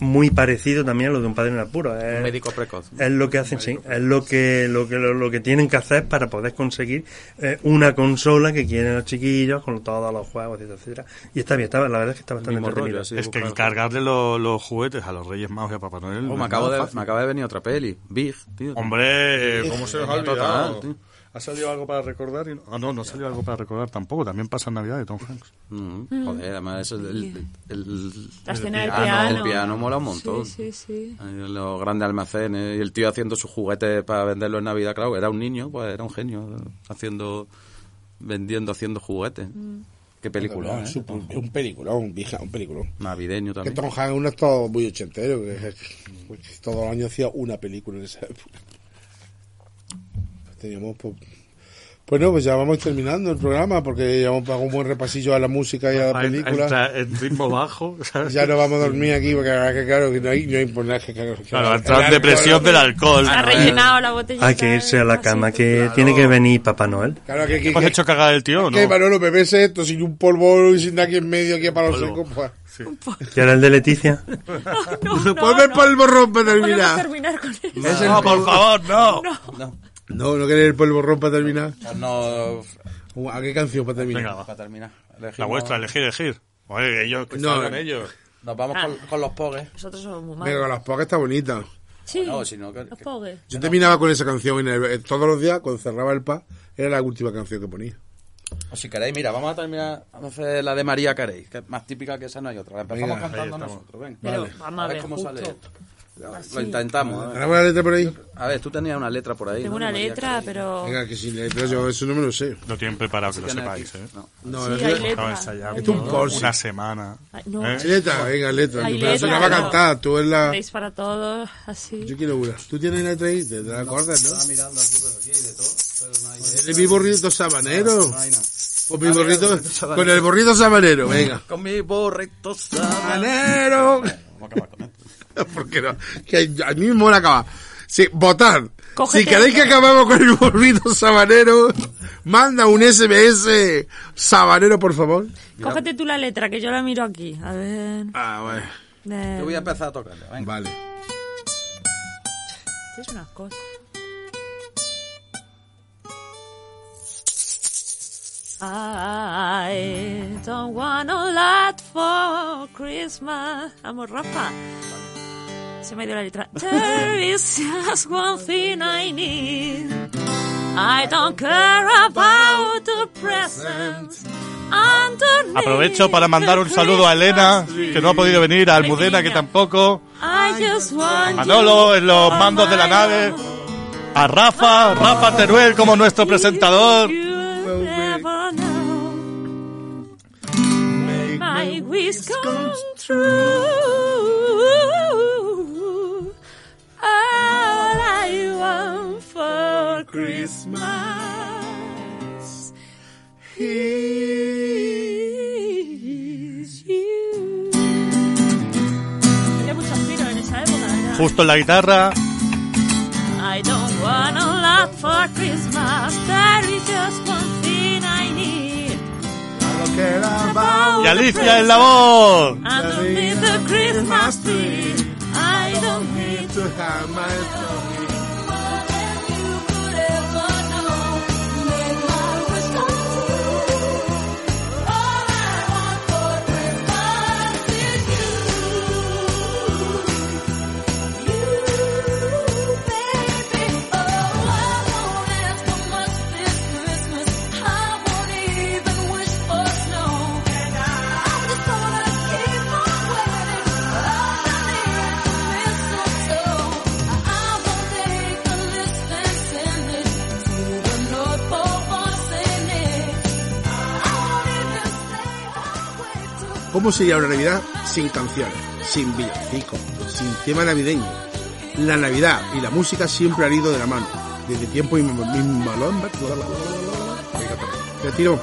muy parecido también a lo de Un padre en apuro. Es, Un médico precoz. Es lo que hacen, sí. Es lo que lo que lo, lo que tienen que hacer para poder conseguir eh, una consola que quieren los chiquillos con todos los juegos, etcétera, etcétera. Y está bien, está, la verdad es que está bastante entretenido. Rollo, es que encargarle los, los juguetes a los Reyes Magos y a Papá Noel. Oh, me, acabo de, me acaba de venir otra peli. Big, tío. Hombre, ¿cómo se nos ha olvidado? Total, ¿Ha salido algo para recordar? Y no, ah, no, no ha salido algo para recordar tampoco. También pasa en Navidad de Tom Hanks. Mm, mm. Joder, además eso, el, el, el, la escena el, del piano. El piano mola un montón. Sí, sí, sí. Los grandes almacenes y el tío haciendo sus juguetes para venderlos en Navidad. Claro, era un niño, pues era un genio haciendo, vendiendo, haciendo juguetes. Mm. Qué película, no, ¿eh? Super, un peliculón, vieja, un peliculón. Navideño también. Que Tom Hanks uno es todo muy ochentero, que, que, que todos los años hacía una película en esa época. Teníamos... Pues, bueno, pues ya vamos terminando el programa porque ya hemos pagado un buen repasillo a la música y a la película. En ritmo bajo, ¿sabes? Ya nos vamos a dormir aquí porque que, claro, que no hay, no hay por nada que... Claro, claro entra en depresión del alcohol. Se ha rellenado la botella. Hay que irse a la cama, que claro. Tiene que venir Papá Noel. Claro, que, que, ¿Hemos que, hecho cagar el tío, no? Que Manolo, bebés esto sin un polvo y sin nada aquí en medio, aquí para los secos, pues... Sí. ¿Qué era el de Leticia? no, no, Ponme no, polvo rompe terminar. terminar con él. No, no por favor, no. No. no. No, no queréis el polvo rompe para terminar. No. ¿A qué canción para terminar? Venga, para terminar. Elegimos... La vuestra, elegir, elegir. Oye, ellos, que no, salgan ellos. Nos vamos ah. con, con los pogues. Nosotros somos muy malos. Venga, con los pogues está bonita. Sí, no, si no, que, los pogues. Yo terminaba con esa canción en el, todos los días, cuando cerraba el pub, era la última canción que ponía. O si queréis, mira, vamos a terminar, vamos a hacer la de María Carey, que es más típica que esa, no hay otra. La empezamos venga, cantando nosotros, ven. Pero vale. Vamos a ver, cómo justo. sale esto. Lo intentamos. ¿Tenemos una letra por ahí? A ver, tú tenías una letra por ahí. Tengo ¿no? una letra, Carey. pero... Venga, que sin letra yo eso no me lo sé. Lo tienen preparado, que lo sepáis, ¿eh? No, no sí, hay letra. Ensayando es un curso. una semana. Ay, no. ¿Eh? Letra, venga, letra. Hay Pero letra, eso la va a cantar, tú es la... Veis para todos, así. Yo quiero una. ¿Tú tienes letra ahí? ¿Te la acuerdas, no? Estaba mirando aquí, por aquí, de todo, pero no hay letra. ¿Es mi burrito sabanero? No, no hay nada. Con mi burrito... Con el burrito sabanero, venga. Con mi burrito sabanero. Vamos a acabar con esto. ¿Por qué no? Que a mí me mola acabar. Sí, votad. Cógete. Si queréis que acabemos con el burrito sabanero, manda un ese eme ese sabanero, por favor. Cógete tú la letra, que yo la miro aquí. A ver... Ah, bueno. De... Yo voy a empezar a tocarla, venga. Vale. Es unas cosas. I don't want a lot for Christmas. Vamos, Rafa. Se me dio la letra. There is just one thing I need. I don't care about the present. Aprovecho para mandar un saludo a Elena, que no ha podido venir, a Almudena, que tampoco, a Manolo en los mandos de la nave, a Rafa, Rafa Teruel como nuestro presentador. My wish come true. All I want for Christmas is you. Tenía mucho fino en esa época, ¿verdad? Justo en la guitarra. I don't want a lot for Christmas. There is just one thing I need. Y Alicia en la voz. Underneath the Christmas tree, I don't need to have my story. ¿Cómo sería una Navidad sin canciones, sin villancicos, sin tema navideño? La Navidad y la música siempre han ido de la mano, desde tiempo inmemorial. ¿Te tiro?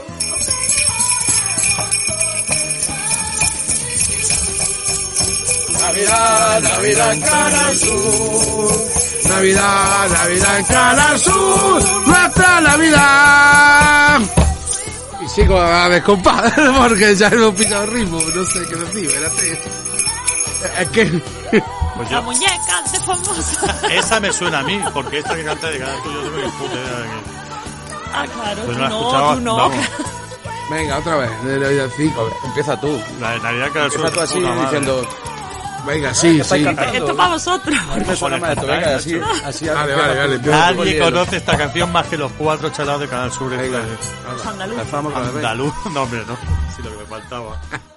Navidad, Navidad en Canal Sur. Navidad, Navidad en Canal Sur. Nuestra Navidad. Y sigo a descompás, porque ya hemos picado el ritmo, no sé qué decir, espérate. Es que... Pues La yo, muñeca de famosa. esa me suena a mí, porque esta que canta de Canal Sur yo tengo ni puta idea de que... Ah, claro, Pues tú no la he no, escuchado, tú no. vamos. Venga, otra vez, de la villancico. Empieza tú. La de Navidad Canal Sur. Empieza tú así puta madre. diciendo... Venga, sí, estáis sí. cantando? Esto para vosotros. A mí me suena más esto, venga, así, así Vale, empieza vale, tú. vale, empieza Yo Nadie con conoce esta canción más que los cuatro chalados de Canal Sur. Venga. Esta- Andaluz. hielo. Empezamos con la vez. Andaluz, no hombre, no. Sí, lo que me faltaba.